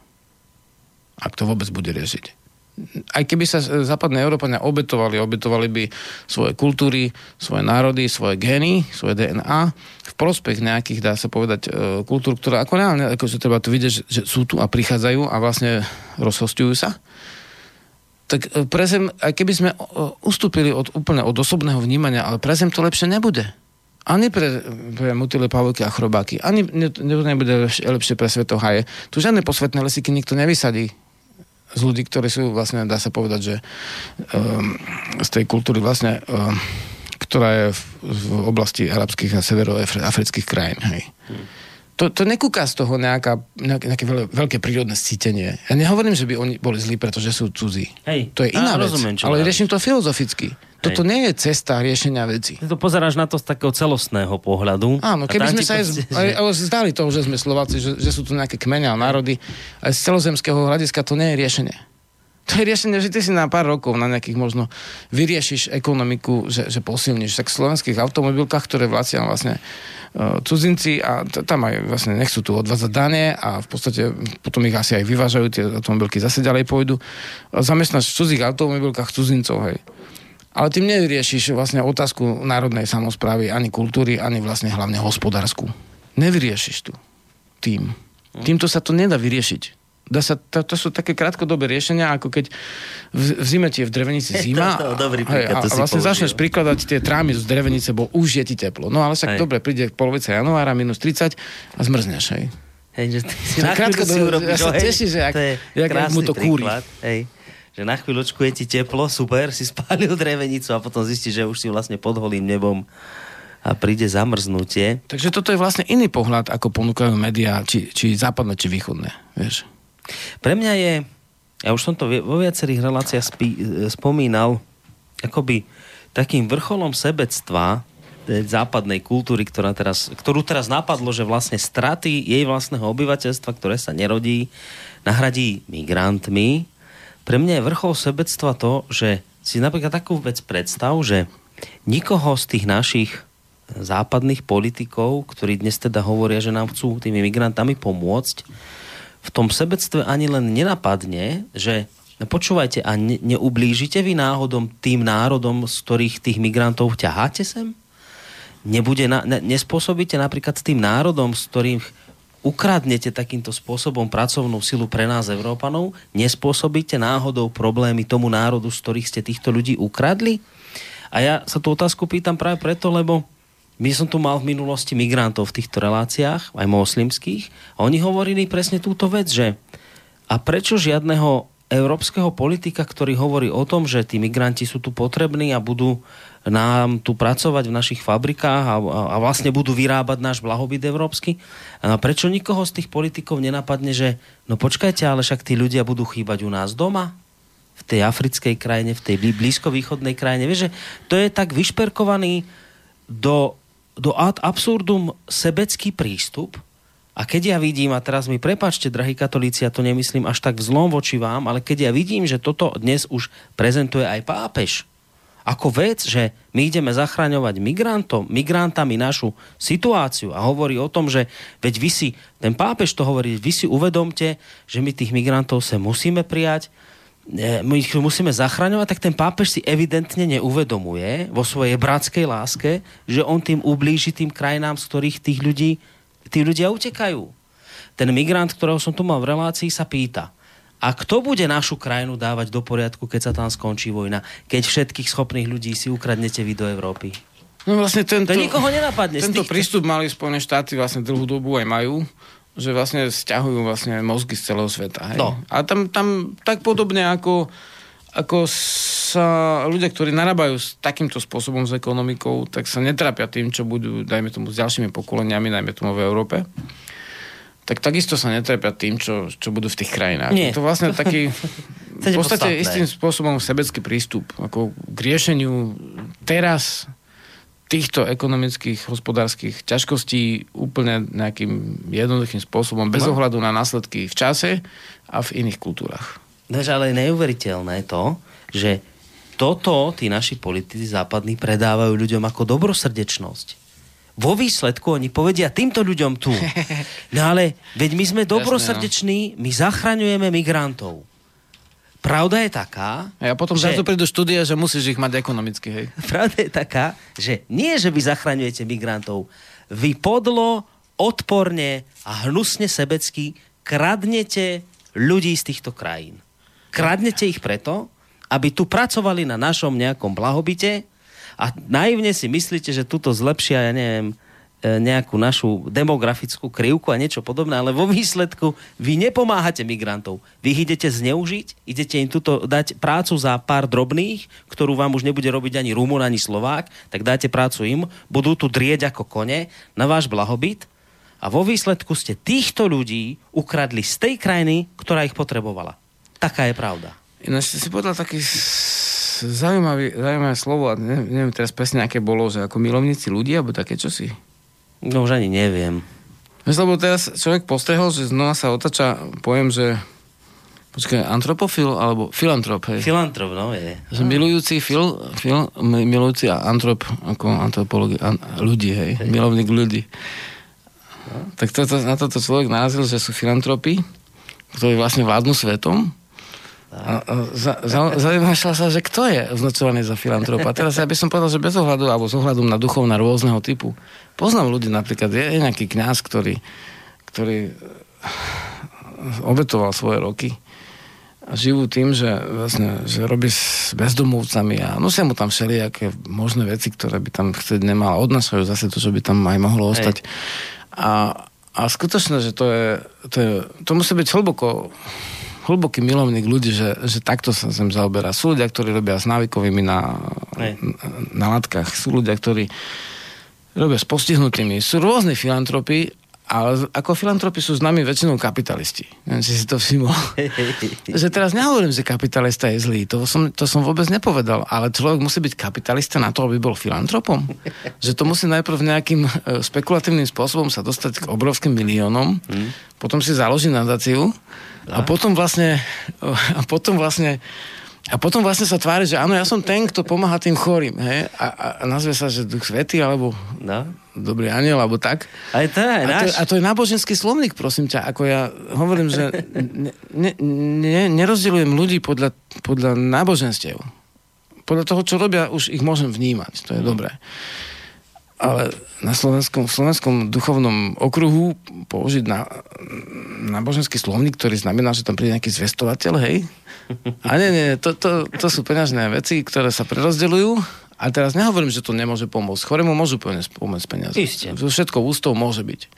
Ak to vôbec bude riešiť. Aj keby sa západné Európania obetovali, obetovali by svoje kultúry, svoje národy, svoje gény, svoje dé en á v prospech nejakých, dá sa povedať, kultúr, ktoré ako reálne, akože treba tu vidieť, že, že sú tu a prichádzajú a vlastne rozhostujú sa. Tak pre zem, aj keby sme ustúpili od, úplne od osobného vnímania, ale pre zem to lepšie nebude. Ani pre, pre motýle, pavúky a chrobáky. Ani ne, nebude lepšie, lepšie pre svetohaje. Tu žiadne posvetné lesíky nikto nevysadí z ľudí, ktorí sú vlastne, dá sa povedať, že um, z tej kultúry vlastne, um, ktorá je v, v oblasti arabských a severoafrických krajín. Hej. Hmm. To, to nekúka z toho nejaká, nejaké, nejaké veľké prírodné cítenie. Ja nehovorím, že by oni boli zlí, pretože sú cudzí. Hej. To je iná vec, rozumiem, ale riešim to filozoficky. Hej. Toto nie je cesta riešenia veci. Ty to pozeráš na to z takého celostného pohľadu. Áno, keby sme sa aj, aj, aj zdali toho, že sme Slováci, že, že sú tu nejaké kmeňa a národy, aj z celozemského hľadiska to nie je riešenie. To je riešenie, že ty si na pár rokov, na nejakých možno vyriešiš ekonomiku, že, že posilníš. Tak v slovenských automobilkách, ktoré vlacia vlastne uh, cudzinci a t- tam aj vlastne nechcú tu odvázať dane a v podstate potom ich asi aj vyvážajú, tie automobilky zase ďalej pôjdu. Zamestnáš v cudzích automobilkách cudzincov, hej. Ale tým nevyriešiš vlastne otázku národnej samosprávy, ani kultúry, ani vlastne hlavne hospodársku. Nevyriešiš tu tým. Týmto sa to nedá vyriešiť. Dá sa, to, to sú také krátkodobé riešenia, ako keď v, v zime ti je v drevenici zima to, to, dobrý príklad, a, a vlastne začneš prikladať tie trámy z drevenice, bo už je ti teplo. No ale však dobre, príde polovica januára, minus tridsať a zmrzneš, hej. Hej, že ty si na chvíľu si urobíš, ja sa teší, že jak, jak, jak mu to kúri. Hej. Že na chvíľočku je ti teplo, super, si spálil drevenicu a potom zistíš, že už si vlastne pod holým nebom a príde zamrznutie. Takže toto je vlastne iný pohľad, ako ponúkajú médiá, či, či západné, či východné, vieš. Pre mňa je, ja už som to vo viacerých reláciách spí, spomínal, akoby takým vrcholom sebectva západnej kultúry, ktorá teraz, ktorú teraz napadlo, že vlastne straty jej vlastného obyvateľstva, ktoré sa nerodí, nahradí migrantmi. Pre mňa je vrchol sebectva to, že si napríklad takú vec predstav, že nikoho z tých našich západných politikov, ktorí dnes teda hovoria, že nám chcú tými migrantami pomôcť, v tom sebectve ani len nenapadne, že no počúvajte, a ne, neublížite vy náhodom tým národom, z ktorých tých migrantov ťaháte sem? Nebude na, ne, nespôsobíte napríklad tým národom, z ktorých ukradnete takýmto spôsobom pracovnú silu pre nás, Európanov, nespôsobíte náhodou problémy tomu národu, z ktorých ste týchto ľudí ukradli? A ja sa tú otázku pýtam práve preto, lebo my som tu mal v minulosti migrantov v týchto reláciách, aj moslimských, a oni hovorili presne túto vec, že a prečo žiadneho európskeho politika, ktorý hovorí o tom, že tí migranti sú tu potrební a budú nám tu pracovať v našich fabrikách a, a vlastne budú vyrábať náš blahobyt európsky. A prečo nikoho z tých politikov nenapadne, že no počkajte, ale však tí ľudia budú chýbať u nás doma, v tej africkej krajine, v tej blízkovýchodnej krajine. Vieš, že to je tak vyšperkovaný do, do ad absurdum sebecký prístup. A keď ja vidím, a teraz mi prepáčte, drahí katolíci, ja to nemyslím až tak vzlom voči vám, ale keď ja vidím, že toto dnes už prezentuje aj pápež, ako vec, že my ideme zachraňovať migrantom, migrantami našu situáciu a hovorí o tom, že veď vy si, ten pápež to hovorí, vy si uvedomte, že my tých migrantov sa musíme prijať, my ich musíme zachraňovať, tak ten pápež si evidentne neuvedomuje vo svojej bratskej láske, že on tým ublíži tým krajinám, z ktorých tých ľudí, tí ľudia utekajú. Ten migrant, ktorého som tu mal v relácii, sa pýta, a kto bude našu krajinu dávať do poriadku, keď sa tam skončí vojna, keď všetkých schopných ľudí si ukradnete vy do Európy? No vlastne tento, to nikoho nenapadne. Tento prístup mali Spojené štáty vlastne dlhú dobu aj majú, že vlastne sťahujú vlastne mozgy z celého sveta. Hej? No. A tam, tam tak podobne ako, ako sa ľudia, ktorí narábajú s takýmto spôsobom s ekonomikou, tak sa netrápia tým, čo budú, dajme tomu, s ďalšími pokoleniami, dajme tomu v Európe. Tak takisto sa netrepia tým, čo, čo budú v tých krajinách. Nie. To vlastne taký v podstate podstatné. Istým spôsobom sebecký prístup ako k riešeniu teraz týchto ekonomických, hospodárskych ťažkostí úplne nejakým jednoduchým spôsobom, bez no. ohľadu na následky v čase a v iných kultúrach. Nože, ale je neuveriteľné to, že toto tí naši politici západní predávajú ľuďom ako dobrosrdečnosť. vo výsledku oni povedia týmto ľuďom tu. No ale veď my sme dobrosrdeční, my zachraňujeme migrantov. Pravda je taká... A potom že... zrazu prídu štúdia, že musíš ich mať ekonomicky, hej. Pravda je taká, že nie, že vy zachraňujete migrantov, vy podlo, odporne a hnusne sebecky kradnete ľudí z týchto krajín. Kradnete ich preto, aby tu pracovali na našom nejakom blahobite a naivne si myslíte, že tuto zlepšia, ja neviem, nejakú našu demografickú krivku a niečo podobné, ale vo výsledku vy nepomáhate migrantov. Vy ich idete zneužiť, idete im tuto dať prácu za pár drobných, ktorú vám už nebude robiť ani Rumun, ani Slovák, tak dáte prácu im, budú tu drieť ako kone na váš blahobyt a vo výsledku ste týchto ľudí ukradli z tej krajiny, ktorá ich potrebovala. Taká je pravda. Ináč si povedal taký zaujímavý, zaujímavé slovo a neviem, neviem teraz presne, aké bolo, že ako milovníci ľudí, alebo také čosi. No už ani neviem. Lebo teraz človek postrehol, že znova sa otača pojem, že počkaj, antropofil, alebo filantrop, hej. Filantrop, no je. Že milujúci fil, fil, milujúci a antrop, ako antropológi, an, ľudí, hej. hej. Milovník ľudí. No. Tak to, to, na toto človek narazil, že sú filantropy, ktorí vlastne vládnu svetom. A, a za, za, zaujímašľa sa, že kto je označovaný za filantropa. Teraz ja by som povedal, že bez ohľadu alebo s ohľadom na duchovná rôzneho typu. Poznám ľudí, napríklad je, je nejaký kňaz, ktorý, ktorý obetoval svoje roky a živú tým, že, vlastne, že robí s bezdomovcami a nosia mu tam všelijaké možné veci, ktoré by tam chcieť nemal. Odnášajú zase to, čo by tam aj mohlo ostať. A, a skutočne, že to je, to je to musí byť hlboko hlboký milovník ľudí, že, že takto sa sem zaoberá. Sú ľudia, ktorí robia s návykovými na, na, na látkach. Sú ľudia, ktorí robia s postihnutými. Sú rôzne filantropy, ale ako filantropy sú známi väčšinou kapitalisti. Neviem, či si to všimol. Že teraz nehovorím, že kapitalista je zlý. To som, to som vôbec nepovedal. Ale človek musí byť kapitalista na to, aby bol filantropom. Že to musí najprv nejakým spekulatívnym spôsobom sa dostať k obrovským miliónom. Hmm. Potom si založí nadáciu. A potom vlastne a potom vlastne a potom vlastne sa tvári, že áno, ja som ten, kto pomáha tým chorým, hej? A, a, a nazve sa, že Duch Svätý, alebo no. Dobrý anjel, alebo tak. Aj to je náš. A to, a to je náboženský slovník, prosím ťa. Ako ja hovorím, že ne, ne, ne, nerozdeľujem ľudí podľa, podľa náboženstiev. Podľa toho, čo robia, už ich môžem vnímať. To je mm. dobré. Ale na slovenskom, v slovenskom duchovnom okruhu použiť na náboženský slovník, ktorý znamená, že tam príde nejaký zvestovateľ, hej? A nie, nie, to, to, to sú peňažné veci, ktoré sa prerozdeľujú. A teraz nehovorím, že to nemôže pomôcť. Chorému môžu pomôcť peniaze. Isté. So všetkou ústou môže byť.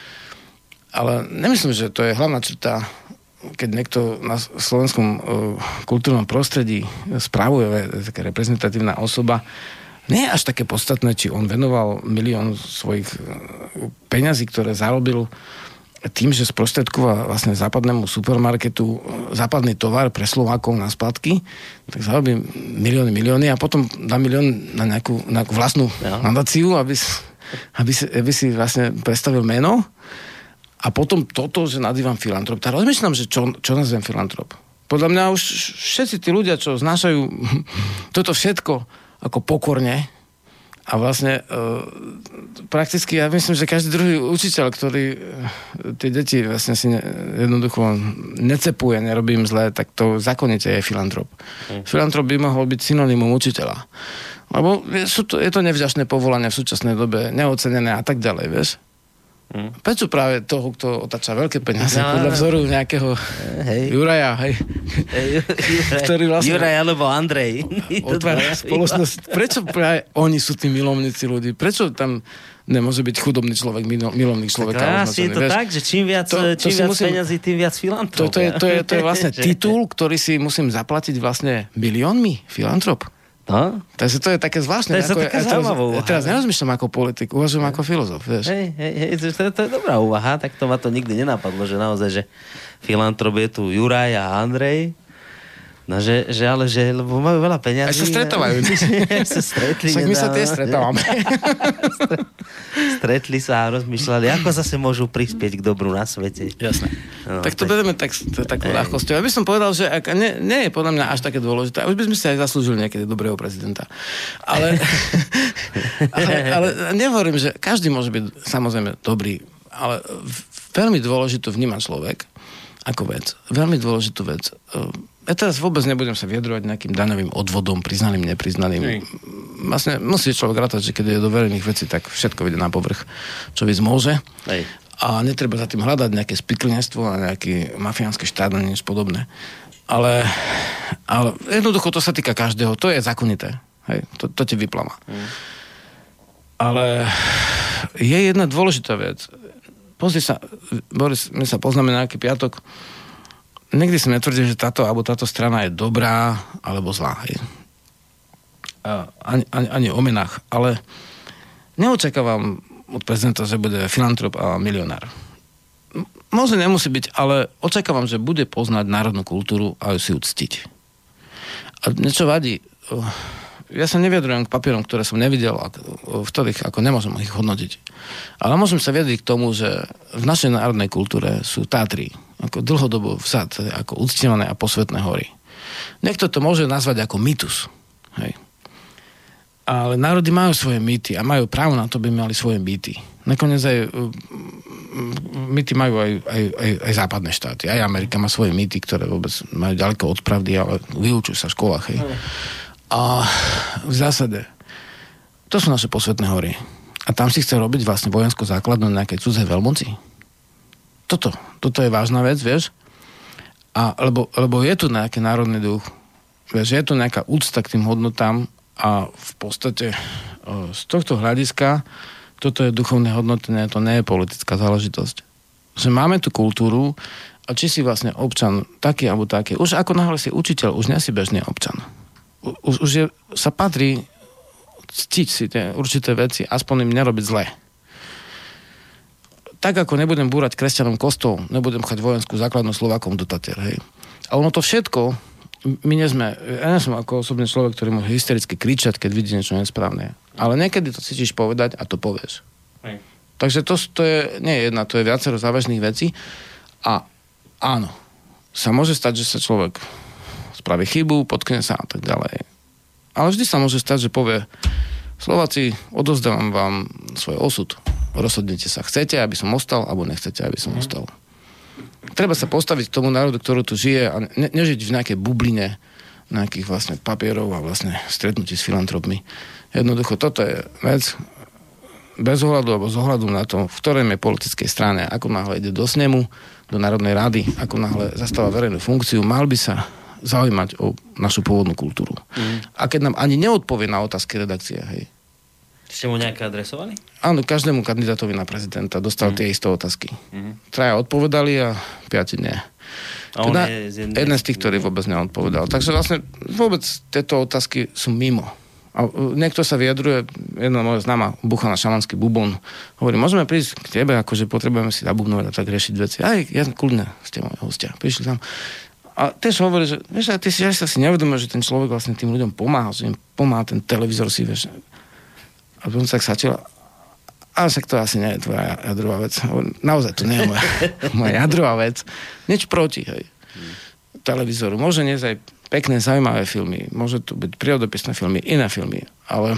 Ale nemyslím, že to je hlavná črta, keď niekto na slovenskom uh, kultúrnom prostredí správuje, taká reprezentatívna osoba. Nie je až také podstatné, či on venoval milión svojich peňazí, ktoré zarobil tým, že sprostredkoval vlastne západnému supermarketu západný tovar pre Slovákov na splatky, tak zarobí milióny, milióny a potom dá milión na nejakú, nejakú vlastnú ja. nadáciu, aby, aby, si, aby si vlastne predstavil meno a potom toto, že nazývam filantrop. Tak rozmýšľam, že čo, čo nazývam filantrop. Podľa mňa už všetci tí ľudia, čo znášajú toto všetko ako pokorne a vlastne e, prakticky ja myslím, že každý druhý učiteľ, ktorý e, tie deti vlastne si ne, jednoducho necepuje, nerobí im zle, tak to zákonite je filantrop. Mm. Filantrop by mohol byť synonymum učiteľa. Lebo je, sú to, je to nevďačné povolanie v súčasnej dobe, neocenené a tak ďalej, vieš? Hmm. Prečo práve toho, kto otáča veľké peniaze no, podľa vzoru nejakého hej. Juraja, hej? Hej, Juraj, ktorý vlastne Juraj alebo Andrej. Otvára spoločnosť. Prečo práve oni sú tí milovníci ľudí? Prečo tam nemôže byť chudobný človek, milovník človeka? Tak asi je to vieš? Tak, že čím viac, to, čím to viac musím, peňazí, tým viac filantrop. To, to, je, to, je, to je vlastne titul, ktorý si musím zaplatiť vlastne miliónmi filantrop. No? Takže to je také zvláštne. To je ako, taká ja zaujímavá úvaha. Ja teraz nerozmýšľam ako politik, uvažujem hey. ako filozof, vieš. Hej, hej, hej, to, to je dobrá úvaha, tak to ma to nikdy nenapadlo, že naozaj, že filantrop je tu Juraj a Andrej, no že, že ale, že, lebo majú veľa peňazí. Aj sa stretávajú. sa stretli. Však my sa tiež stretávame. Stretli sa a rozmýšľali, ako zase môžu prispieť k dobru na svete. Jasné. No, tak to bereme tak, takou ľahkosťou. Ja by som povedal, že ak, nie, nie je podľa mňa až také dôležité. Už by sme si aj zaslúžili niekedy dobrého prezidenta. Ale, ale, ale nehovorím, že každý môže byť samozrejme dobrý, ale veľmi dôležitú vníma človek ako vec. Veľmi dôležitú vec. Ja teraz vôbec nebudem sa vyjadrovať nejakým daňovým odvodom, priznaným, nepriznaným. Hej. Vlastne musí človek rátať, že keď je do verejných vecí, tak všetko vyjde na povrch, čo víc môže. Hej. A netreba za tým hľadať nejaké spiklňstvo a nejaký mafiánsky štát a niečo podobné. Ale, ale jednoducho to sa týka každého. To je zákonité. Hej. To, to ti vyplama. Hej. Ale je jedna dôležitá vec. Pozri sa, Boris, my sa poznáme na nejaký piatok. Nikdy som netvrdil, že táto alebo táto strana je dobrá alebo zlá. Hej. Ani, ani, ani o menách. Ale neočakávam od prezidenta, že bude filantrop a milionár. Možno nemusí byť, ale očakávam, že bude poznať národnú kultúru a ju si uctiť. A niečo vadí. Ja sa nevyjadrujem k papierom, ktoré som nevidel a v ktorých ako nemôžem ich hodnotiť. Ale môžem sa vyjadriť k tomu, že v našej národnej kultúre sú Tatry ako dlhodobo vzad, ako uctievané a posvetné hory. Niekto to môže nazvať ako mýtus. Hej. Ale národy majú svoje mýty a majú právo na to, by mali svoje mýty. Nakoniec aj mýty majú aj, aj, aj, aj západné štáty. Aj Amerika má svoje mýty, ktoré vôbec majú ďaleko od pravdy, ale vyučujú sa v školách. Hej. A v zásade to sú naše posvetné hory. A tam si chce robiť vlastne vojenskú základnú na nejakej cudzej veľmoci. Toto. Toto je vážna vec, vieš? A, lebo, lebo je tu nejaký národný duch. Vieš, je tu nejaká úcta k tým hodnotám a v podstate z tohto hľadiska toto je duchovné hodnotenie, to nie je politická záležitosť. Že máme tú kultúru a či si vlastne občan taký alebo taký. Už ako náhle si učiteľ, už nie si bežný občan. Už, už je, sa patrí ctiť si tie určité veci, aspoň im nerobiť zle. Tak ako nebudem búrať kresťanom kostol, nebudem chať vojenskú základnú Slovákom do Tatier, hej. A ono to všetko, my nie sme, ja nie som ako osobný človek, ktorý môže hystericky kričať, keď vidí niečo nesprávne. Ale niekedy to cítiš povedať a to povieš. Hej. Takže to, to je, nie je jedna, to je viacero závažných vecí. A áno, sa môže stať, že sa človek spraví chybu, potkne sa a tak ďalej. Ale vždy sa môže stať, že povie: Slováci, odovzdávam vám svoj osud. Rozhodnite sa. Chcete, aby som ostal, alebo nechcete, aby som ostal. Treba sa postaviť k tomu národu, ktorý tu žije a ne- nežiť v nejakej bubline nejakých vlastne papierov a vlastne stretnutí s filantropmi. Jednoducho, toto je vec bez ohľadu alebo z ohľadu na to, v ktorej je politickej strane, ako náhle ide do snemu, do Národnej rady, ako náhle zastáva verejnú funkciu, mal by sa zaujímať o našu pôvodnú kultúru. Mm. A keď nám ani neodpovie na otázky redakcie, hej. Ste mu nejaké adresovali? Áno, každému kandidátovi na prezidenta dostal mm. tie isté otázky. Mm. Traja odpovedali a piati nie. A on teda je z jednej... jeden z tých, ktorý vôbec neodpovedal. Takže vlastne vôbec tieto otázky sú mimo. A niekto sa vyjadruje, jedna moja známa bucha na šamanský bubon, hovorí: môžeme prísť k tebe, akože potrebujeme si zabubnovať a tak riešiť veci. Aj ja kľudne ste moji hostia. Prišli tam. A tiež hovorí, že vieš, ty si, ja sa si neuvedomil, že ten človek vlastne tým ľuďom pomáha, že im pomáha ten televízor si, vieš. A potom sa tak sačila. Ale však to asi nie je tvoja jadrová vec. Naozaj to nie je moja, moja jadrová vec. Nič proti, hej. Televízoru. Môže nie aj pekné, zaujímavé filmy. Môže to byť prírodopisné filmy, iné filmy. Ale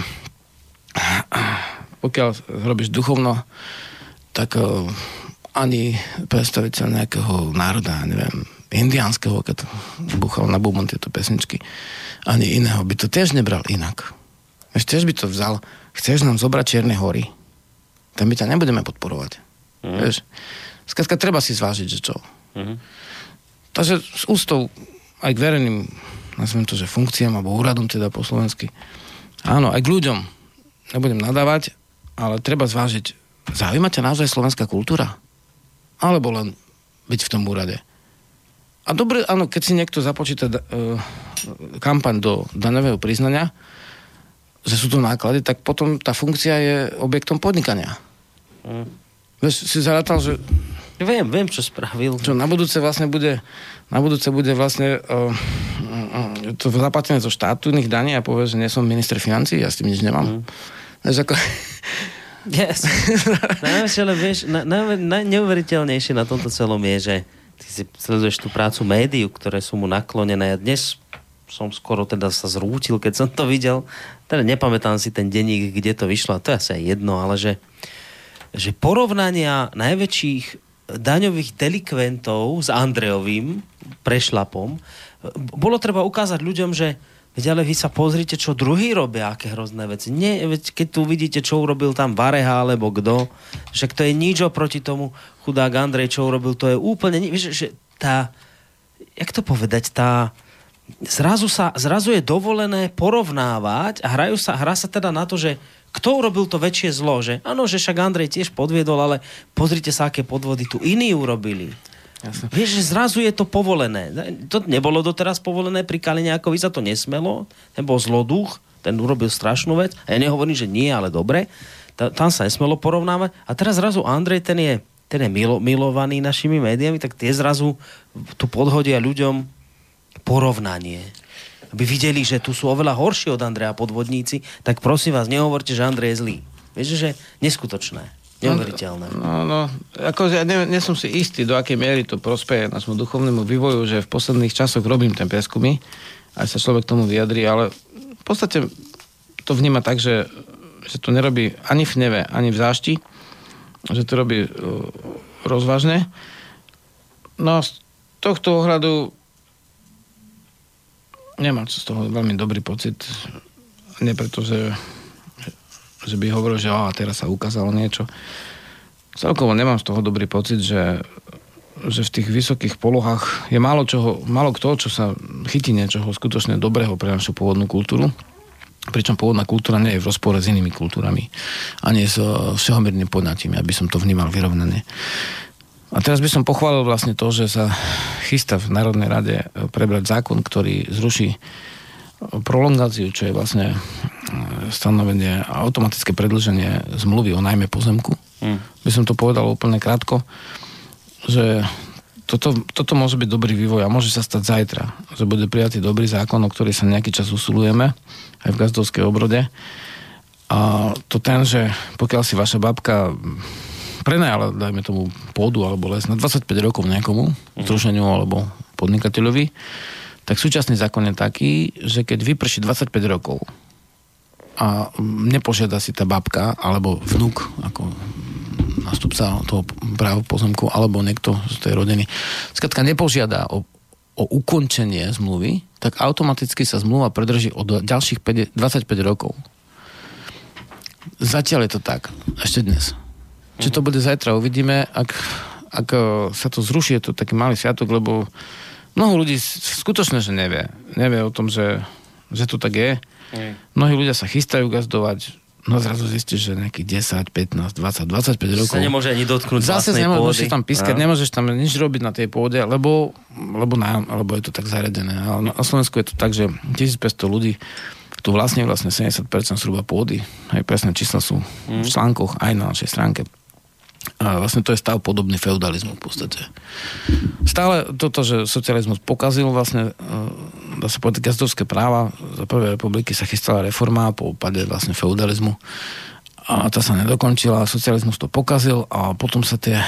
pokiaľ robíš duchovno, tak uh, ani predstaviteľ nejakého národa, neviem, indiánskeho, keď buchal na bubon tieto pesničky, ani iného by to tiež nebral inak. Vieš, tiež by to vzal: chceš nám zobrať Čierne hory? Tam my ťa nebudeme podporovať. Mm. Vieš? Skrátka, treba si zvážiť, že čo. Mm. Takže s ústou aj k verejným, nazviem to, že funkciám, alebo úradom teda po slovensky. Áno, aj k ľuďom. Nebudem nadávať, ale treba zvážiť: zaujíma ťa naozaj slovenská kultúra? Alebo len byť v tom úrade? A dobre, áno, keď si niekto započíta uh, kampaň do daňového priznania, že sú to náklady, tak potom tá funkcia je objektom podnikania. Mm. Vieš, si zarátal, že... Viem, viem, čo spravil. Čo na budúce vlastne bude, na budúce bude vlastne uh, uh, to zaplatené zo štátnych daní a povie, že nie som minister financií, ja s tým nič nemám. Mm. Vieš, ako... Yes. Najväčšie, ale vieš, na, na, na, neuveriteľnejšie na tomto celom je, že ty si sleduješ tú prácu médií, ktoré sú mu naklonené. Ja dnes som skoro teda sa zrútil, keď som to videl, teda nepamätám si ten denník, kde to vyšlo, a to je asi aj jedno, ale že, že porovnania najväčších daňových delikventov s Andrejovým prešlapom, bolo treba ukázať ľuďom, že veď ale vy sa pozrite, čo druhý robia, aké hrozné veci. Nie, veď keď tu vidíte, čo urobil tam Vareha, alebo kto, že to je nič oproti tomu chudák Andrej, čo urobil, to je úplne, vieš, že tá, jak to povedať, tá Zrazu, sa, zrazu je dovolené porovnávať a hrajú sa, hrá sa teda na to, že kto urobil to väčšie zlo, že áno, že však Andrej tiež podviedol, ale pozrite sa, aké podvody tu iní urobili. Jasne. Vieš, že zrazu je to povolené. To nebolo doteraz povolené, pri Kaliňákovi sa to nesmelo, ten bol zloduch, ten urobil strašnú vec a ja nehovorím, že nie, ale dobre, tam sa nesmelo porovnávať a teraz zrazu Andrej, ten je, ten je milo, milovaný našimi médiami, tak tie zrazu tu podhodia ľuďom porovnanie. Aby videli, že tu sú oveľa horší od Andreja podvodníci, tak prosím vás, nehovorte, že Andrej je zlý. Vieš, že neskutočné. Neuveriteľné. No, no, ako ja ne, nie som si istý, do akej miery to prospeje nášmu duchovnému vývoju, že v posledných časoch robím ten prieskumy, aj sa človek tomu vyjadrí, ale v podstate to vníma tak, že, že to nerobí ani v hneve, ani v zášti, že to robí uh, rozvážne. No z tohto ohľadu nemám z toho veľmi dobrý pocit. Nie preto, že, že by hovoril, že á, teraz sa ukázalo niečo. Celkovo nemám z toho dobrý pocit, že, že v tých vysokých polohách je málo, čoho, málo kto, čo sa chytí niečoho skutočne dobrého pre našu pôvodnú kultúru. Pričom pôvodná kultúra nie je v rozpore s inými kultúrami. Ani s všehomierným poňatím, aby som to vnímal vyrovnane. A teraz by som pochválil vlastne to, že sa chystá v Národnej rade prebrať zákon, ktorý zruší prolongáciu, čo je vlastne stanovenie a automatické predĺženie zmluvy o nájme pozemku. Hmm. By som to povedal úplne krátko, že toto, toto môže byť dobrý vývoj a môže sa stať zajtra, že bude prijatý dobrý zákon, o ktorý sa nejaký čas usilujeme aj v Gazdovskej Obrode. A to ten, že pokiaľ si vaša babka prenajala, dajme tomu, pôdu alebo les na dvadsaťpäť rokov nejakomu, mm. združeniu alebo podnikateľovi, tak súčasný zákon je taký, že keď vyprší dvadsaťpäť rokov a nepožiada si tá babka alebo vnuk ako nástupca toho práva pozemku alebo niekto z tej rodiny, skrátka nepožiada o, o ukončenie zmluvy, tak automaticky sa zmluva predrží od ďalších dvadsaťpäť rokov. Zatiaľ je to tak. Ešte dnes. Či to bude zajtra, uvidíme. Ak, ak sa to zruší, je to taký malý sviatok, lebo mnoho ľudí skutočne, že nevie. Nevie o tom, že, že to tak je. Mm. Mnohí ľudia sa chystajú gazdovať, no zrazu zistíš, že nejakých desať, pätnásť, dvadsať, dvadsaťpäť rokov. Sa nemôže ani dotknúť zase vlastnej nemôže, pôdy. Zase tam pískať, no. Nemôžeš tam nič robiť na tej pôde, lebo, lebo, na, lebo je to tak zariadené. Ale na Slovensku je to tak, že tisícpäťsto ľudí tu vlastne vlastne sedemdesiat percent zhruba pôdy. Aj presné čísla sú mm. v článkoch aj na našej stránke. A vlastne to je stav podobný feudalizmu v podstate. Stále toto, že socializmus pokazil vlastne, dá sa povedať, gazdovské práva. Za prvej republiky sa chystala reforma po páde vlastne feudalizmu a tá sa nedokončila, socializmus to pokazil a potom sa tie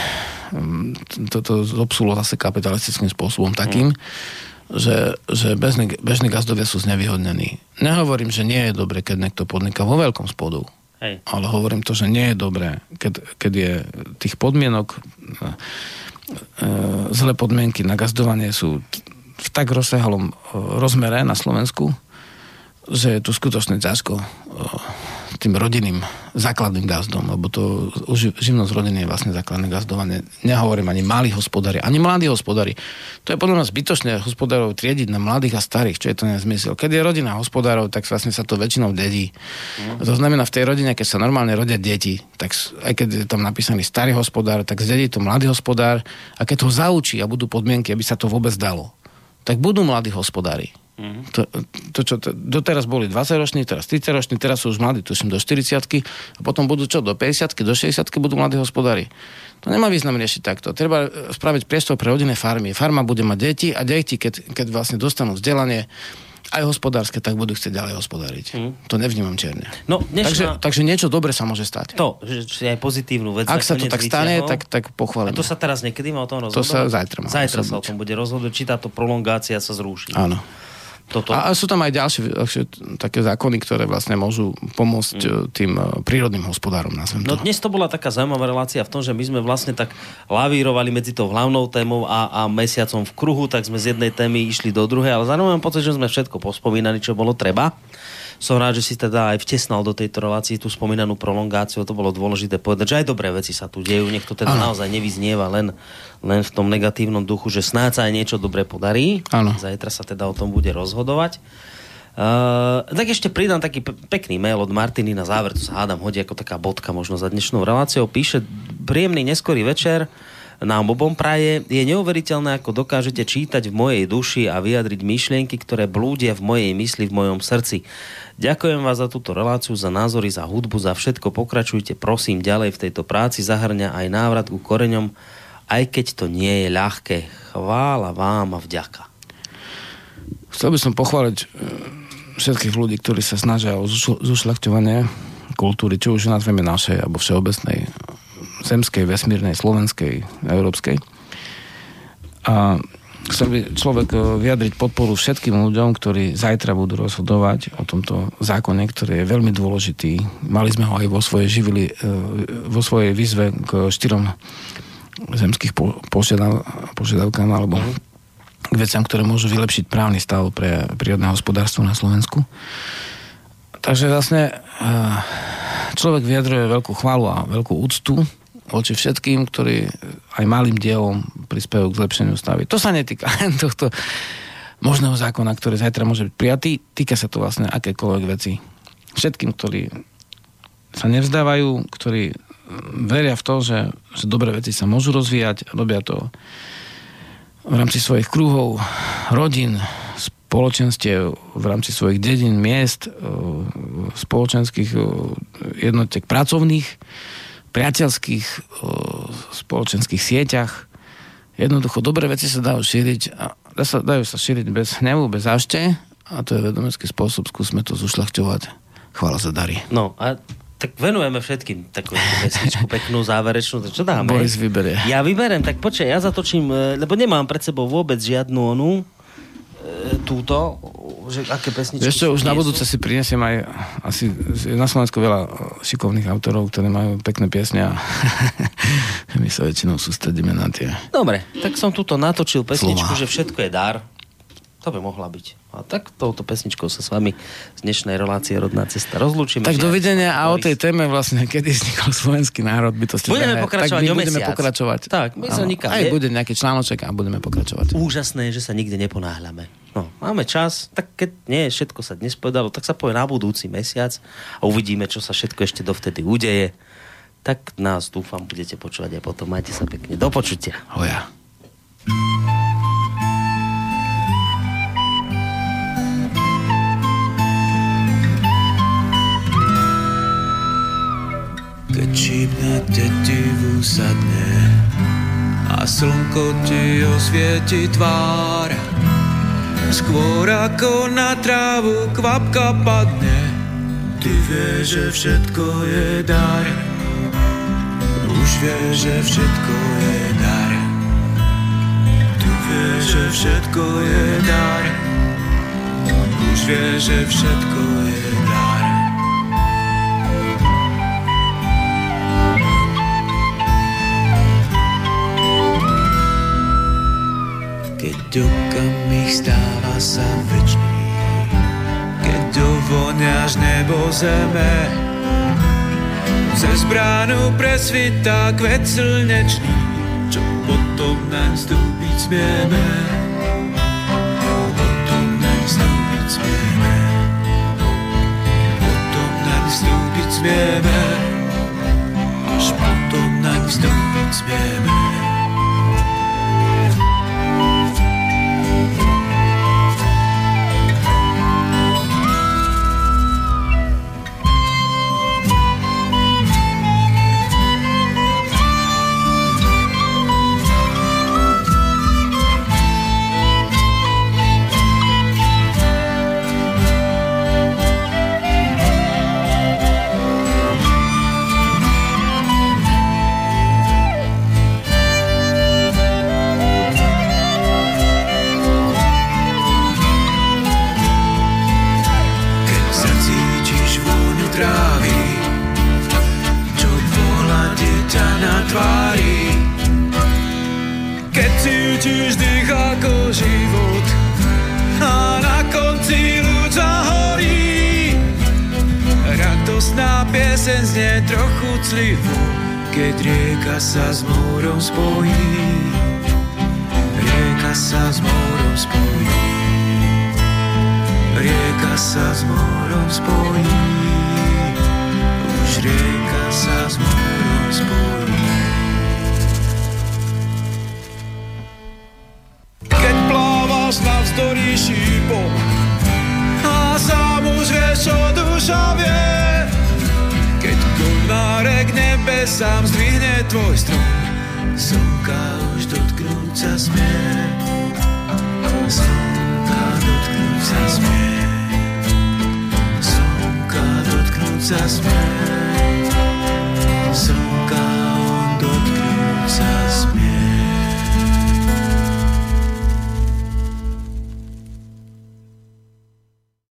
toto zobsulo zase kapitalistickým spôsobom takým, mm. že, že bežní, bežní gazdovia sú znevýhodnení. Nehovorím, že nie je dobre, keď niekto podniká vo veľkom spodu. Hej. Ale hovorím to, že nie je dobré, keď, keď je tých podmienok, e, zlé podmienky na gazdovanie sú v tak rozsiahlom rozmere na Slovensku, že je tu skutočne ťažko e, tým rodinným základným gazdom, lebo to živnosť rodiny je vlastne základné gazdovanie. Nehovorím ani malí hospodári, ani mladí hospodári. To je podľa mňa zbytočné hospodárov triediť na mladých a starých, čo je to nezmysel. Keď je rodina hospodárov, tak vlastne sa to väčšinou dedí. Mm. To znamená, v tej rodine, keď sa normálne rodia deti, tak aj keď je tam napísaný starý hospodár, tak zdedí to mladý hospodár a keď ho zaučí a budú podmienky, aby sa to vôbec dalo, tak budú mladí hospodári. Mm-hmm. To, to, čo, to, doteraz boli dvadsaťroční, teraz tridsaťroční, teraz sú už mladí, tuším, do štyridsiatky a potom budú čo, do päťdesiatky, do šesťdesiatky budú mladí hospodári. To nemá význam riešiť takto. Treba spraviť priestor pre rodinné farmy. Farma bude mať deti a deti, keď, keď vlastne dostanú vzdelanie aj hospodárske, tak budú chcieť ďalej hospodáriť. Mm. To nevnímam čierne. No, takže, takže niečo dobre sa môže stať. To, že je aj pozitívnu vec. Ak sa to tak stane, tak, tak pochválim. A to sa teraz niekedy má o tom rozhodnať? To sa zajtra má. Zajtra sa o tom bude rozhodnúť, či táto prolongácia sa zruší. Áno. toto. A, a sú tam aj ďalšie, ďalšie také zákony, ktoré vlastne môžu pomôcť mm. tým prírodným hospodárom, nazvem to. No dnes to bola taká zaujímavá relácia v tom, že my sme vlastne tak lavírovali medzi tou hlavnou témou a, a mesiacom v kruhu, tak sme z jednej témy išli do druhej, ale zároveň mám pocit, že sme všetko pospomínali, čo bolo treba. Som rád, že si teda aj vtesnal do tejto relácie tú spomínanú prolongáciu, to bolo dôležité povedať, že aj dobré veci sa tu dejú, nech to teda ano. Naozaj nevyznieva len, len v tom negatívnom duchu, že snáď sa aj niečo dobre podarí. Ano. Zajtra sa teda o tom bude rozhodovať. Uh, tak ešte pridám taký pe- pekný mail od Martiny na záver, to sa hádam hodí ako taká bodka možno za dnešnou reláciou. Píše: príjemný neskorý večer nám obom praje. Je neuveriteľné, ako dokážete čítať v mojej duši a vyjadriť myšlienky, ktoré blúdia v mojej mysli, v mojom srdci. Ďakujem vás za túto reláciu, za názory, za hudbu, za všetko. Pokračujte, prosím, ďalej v tejto práci. Zahrňa aj návrat ku koreňom, aj keď to nie je ľahké. Chvála vám a vďaka. Chcel by som pochváliť všetkých ľudí, ktorí sa snažia o zušľachťovanie kultúry, čo už nazveme našej, alebo všeobecnej, zemskej, vesmírnej, slovenskej, európskej. A chcel by človek vyjadriť podporu všetkým ľuďom, ktorí zajtra budú rozhodovať o tomto zákone, ktorý je veľmi dôležitý. Mali sme ho aj vo svojej živili, vo svojej výzve k štyrom zemských požiadavkám alebo k veciam, ktoré môžu vylepšiť právny stav pre prírodné hospodárstvo na Slovensku. Takže vlastne človek vyjadruje veľkú chválu a veľkú úctu voči všetkým, ktorí aj malým dielom prispejú k zlepšeniu stavy. To sa netýka len tohto možného zákona, ktorý zajtra môže byť prijatý. Týka sa to vlastne akékoľvek veci. Všetkým, ktorí sa nevzdávajú, ktorí veria v to, že, že dobré veci sa môžu rozvíjať a robia to v rámci svojich kruhov, rodín, spoločenstiev, v rámci svojich dedín, miest, spoločenských jednotiek pracovných, priateľských, spoločenských sieťach. Jednoducho, dobré veci sa dajú šíriť a dá sa, dajú sa šíriť bez hnevu, bez zášte a to je vedomecký spôsob, skúsme to zušľachťovať. Chvála za dary. No a tak venujeme všetkým takú pesničku peknú, záverečnú. Čo dáme? Boris vyberie. Ja vyberiem, tak počkaj, ja zatočím, lebo nemám pred sebou vôbec žiadnu onu túto, že aké pesničky... Ešte už na budúce si prinesiem aj asi na Slovensku veľa šikovných autorov, ktoré majú pekné piesne a my sa väčšinou sústredíme na tie... Dobre, tak som túto natočil pesničku, slova. Že všetko je dar. To by mohla byť. A tak touto pesničkou sa s vami z dnešnej relácie Rodná cesta rozlúčime. Tak dovidenia a o tej téme vlastne, kedy vznikol slovenský národ, by to ste budeme pokračovať o budeme mesiac. pokračovať. Tak, my sa nikam. Aj bude nejaký článoček a budeme pokračovať. Úžasné je, že sa nikde neponáhľame. No, máme čas, tak keď nie všetko sa dnes povedalo, tak sa povie na budúci mesiac a uvidíme, čo sa všetko ešte dovtedy udeje. Tak nás, dúfam, budete počúvať aj potom. Majte sa pekne. Do počutia. Hoja. Keď šíp na tetivu sadne a slnko ti osvieti tvár, skôr ako na trávu kvapka padne, ty vieš, že všetko je dar. Už vieš, že všetko je dar. Ty vieš, že všetko je dar. Už vieš, že všetko je dar. Keď okamih stáva sa večný, keď dovoňaš nebo zeme, cez bránu presvitá kvet slnečný, čo potom naň vstúpiť smieme. Potom naň vstúpiť smieme. Potom naň vstúpiť smieme. Až potom naň vstúpiť smieme. milostná pieseň znie trochu clivo, keď rieka sa s morom spojí. Rieka sa s morom spojí. Rieka sa s morom spojí. Už rieka sa s morom spojí. Keď plávaš navzdory šípom a sám už vieš, čo duša vie, keď konárek nebesám zdvihne tvoj strom, slnka už dotknúť sa smie. Slnka dotknúť sa smie. Slnka dotknúť sa smie. Slnka